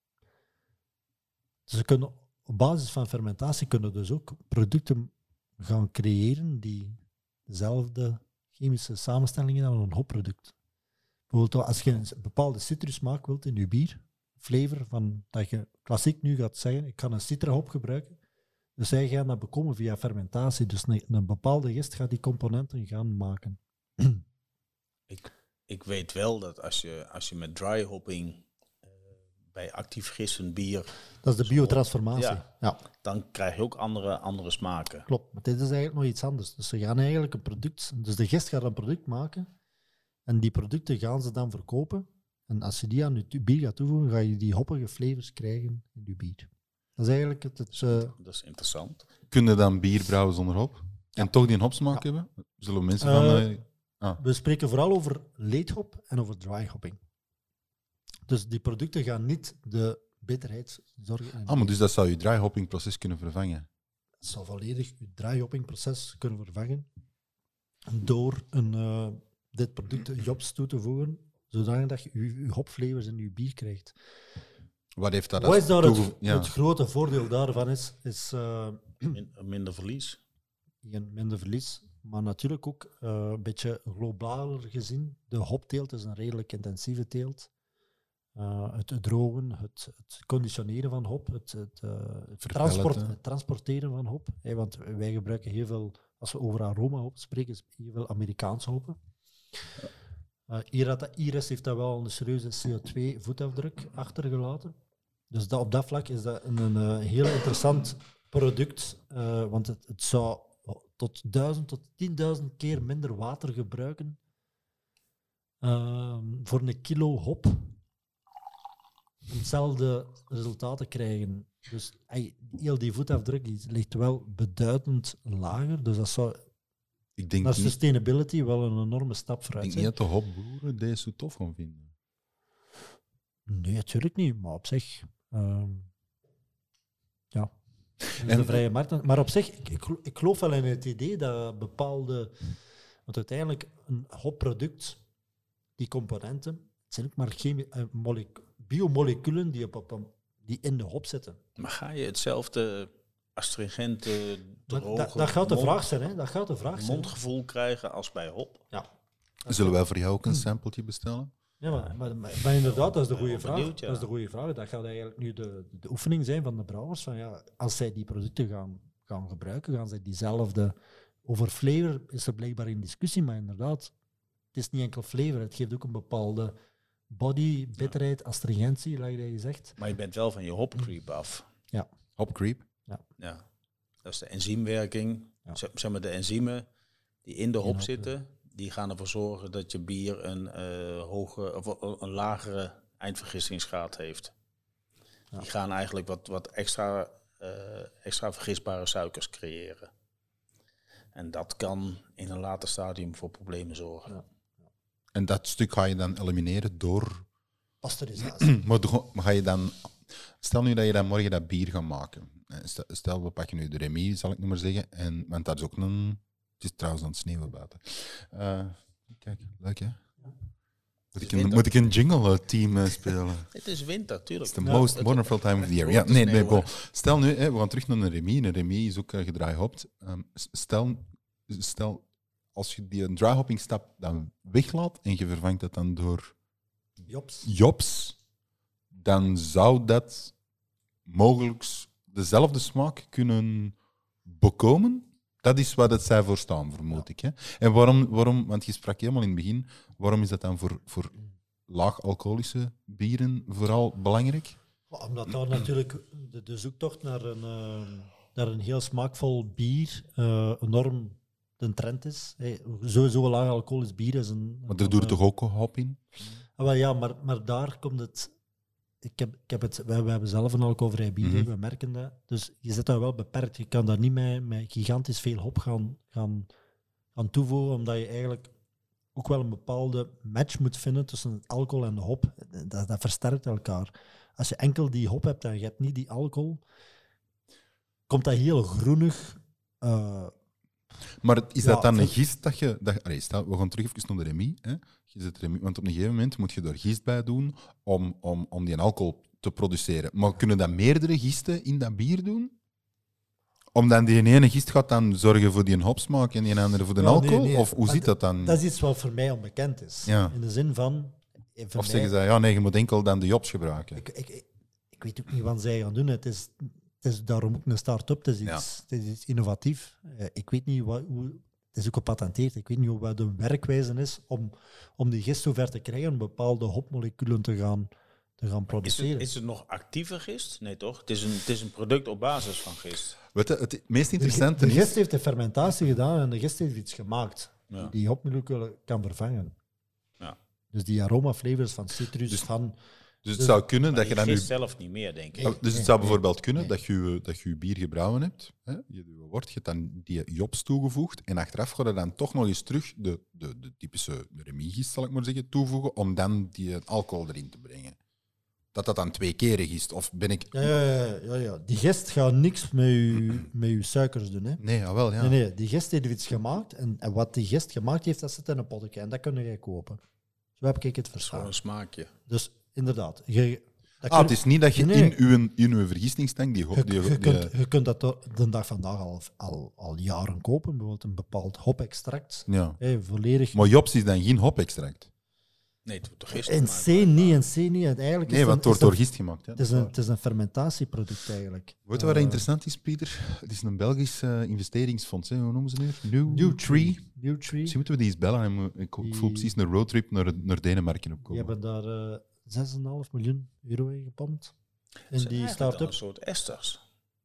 Dus ze kunnen op basis van fermentatie kunnen dus ook producten gaan creëren die dezelfde chemische samenstellingen hebben van een hopproduct. Bijvoorbeeld als je een bepaalde citrusmaak wilt in je bier, flavor, van, dat je klassiek nu gaat zeggen, ik kan een citrahop gebruiken, dus zij gaan dat bekomen via fermentatie. Dus een bepaalde gist gaat die componenten gaan maken. Ik weet wel dat als je met dry hopping bij actief gistend bier... Dat is de biotransformatie. Ja. Dan krijg je ook andere smaken. Klopt, maar dit is eigenlijk nog iets anders. Dus ze gaan eigenlijk een product... Dus de gist gaat een product maken en die producten gaan ze dan verkopen. En als je die aan je bier gaat toevoegen, ga je die hoppige flavors krijgen in je bier. Dat is eigenlijk het... Dat is interessant. Kun je dan bier brouwen zonder hop? En toch die hopsmaak hebben? Zullen mensen van... We spreken vooral over late hop en over dry hopping. Dus die producten gaan niet de bitterheid zorgen. maar dus dat zou je dry hopping proces kunnen vervangen? Dat zou volledig je dry hopping proces kunnen vervangen door dit product hops toe te voegen, zodat je je hopflavors in je bier krijgt. Wat heeft dat Wat is daar ja. het grote voordeel daarvan is Minder verlies. minder verlies, maar natuurlijk ook een beetje globaler gezien. De hopteelt is een redelijk intensieve teelt. Het drogen, het conditioneren van hop, het transporteren van hop. Want wij gebruiken heel veel, als we over aroma-hop spreken, heel veel Amerikaanse hoppen. Iris heeft daar wel een serieuze CO2-voetafdruk achtergelaten. Dus op dat vlak is dat een heel interessant product, want het zou tot 1000 tot 10.000 keer minder water gebruiken voor een kilo hop om hetzelfde resultaat te krijgen. Dus heel die voetafdruk die ligt wel beduidend lager, dus dat zou naar sustainability wel een enorme stap vooruit Ik zijn. denk niet dat de hopboeren deze zo tof gaan vinden. Nee, natuurlijk niet, maar op zich... de vrije markt. Maar op zich, ik geloof wel in het idee dat bepaalde... Want uiteindelijk, een hopproduct, die componenten, het zijn ook maar biomoleculen die in de hop zitten. Maar ga je hetzelfde astringente, droge... Dat gaat de vraag zijn, hè? Dat gaat de vraag zijn. Mondgevoel krijgen als bij hop? Ja. Zullen wij voor jou ook een sampletje bestellen? Ja, maar inderdaad, dat is de goede vraag. Benieuwd, ja. Dat is de goede vraag. Dat gaat eigenlijk nu de oefening zijn van de brouwers. Van, ja, als zij die producten gaan gebruiken, gaan zij diezelfde... Over flavor is er blijkbaar in discussie, maar inderdaad, het is niet enkel flavor. Het geeft ook een bepaalde body, bitterheid, astringentie, like dat je zegt. Maar je bent wel van je hopcreep af. Ja. Hopcreep? Ja. Dat is de enzymwerking. Ja. Zeg maar de enzymen die in de hop zitten, die gaan ervoor zorgen dat je bier een lagere eindvergistingsgraad heeft. Ja. Die gaan eigenlijk wat extra vergisbare suikers creëren. En dat kan in een later stadium voor problemen zorgen. Ja. En dat stuk ga je dan elimineren door... Pasteurisatie. Maar ga je dan... Stel nu dat je dan morgen dat bier gaat maken. Stel, we pakken nu de Remy, zal ik nog maar zeggen. Want dat is ook een... Het is trouwens aan het sneeuwen buiten. Kijk, leuk hè? Moet ik een jingle-team spelen? Het is winter, tuurlijk. It's the most wonderful time of the year. Ja, nee, bon. Stel nu, we gaan terug naar een Remy. Een Remy is ook gedraaihopt. Stel, als je die dryhopping stap dan weglaat en je vervangt dat dan door Jops, dan zou dat mogelijk dezelfde smaak kunnen bekomen. Dat is wat het zij voor staan, vermoed ik. Hè? En waarom, want je sprak helemaal in het begin, waarom is dat dan voor laag alcoholische bieren vooral belangrijk? Omdat daar natuurlijk de zoektocht naar een heel smaakvol bier enorm de trend is. Sowieso laag alcoholisch bier is een... Maar daar doe je toch ook hop in? Wel ja, maar daar komt het... We hebben zelf een alcoholvrij bier, we merken dat. Dus je zit daar wel beperkt. Je kan daar niet met gigantisch veel hop gaan toevoegen, omdat je eigenlijk ook wel een bepaalde match moet vinden tussen het alcohol en de hop. Dat versterkt elkaar. Als je enkel die hop hebt en je hebt niet die alcohol, komt dat heel groenig. Maar is dat dan een gist dat je... we gaan terug even naar de remi. Hè? Je zet remi, want op een gegeven moment moet je er gist bij doen om die alcohol te produceren. Maar kunnen dat meerdere gisten in dat bier doen? Omdat die ene gist gaat dan zorgen voor die hopsmaak en die andere voor de alcohol? Nee. Of hoe zit dat dan? Dat is iets wat voor mij onbekend is. Ja. In de zin van... Of zeggen ze, je moet enkel dan de jops gebruiken? Ik weet ook niet wat zij gaan doen. Het is daarom ook een start-up. Het is iets innovatief. Ik weet niet hoe... Het is ook gepatenteerd. Ik weet niet wat de werkwijze is om die gist zover te krijgen om bepaalde hopmoleculen te gaan produceren. Is het nog actieve gist? Nee, toch? Het is een product op basis van gist. Weet je, het meest interessante de gist heeft de fermentatie gedaan en de gist heeft iets gemaakt Ja. die hopmoleculen kan vervangen. Ja. Dus die aromaflavors van citrus, Dus het zou kunnen dat je dan... gist zelf niet meer, denk ik. Dus het zou bijvoorbeeld kunnen dat je bier gebrouwen hebt, hè? Je hebt dan die jops toegevoegd en achteraf ga je dan toch nog eens terug de typische remi-gist, zal ik maar zeggen, toevoegen om dan die alcohol erin te brengen. Dat dan 2 keer gist, of ben ik... Ja. Die gist gaat niks met je suikers doen. Hè? Nee, jawel, ja. Nee, die gist heeft iets gemaakt en wat die gist gemaakt heeft, dat zit in een potje en dat kun je kopen. Zo heb ik het Gewoon verstaan. een smaakje. Dus inderdaad. Het is niet dat je in uw vergistingstank Je kunt dat de dag vandaag al jaren kopen, bijvoorbeeld een bepaald hop-extract. Ja. Volledig. Maar jops is dan geen hop-extract. Nee, het wordt toch gist In gemaakt, C niet. En eigenlijk Nee, is want het wordt door gist gemaakt. Ja, het is een fermentatieproduct eigenlijk. Weet je wat interessant is, Pieter? Het is een Belgisch investeringsfonds. Hè? Hoe noemen ze het nu? New Tree. Misschien moeten we die eens bellen. Ik voel precies een roadtrip naar Denemarken Die opkomen. hebben daar €6,5 miljoen in gepompt. In Zijn die eigenlijk start-up. dan een soort esters.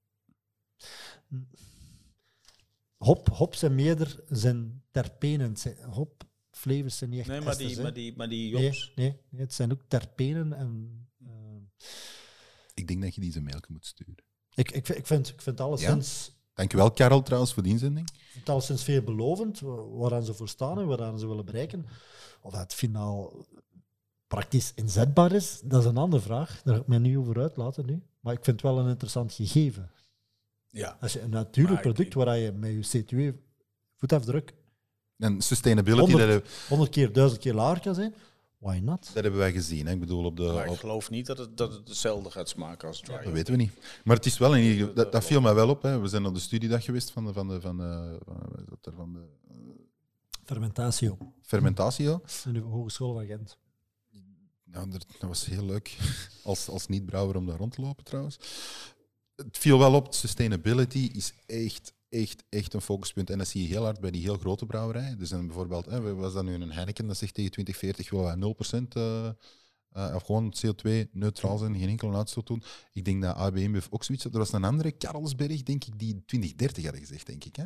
Hop zijn meerder zijn terpenen. Hopflavors zijn niet echt Nee, esters, hè. maar die jops. Nee, het zijn ook terpenen. En, Ik denk dat je die een mailje moet sturen. ik vind alleszins... Dankjewel, Karel, trouwens, voor de inzending. Ik vind het alleszins veelbelovend, waaraan ze voor staan en waaraan ze willen bereiken. Of dat finaal praktisch inzetbaar is, dat is een andere vraag. Daar ga ik mij niet over uitlaten nu. Maar ik vind het wel een interessant gegeven. Ja. Als je een natuurlijk Maar product waar je met je CO2-voetafdruk En sustainability, 100 keer, 1000 keer lager kan zijn, why not? dat hebben wij gezien. Hè? Ik bedoel, Maar ik geloof niet dat het hetzelfde gaat smaken als dry. dat weten we niet. Maar het is wel dat viel mij wel op. Hè. We zijn op de studiedag geweest van de Fermentatio, fermentatie. Ja. in de Hogeschool van Gent. Nou, dat was heel leuk als niet-brouwer om daar rond te lopen trouwens. Het viel wel op, sustainability is echt een focuspunt. En dat zie je heel hard bij die heel grote brouwerijen. Dus dan bijvoorbeeld, was dat nu een Heineken dat zegt tegen 2040 wil wij 0% of gewoon CO2-neutraal zijn, geen enkele uitstoot doen. Ik denk dat ABM heeft ook zoiets. Er was een andere, Carlsberg, denk ik, die 2030 hadden gezegd, denk ik. Hè?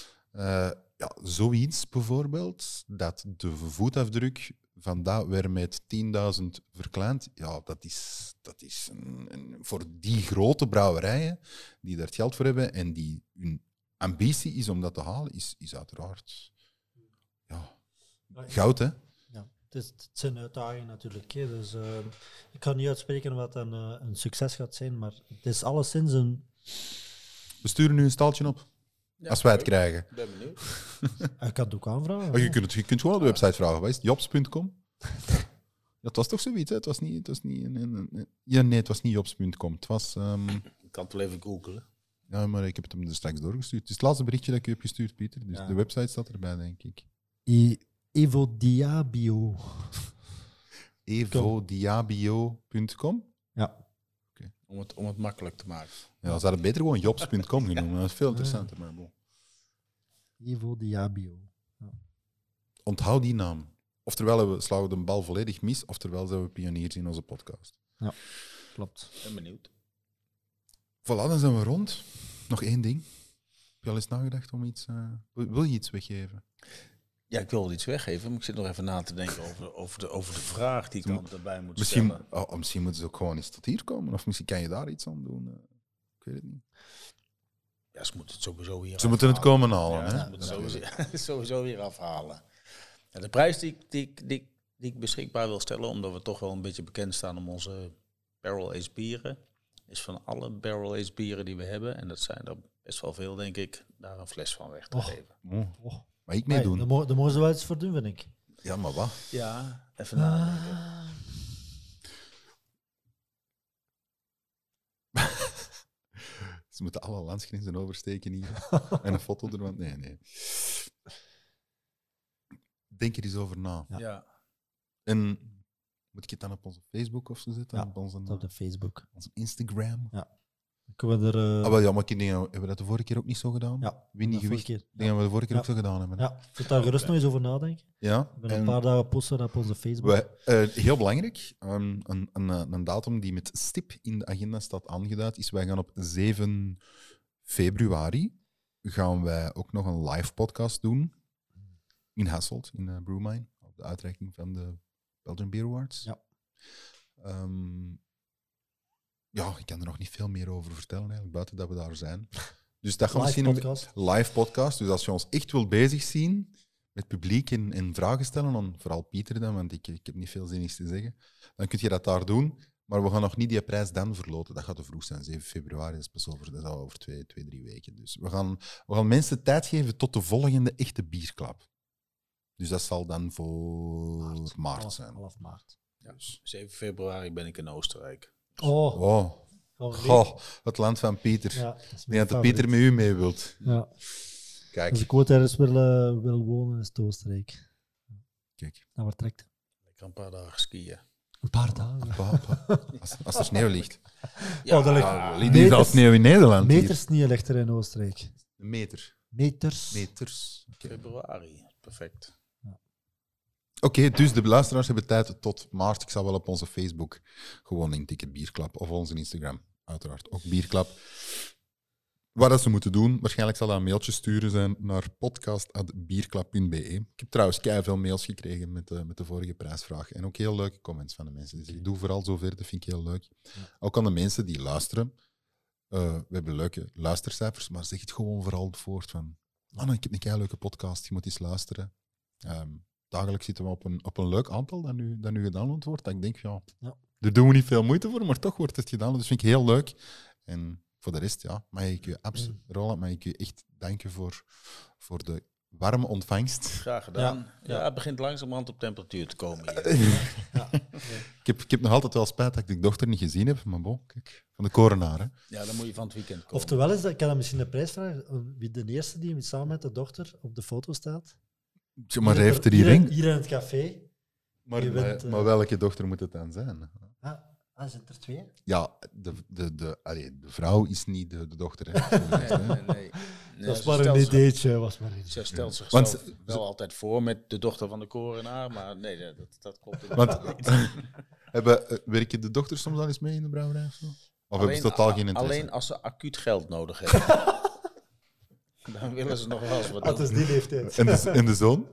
Zoiets bijvoorbeeld, dat de voetafdruk van dat weer met 10.000 verkleind, ja, dat is voor die grote brouwerijen die daar het geld voor hebben en die hun ambitie is om dat te halen, is uiteraard goud, hè? Ja, het zijn uitdagingen natuurlijk. Hè. Dus, ik kan niet uitspreken wat een succes gaat zijn, maar het is alleszins een... We sturen nu een staaltje op, als wij het krijgen. Ik ben benieuwd. Ik kan het ook aanvragen. Oh, je kunt gewoon op de website vragen. Wat is het? Jobs.com? Dat was toch zoiets, hè? Het was niet het was niet jobs.com. Het was... Ik kan het wel even googlen. Ja, maar ik heb het hem er straks doorgestuurd. Het is het laatste berichtje dat ik u heb gestuurd, Pieter. Dus Ja. de website staat erbij, denk ik. Evodiabio. evodiabio.com? Ja. Om het makkelijk te maken. Ja, ze hadden beter gewoon jobs.com genoemd. Dat is veel interessanter. Maar bon. Evodiabio. Onthoud die naam. Oftewel slaan we de bal volledig mis, oftewel zijn we pioniers in onze podcast. Klopt. Ik ben benieuwd. Voilà, dan zijn we rond. Nog één ding. je al eens nagedacht om iets... wil je iets weggeven? Ja, ik wil wel iets weggeven, maar ik zit nog even na te denken over de vraag die ik dan erbij moet Misschien, stellen. misschien moeten ze ook gewoon eens tot hier komen. Of misschien kan je daar iets aan doen. Ik weet het niet. Ja, ze moeten het sowieso hier Ze moeten het komen halen. Ja, Hè? ze moeten het sowieso weer afhalen. Ja, de prijs die ik beschikbaar wil stellen, omdat we toch wel een beetje bekend staan om onze barrel-aged bieren, is van alle barrel-aged bieren die we hebben, en dat zijn er best wel veel, denk ik, daar een fles van weg te geven. Oh. Maar ik meedoen. Daar mogen ze wel iets voor doen, vind ik. Ja, maar wat? Ja, even nadenken. Ze moeten alle landsgrenzen oversteken hier. En een foto ervan. Nee. Denk er eens over na. Ja. En moet ik het dan op onze Facebook of zo zetten? Ja, Op onze op de Facebook. Instagram? Kunnen we er... Wel, ja, maar hebben we dat de vorige keer ook niet zo gedaan? ja, Winnie de vorige gewicht. keer. Ik denk dat we de vorige keer ook zo gedaan hebben. Ja, ik moet daar gerust nog eens over nadenken. Ja. Ik ben een paar dagen posten op onze Facebook. Heel belangrijk, een datum die met stip in de agenda staat aangeduid, is wij gaan op 7 februari gaan wij ook nog een live podcast doen in Hasselt, in Brewmine, op de uitreiking van de Belgian Beer Awards. Ja. Ja, ik kan er nog niet veel meer over vertellen, eigenlijk, buiten dat we daar zijn. Dus dat gaat Live misschien podcast. een live podcast. Dus als je ons echt wil bezig zien met publiek en vragen stellen, dan vooral Pieter dan, want ik heb niet veel zinnigs te zeggen, dan kun je dat daar doen. Maar we gaan nog niet die prijs dan verloten. Dat gaat te vroeg zijn, 7 februari, dat is al over 2, 3 weken. Dus we gaan mensen tijd geven tot de volgende echte bierklap. Dus dat zal dan voor maart zijn. Half maart. Ja. 7 februari ben ik in Oostenrijk. Oh, Oh, goh, het land van Pieter. Ja, dat is Ik mijn denk dat de Pieter met favoriet. u mee wilt. Ja. Kijk, Als ik ooit ergens wil wonen, is het Oostenrijk. kijk. Nou, waar trekt het? Ik kan een paar dagen skiën. Een paar dagen. Als er sneeuw ligt. Ja, Oh, dat ligt- Er ligt niet veel sneeuw in Nederland. hier. Meters sneeuw ligt er in Oostenrijk. Een meter. Meters. Oké. februari. Perfect. Oké, dus de luisteraars hebben tijd tot maart. Ik zal wel op onze Facebook gewoon intikken, Bierklap. Of onze Instagram, uiteraard. Ook Bierklap. Wat dat ze moeten doen, waarschijnlijk zal dat een mailtje sturen zijn naar podcast@bierklap.be. Ik heb trouwens keiveel mails gekregen met de vorige prijsvraag. En ook heel leuke comments van de mensen. Dus ik doe vooral zover, dat vind ik heel leuk. Ook aan de mensen die luisteren. We hebben leuke luistercijfers, maar zeg het gewoon vooral voort van... Oh, ik heb een keileuke podcast, je moet eens luisteren. Dagelijks zitten we op een leuk aantal dat nu gedownload wordt. Dat ik denk, ja, daar doen we niet veel moeite voor, maar toch wordt het gedaan. Dus vind ik heel leuk. En voor de rest, ja, mag ik u Roland, mag ik u echt danken voor de warme ontvangst. Graag gedaan. Ja, het begint langzamerhand op temperatuur te komen hier. Ik heb nog altijd wel spijt dat ik de dochter niet gezien heb, maar bon, kijk, van de korenaar. Hè. Ja, dan moet je van het weekend komen. Oftewel is dat, ik kan dan misschien de prijs vragen, wie de eerste die samen met de dochter op de foto staat. Tja, maar hij heeft er die ring. Hier in het café. Maar, je bent, maar welke dochter moet het dan zijn? Zijn er twee? Ja, de vrouw is niet de dochter. Hè. Nee. Dat was maar een ideetje. Ze stelt zichzelf Want wel altijd voor met de dochter van de korenaar, maar nee, dat klopt Want inderdaad niet. werken de dochters soms al eens mee in de brouwerij? Of zo? Of hebben ze totaal geen interesse? Alleen als ze acuut geld nodig hebben. Dan willen ze nog wel eens wat Dat is doen. die leeftijd. En de zoon?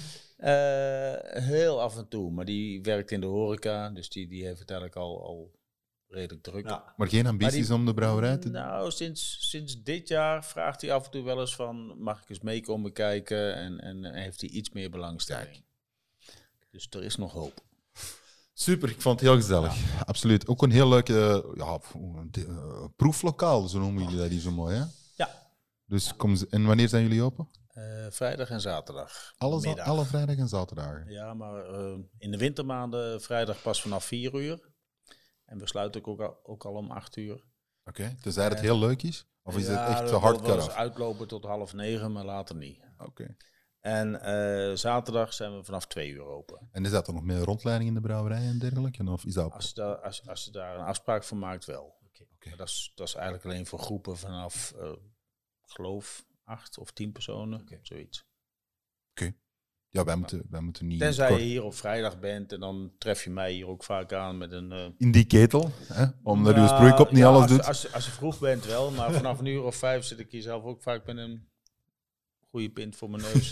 Heel af en toe, maar die werkt in de horeca, dus die heeft het eigenlijk al redelijk druk. Ja. Maar geen ambities om de brouwerij te doen? Nou, sinds dit jaar vraagt hij af en toe wel eens van, mag ik eens meekomen kijken? En heeft hij iets meer belangstelling. Dus er is nog hoop. Super, ik vond het heel gezellig. Absoluut. Ook een heel leuke proeflokaal, zo noemen jullie dat hier zo mooi, hè? Ja. Dus en wanneer zijn jullie open? Vrijdag en zaterdag. Alle vrijdag en zaterdagen. Ja, maar in de wintermaanden vrijdag pas vanaf 4 uur. En we sluiten ook al om 8 uur. Oké, tenzij het heel leuk is? Of is het echt we zo hard willen wel eens cut-off? uitlopen tot 8:30, maar later niet. Oké. En zaterdag zijn we vanaf 2 uur open. En is dat dan nog meer rondleiding in de brouwerij en dergelijke? Of is dat Als je daar een afspraak van maakt, wel. Oké. Maar dat is eigenlijk alleen voor groepen vanaf, ik geloof, 8 of 10 personen. Zoiets. Ja, Ja, wij moeten niet... Tenzij je hier op vrijdag bent en dan tref je mij hier ook vaak aan met een... In die ketel, hè? Omdat uw sproeikop niet alles doet. Als je vroeg bent wel, maar vanaf 1:05 zit ik hier zelf ook vaak met een goede pint voor mijn neus.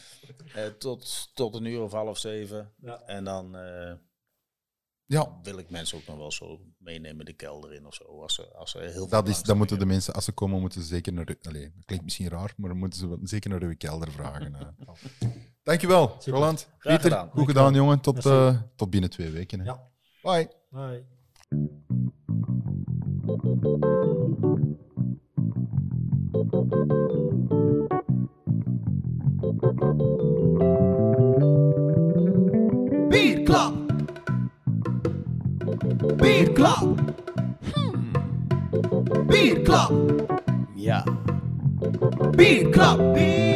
Tot 6:30. Ja. En dan Ja, wil ik mensen ook nog wel zo meenemen de kelder in of zo. Als er heel dan moeten de mensen, als ze komen, moeten ze zeker naar... dat klinkt misschien raar, maar dan moeten ze zeker naar uw kelder vragen. Dankjewel, Super. Roland. Graag Pieter, gedaan. goed gedaan, jongen. Merci. Tot binnen 2 weken. Hè. Ja. Bye. Bye. Bierklap. Bierklap. Bierklap. Ja. Bierklap.